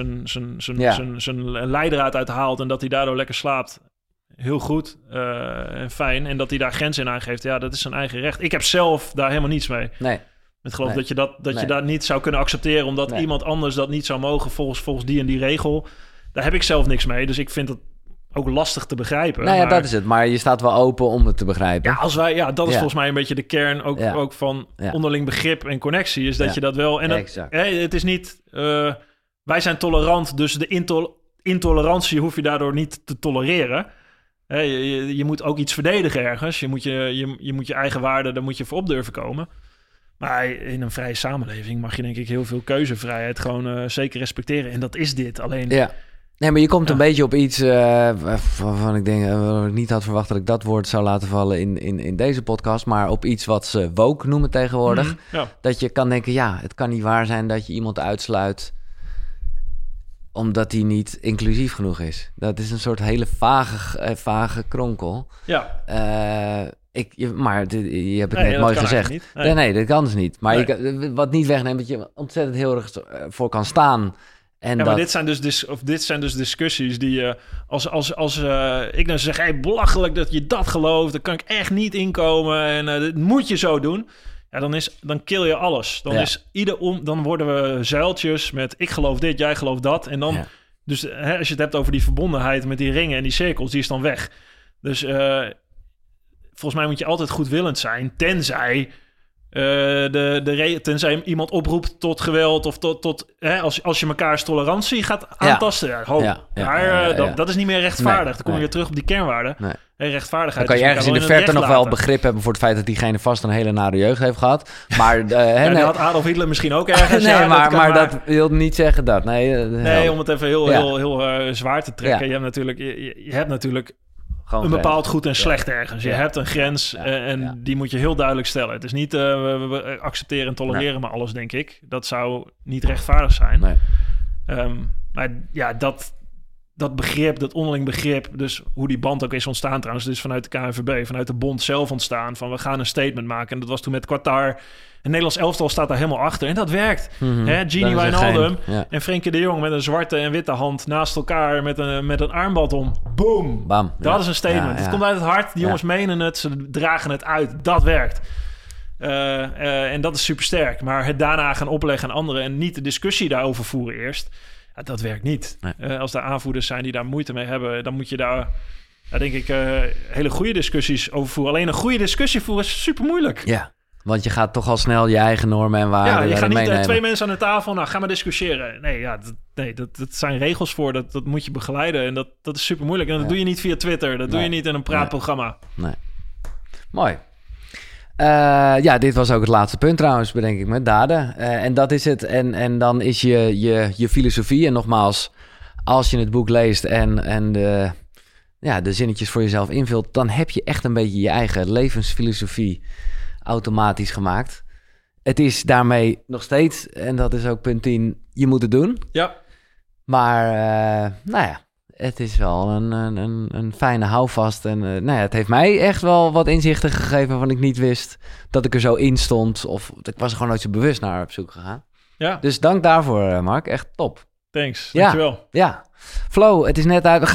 zijn leidraad uit haalt en dat hij daardoor lekker slaapt, heel goed en fijn. En dat hij daar grenzen in aangeeft, dat is zijn eigen recht. Ik heb zelf daar helemaal niets mee. Nee. Met geloof dat je dat niet zou kunnen accepteren, omdat iemand anders dat niet zou mogen volgens die en die regel. Daar heb ik zelf niks mee. Dus ik vind het ook lastig te begrijpen. Nou ja, dat is het. Maar je staat wel open om het te begrijpen. Ja, dat is volgens mij een beetje de kern ook van onderling begrip en connectie. Is dat je dat wel... En het is niet... wij zijn tolerant, dus de intolerantie hoef je daardoor niet te tolereren. Je moet ook iets verdedigen ergens. Je moet je eigen waarde, daar moet je voor op durven komen. Maar in een vrije samenleving mag je denk ik heel veel keuzevrijheid gewoon zeker respecteren. En dat is dit. Alleen... Ja. Nee, maar je komt een beetje op iets waarvan ik denk... ik niet had verwacht dat ik dat woord zou laten vallen in deze podcast. Maar op iets wat ze woke noemen tegenwoordig. Mm-hmm, ja. Dat je kan denken, het kan niet waar zijn dat je iemand uitsluit omdat hij niet inclusief genoeg is. Dat is een soort hele vage kronkel. Ja. Maar je hebt het net mooi gezegd. Nee, dat kan dus niet. Maar wat niet wegneemt, dat je ontzettend heel erg voor kan staan. Maar dit zijn dus discussies die als ik dan zeg, belachelijk dat je dat gelooft, dan kan ik echt niet inkomen en dat moet je zo doen. Ja, dan kill je alles. Dan worden we zuiltjes met ik geloof dit, jij gelooft dat. En dan, dus als je het hebt over die verbondenheid met die ringen en die cirkels, die is dan weg. Dus volgens mij moet je altijd goedwillend zijn, tenzij tenzij iemand oproept tot geweld of tot als je mekaars tolerantie gaat aantasten. Dat is niet meer rechtvaardig. Dan kom je weer terug op die kernwaarden. Rechtvaardigheid. Dan kan je ergens in de verte nog wel begrip hebben voor het feit dat diegene vast een hele nare jeugd heeft gehad. Maar dat had Adolf Hitler misschien ook ergens. Maar dat wil niet zeggen dat. Nee, om het even heel zwaar te trekken. Ja. Je hebt natuurlijk een bepaald goed en slecht ergens. Je hebt een grens en die moet je heel duidelijk stellen. Het is niet we accepteren en tolereren maar alles, denk ik. Dat zou niet rechtvaardig zijn. Nee. Maar dat begrip, dat onderling begrip, dus hoe die band ook is ontstaan trouwens, dus vanuit de KNVB, vanuit de bond zelf ontstaan, van we gaan een statement maken. En dat was toen met Qatar. Het Nederlands elftal staat daar helemaal achter. En dat werkt. Gini Wijnaldum en Frenkie de Jong met een zwarte en witte hand naast elkaar met een armband om. Boom. Bam. Dat is een statement. Het komt uit het hart. Die jongens menen het. Ze dragen het uit. Dat werkt. En dat is super sterk. Maar het daarna gaan opleggen aan anderen en niet de discussie daarover voeren eerst. Ja, dat werkt niet. Nee. Als er aanvoerders zijn die daar moeite mee hebben, dan moet je daar denk ik hele goede discussies over voeren. Alleen een goede discussie voeren is super moeilijk. Ja. Want je gaat toch al snel je eigen normen en waarden je gaat niet meenemen. 2 mensen aan de tafel, nou, ga maar discussiëren. Nee, dat zijn regels voor, dat moet je begeleiden. En dat is super moeilijk. En dat doe je niet via Twitter, dat doe je niet in een praatprogramma. Nee. Mooi. Dit was ook het laatste punt trouwens, bedenk ik me, daden. En dat is het. En dan is je filosofie. En nogmaals, als je het boek leest en de zinnetjes voor jezelf invult, dan heb je echt een beetje je eigen levensfilosofie automatisch gemaakt. Het is daarmee nog steeds, en dat is ook punt 10, je moet het doen. Ja. Maar, het is wel een fijne houvast. En het heeft mij echt wel wat inzichten gegeven waarvan ik niet wist dat ik er zo in stond. Of ik was er gewoon nooit zo bewust naar op zoek gegaan. Ja. Dus dank daarvoor, Mark. Echt top. Thanks. Dankjewel. Ja. Flo, het is net uit.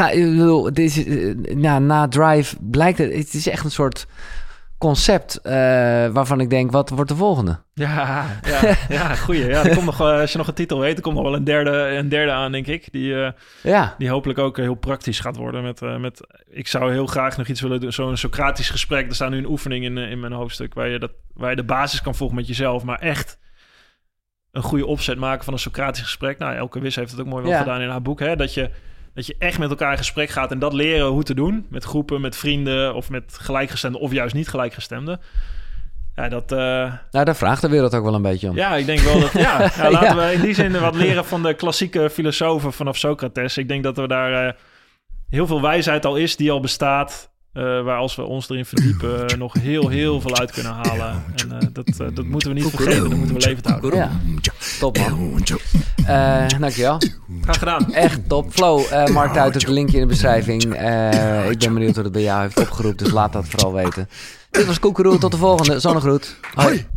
Na Drive blijkt het is echt een soort concept waarvan ik denk, wat wordt de volgende? Ja, goeie. Ja, er komt nog, als je nog een titel weet, er komt nog wel een derde aan, denk ik. Die hopelijk ook heel praktisch gaat worden. Ik zou heel graag nog iets willen doen, zo'n Socratisch gesprek. Er staat nu een oefening in mijn hoofdstuk waar je de basis kan volgen met jezelf, maar echt een goede opzet maken van een Socratisch gesprek. Nou, Elke Wiss heeft het ook mooi wel gedaan in haar boek, hè? Dat je echt met elkaar in gesprek gaat en dat leren hoe te doen. Met groepen, met vrienden of met gelijkgestemden of juist niet gelijkgestemden. Ja, dat... daar vraagt de wereld ook wel een beetje om. Ja, ik denk wel dat... laten we in die zin wat leren van de klassieke filosofen vanaf Socrates. Ik denk dat er daar heel veel wijsheid al is die al bestaat. Waar als we ons erin verdiepen nog heel, heel veel uit kunnen halen. En dat moeten we niet vergeten. Dat moeten we levend houden. Ja, top man. Dankjewel. Graag gedaan. Echt top. Flo, Mark Tuit, ook een linkje in de beschrijving. Ik ben benieuwd wat het bij jou heeft opgeroepen. Dus laat dat vooral weten. Dit was Koekeroe. Tot de volgende. Zonnegroet. Hoi.